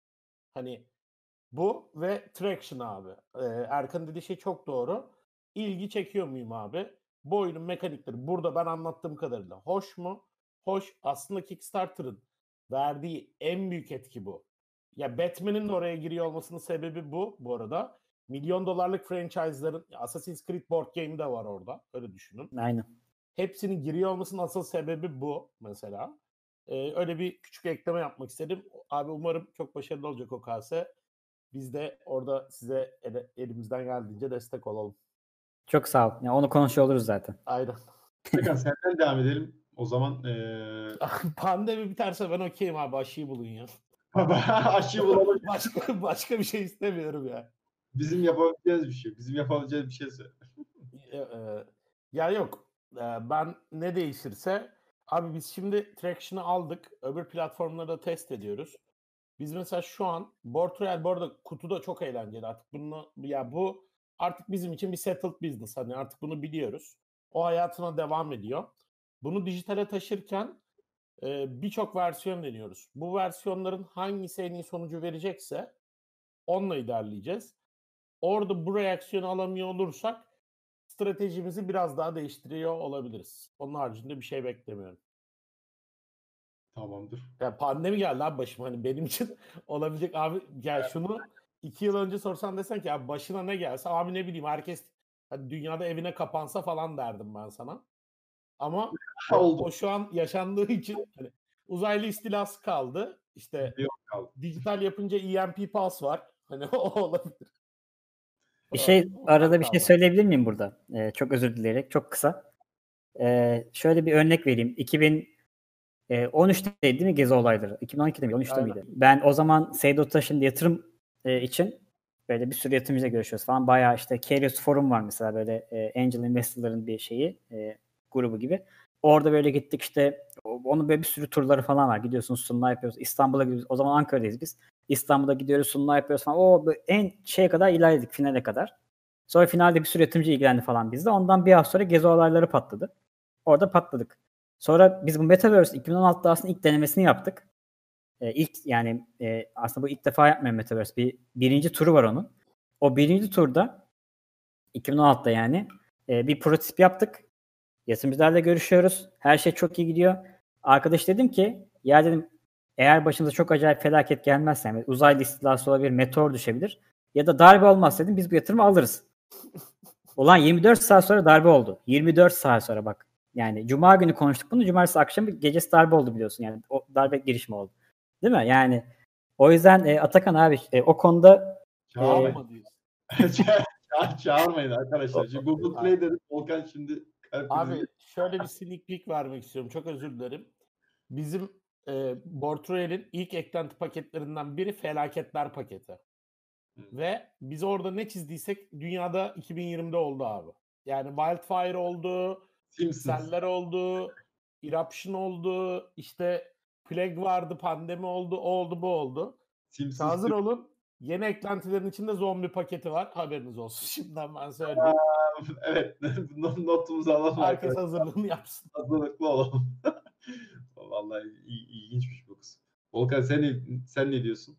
D: Hani bu ve traction abi. Ee, Erkan dediği şey çok doğru. İlgi çekiyor muyum abi? Bu oyunun mekanikleri burada ben anlattığım kadarıyla hoş mu? Hoş. Aslında Kickstarter'ın verdiği en büyük etki bu. Ya Batman'in de oraya giriyor olmasının sebebi bu bu arada. Milyon dolarlık franchise'ların Assassin's Creed board game de var orada. Öyle düşünün.
B: Aynen.
D: Hepsinin giriyor olmasının asıl sebebi bu mesela. Ee, öyle bir küçük ekleme yapmak istedim. Abi umarım çok başarılı olacak o kase. Biz de orada size ele, elimizden geldiğince destek olalım.
B: Çok sağ ol. Yani onu konuşuyor oluruz zaten.
D: Aynen.
A: Atakan senden devam edelim. O zaman ee...
D: pandemi biterse ben okeyim abi. Aşıyı bulun ya.
A: aşıyı bulalım.
D: başka, başka bir şey istemiyorum ya.
A: Bizim yapabileceğimiz bir şey. Bizim yapabileceğimiz bir şey söyle.
D: ya, ya yok. Ben ne değişirse abi biz şimdi Traction'ı aldık. Öbür platformlarda test ediyoruz. Biz mesela şu an Board Royale bu arada kutuda çok eğlenceli. Artık bunu ya bu artık bizim için bir settled business. Hani artık bunu biliyoruz. O hayatına devam ediyor. Bunu dijitale taşırken e, birçok versiyon deniyoruz. Bu versiyonların hangisi en iyi sonucu verecekse onunla ilerleyeceğiz. orada bu reaksiyonu alamıyor olursak stratejimizi biraz daha değiştiriyor olabiliriz. Onun haricinde bir şey beklemiyorum.
A: Tamamdır.
D: Ya pandemi geldi abi başıma. Hani benim için olabilecek abi. Yani şunu iki yıl önce sorsan desen ki abi başına ne gelse abi ne bileyim herkes hani dünyada evine kapansa falan derdim ben sana. Ama o,
A: Oldu.
D: o şu an yaşandığı için hani uzaylı istilası kaldı. İşte
A: Yok kaldı.
D: dijital yapınca E M P Pulse var. Hani o olabilir.
B: Bir şey
D: Onlar
B: arada bir şey
D: kaldı.
B: söyleyebilir miyim burada? Ee, çok özür dileyerek, çok kısa. Ee, şöyle bir örnek vereyim. iki bin on üçteydi değil mi gezi olayları? iki bin on ikide mi? on üçte
D: Aynen.
B: miydi? Ben o zaman Seydot'ta şimdi yatırım e, için böyle bir sürü yatırımcıyla görüşüyoruz falan. Bayağı işte Kerios Forum var mesela böyle e, Angel Investor'ların bir şeyi, e, grubu gibi. Orada böyle gittik işte o- onun böyle bir sürü turları falan var. Gidiyorsunuz sunumlar yapıyoruz. İstanbul'a gidiyoruz. O zaman Ankara'dayız biz. İstanbul'a gidiyoruz sunumlar yapıyoruz falan. O böyle en şeye kadar ilerledik finale kadar. Sonra finalde bir sürü yatırımcı ilgilendi falan bizde. Ondan bir hafta sonra gezi olayları patladı. Orada patladık. Sonra biz bu Metaverse iki bin on altıda aslında ilk denemesini yaptık. Ee, ilk yani e, aslında bu ilk defa yapmayan Metaverse. Bir, birinci turu var onun. O birinci turda iki bin on altıda yani e, bir prototip yaptık. Yatırımcılarla görüşüyoruz. Her şey çok iyi gidiyor. Arkadaş dedim ki ya dedim eğer başınıza çok acayip felaket gelmezse yani uzaylı istilası olabilir, meteor düşebilir ya da darbe olmaz dedim biz bu yatırımı alırız. Ulan yirmi dört saat sonra darbe oldu. yirmi dört saat sonra bak. Yani cuma günü konuştuk bunu. Cumartesi akşamı gecesi darbe oldu biliyorsun. Yani o darbe girişimi oldu. Değil mi? Yani o yüzden e, Atakan abi e, o konuda
A: Çağırmayın.
D: Alma diyorsun.
A: Ça- ça- Çağırmayın arkadaşlar. Şimdi Google Play dedim. Volkan şimdi kalp krizi
D: Abi şöyle bir sneak peek vermek istiyorum. Çok özür dilerim. Bizim e, Bortroyal'in ilk eklenti paketlerinden biri felaketler paketi.
A: Hı.
D: Ve biz orada ne çizdiysek dünyada iki bin yirmide oldu abi. Yani wildfire oldu,
A: Simpsons.
D: seller oldu, eruption oldu, işte plague vardı, pandemi oldu, o oldu, bu oldu.
A: Simpsons.
D: Hazır olun. Yeni eklentilerin içinde zombi paketi var. Haberiniz olsun. Şimdiden ben söyleyeyim.
A: Evet. Notumuzu alalım
D: Herkes
A: arkadaşlar.
D: hazırlığını yapsın.
A: Hazırlıklı olalım. Vallahi il- ilginçmiş bu kız. Volkan sen ne, sen ne diyorsun?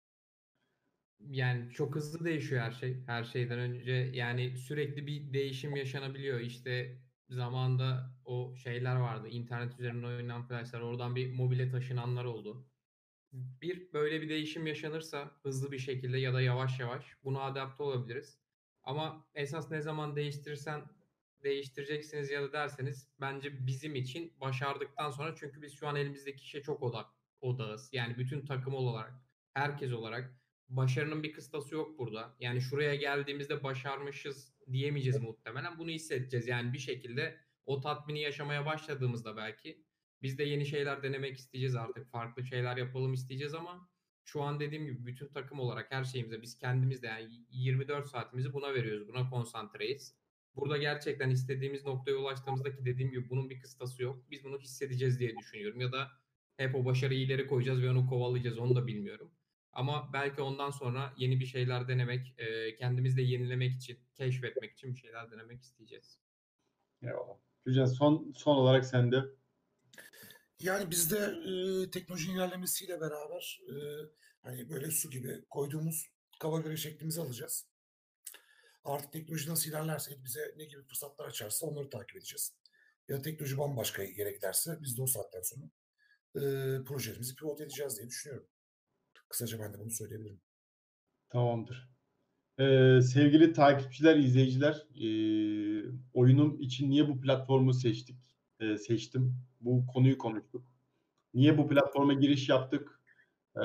C: Yani çok hızlı değişiyor her şey. Her şeyden önce yani sürekli bir değişim yaşanabiliyor. İşte zamanda o şeyler vardı. İnternet üzerinden oynanan flashlar. Oradan bir mobile taşınanlar oldu. Bir böyle bir değişim yaşanırsa hızlı bir şekilde ya da yavaş yavaş buna adapte olabiliriz. Ama esas ne zaman değiştirirsen değiştireceksiniz ya da derseniz bence bizim için başardıktan sonra çünkü biz şu an elimizdeki işe çok odak odağız. Yani bütün takım olarak, herkes olarak başarının bir kıstası yok burada. Yani şuraya geldiğimizde başarmışız diyemeyeceğiz muhtemelen. Bunu hissedeceğiz. Yani bir şekilde o tatmini yaşamaya başladığımızda belki biz de yeni şeyler denemek isteyeceğiz artık. Farklı şeyler yapalım isteyeceğiz ama şu an dediğim gibi bütün takım olarak her şeyimize biz kendimiz de yani yirmi dört saatimizi buna veriyoruz. Buna konsantreyiz. Burada gerçekten istediğimiz noktaya ulaştığımızdaki dediğim gibi bunun bir kıstası yok. Biz bunu hissedeceğiz diye düşünüyorum. Ya da hep o başarıyı ileri koyacağız ve onu kovalayacağız. Onu da bilmiyorum. Ama belki ondan sonra yeni bir şeyler denemek, kendimizi de yenilemek için, keşfetmek için bir şeyler denemek isteyeceğiz.
A: Eyvallah. Gülcan son son olarak sen de.
E: Yani biz de e, teknolojinin ilerlemesiyle beraber e, hani böyle su gibi koyduğumuz kaba göre şeklimizi alacağız. Artık teknoloji nasıl ilerlerse bize ne gibi fırsatlar açarsa onları takip edeceğiz. Ya da teknoloji bambaşka yere giderse biz de o saatten sonra e, projelerimizi pivot edeceğiz diye düşünüyorum. Kısaca ben de bunu söyleyebilirim.
A: Tamamdır. Ee, sevgili takipçiler, izleyiciler, e, oyunum için niye bu platformu seçtik? E, seçtim. Bu konuyu konuştuk. Niye bu platforma giriş yaptık? Ee,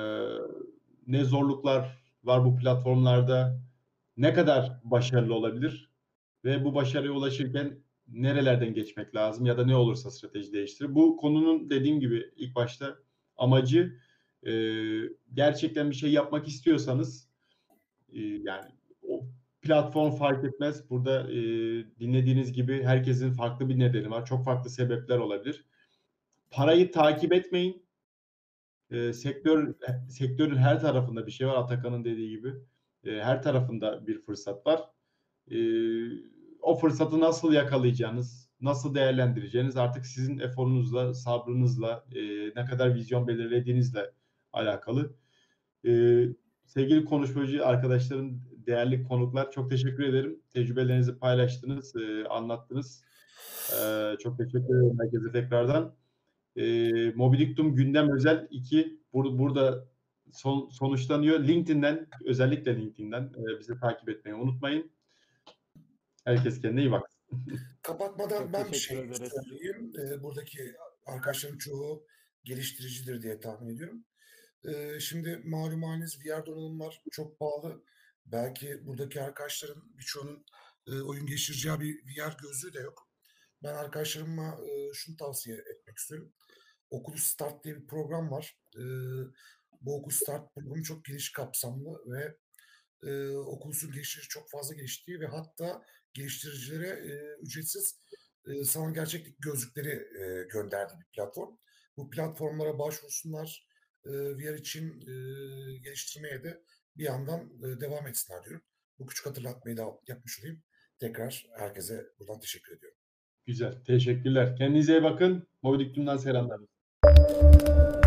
A: ne zorluklar var bu platformlarda? Ne kadar başarılı olabilir? Ve bu başarıya ulaşırken nerelerden geçmek lazım ya da ne olursa strateji değiştirir. Bu konunun dediğim gibi ilk başta amacı e, gerçekten bir şey yapmak istiyorsanız e, yani o platform fark etmez. Burada e, dinlediğiniz gibi herkesin farklı bir nedeni var. Çok farklı sebepler olabilir. Parayı takip etmeyin. E, sektör sektörün her tarafında bir şey var. Atakan'ın dediği gibi. E, her tarafında bir fırsat var. E, o fırsatı nasıl yakalayacağınız, nasıl değerlendireceğiniz artık sizin eforunuzla, sabrınızla, e, ne kadar vizyon belirlediğinizle alakalı. E, sevgili konuşmacı arkadaşların değerli konuklar. Çok teşekkür ederim. Tecrübelerinizi paylaştınız, e, anlattınız. E, çok teşekkür ederim herkese tekrardan. E, Mobiliktum Gündem Özel iki bur- burada son, sonuçlanıyor. LinkedIn'den, özellikle LinkedIn'den e, bizi takip etmeyi unutmayın. Herkes kendine iyi baksın.
E: Kapatmadan
D: Çok
E: ben bir
D: teşekkür
E: şey
D: ederiz.
E: söyleyeyim. Ee, buradaki arkadaşların çoğu geliştiricidir diye tahmin ediyorum. Ee, şimdi malum haliniz V R donanımlar çok pahalı. Belki buradaki arkadaşların birçoğunun e, oyun geliştireceği bir V R gözlüğü de yok. Ben arkadaşlarıma e, şunu tavsiye etmek istiyorum. Oculus Start diye bir program var. Ee, bu Oculus Start programı çok geniş kapsamlı ve e, Oculus'un geliştirici çok fazla geliştiği ve hatta geliştiricilere e, ücretsiz e, sanal gerçeklik gözlükleri e, gönderdiği bir platform. Bu platformlara başvursunlar, e, V R için e, geliştirmeye de bir yandan e, devam etsinler diyorum. Bu küçük hatırlatmayı da yapmış olayım. Tekrar herkese buradan teşekkür ediyorum.
A: Güzel. Teşekkürler. Kendinize iyi bakın. Mobiliktum'dan selamlar.
D: Teşekkür ederiz.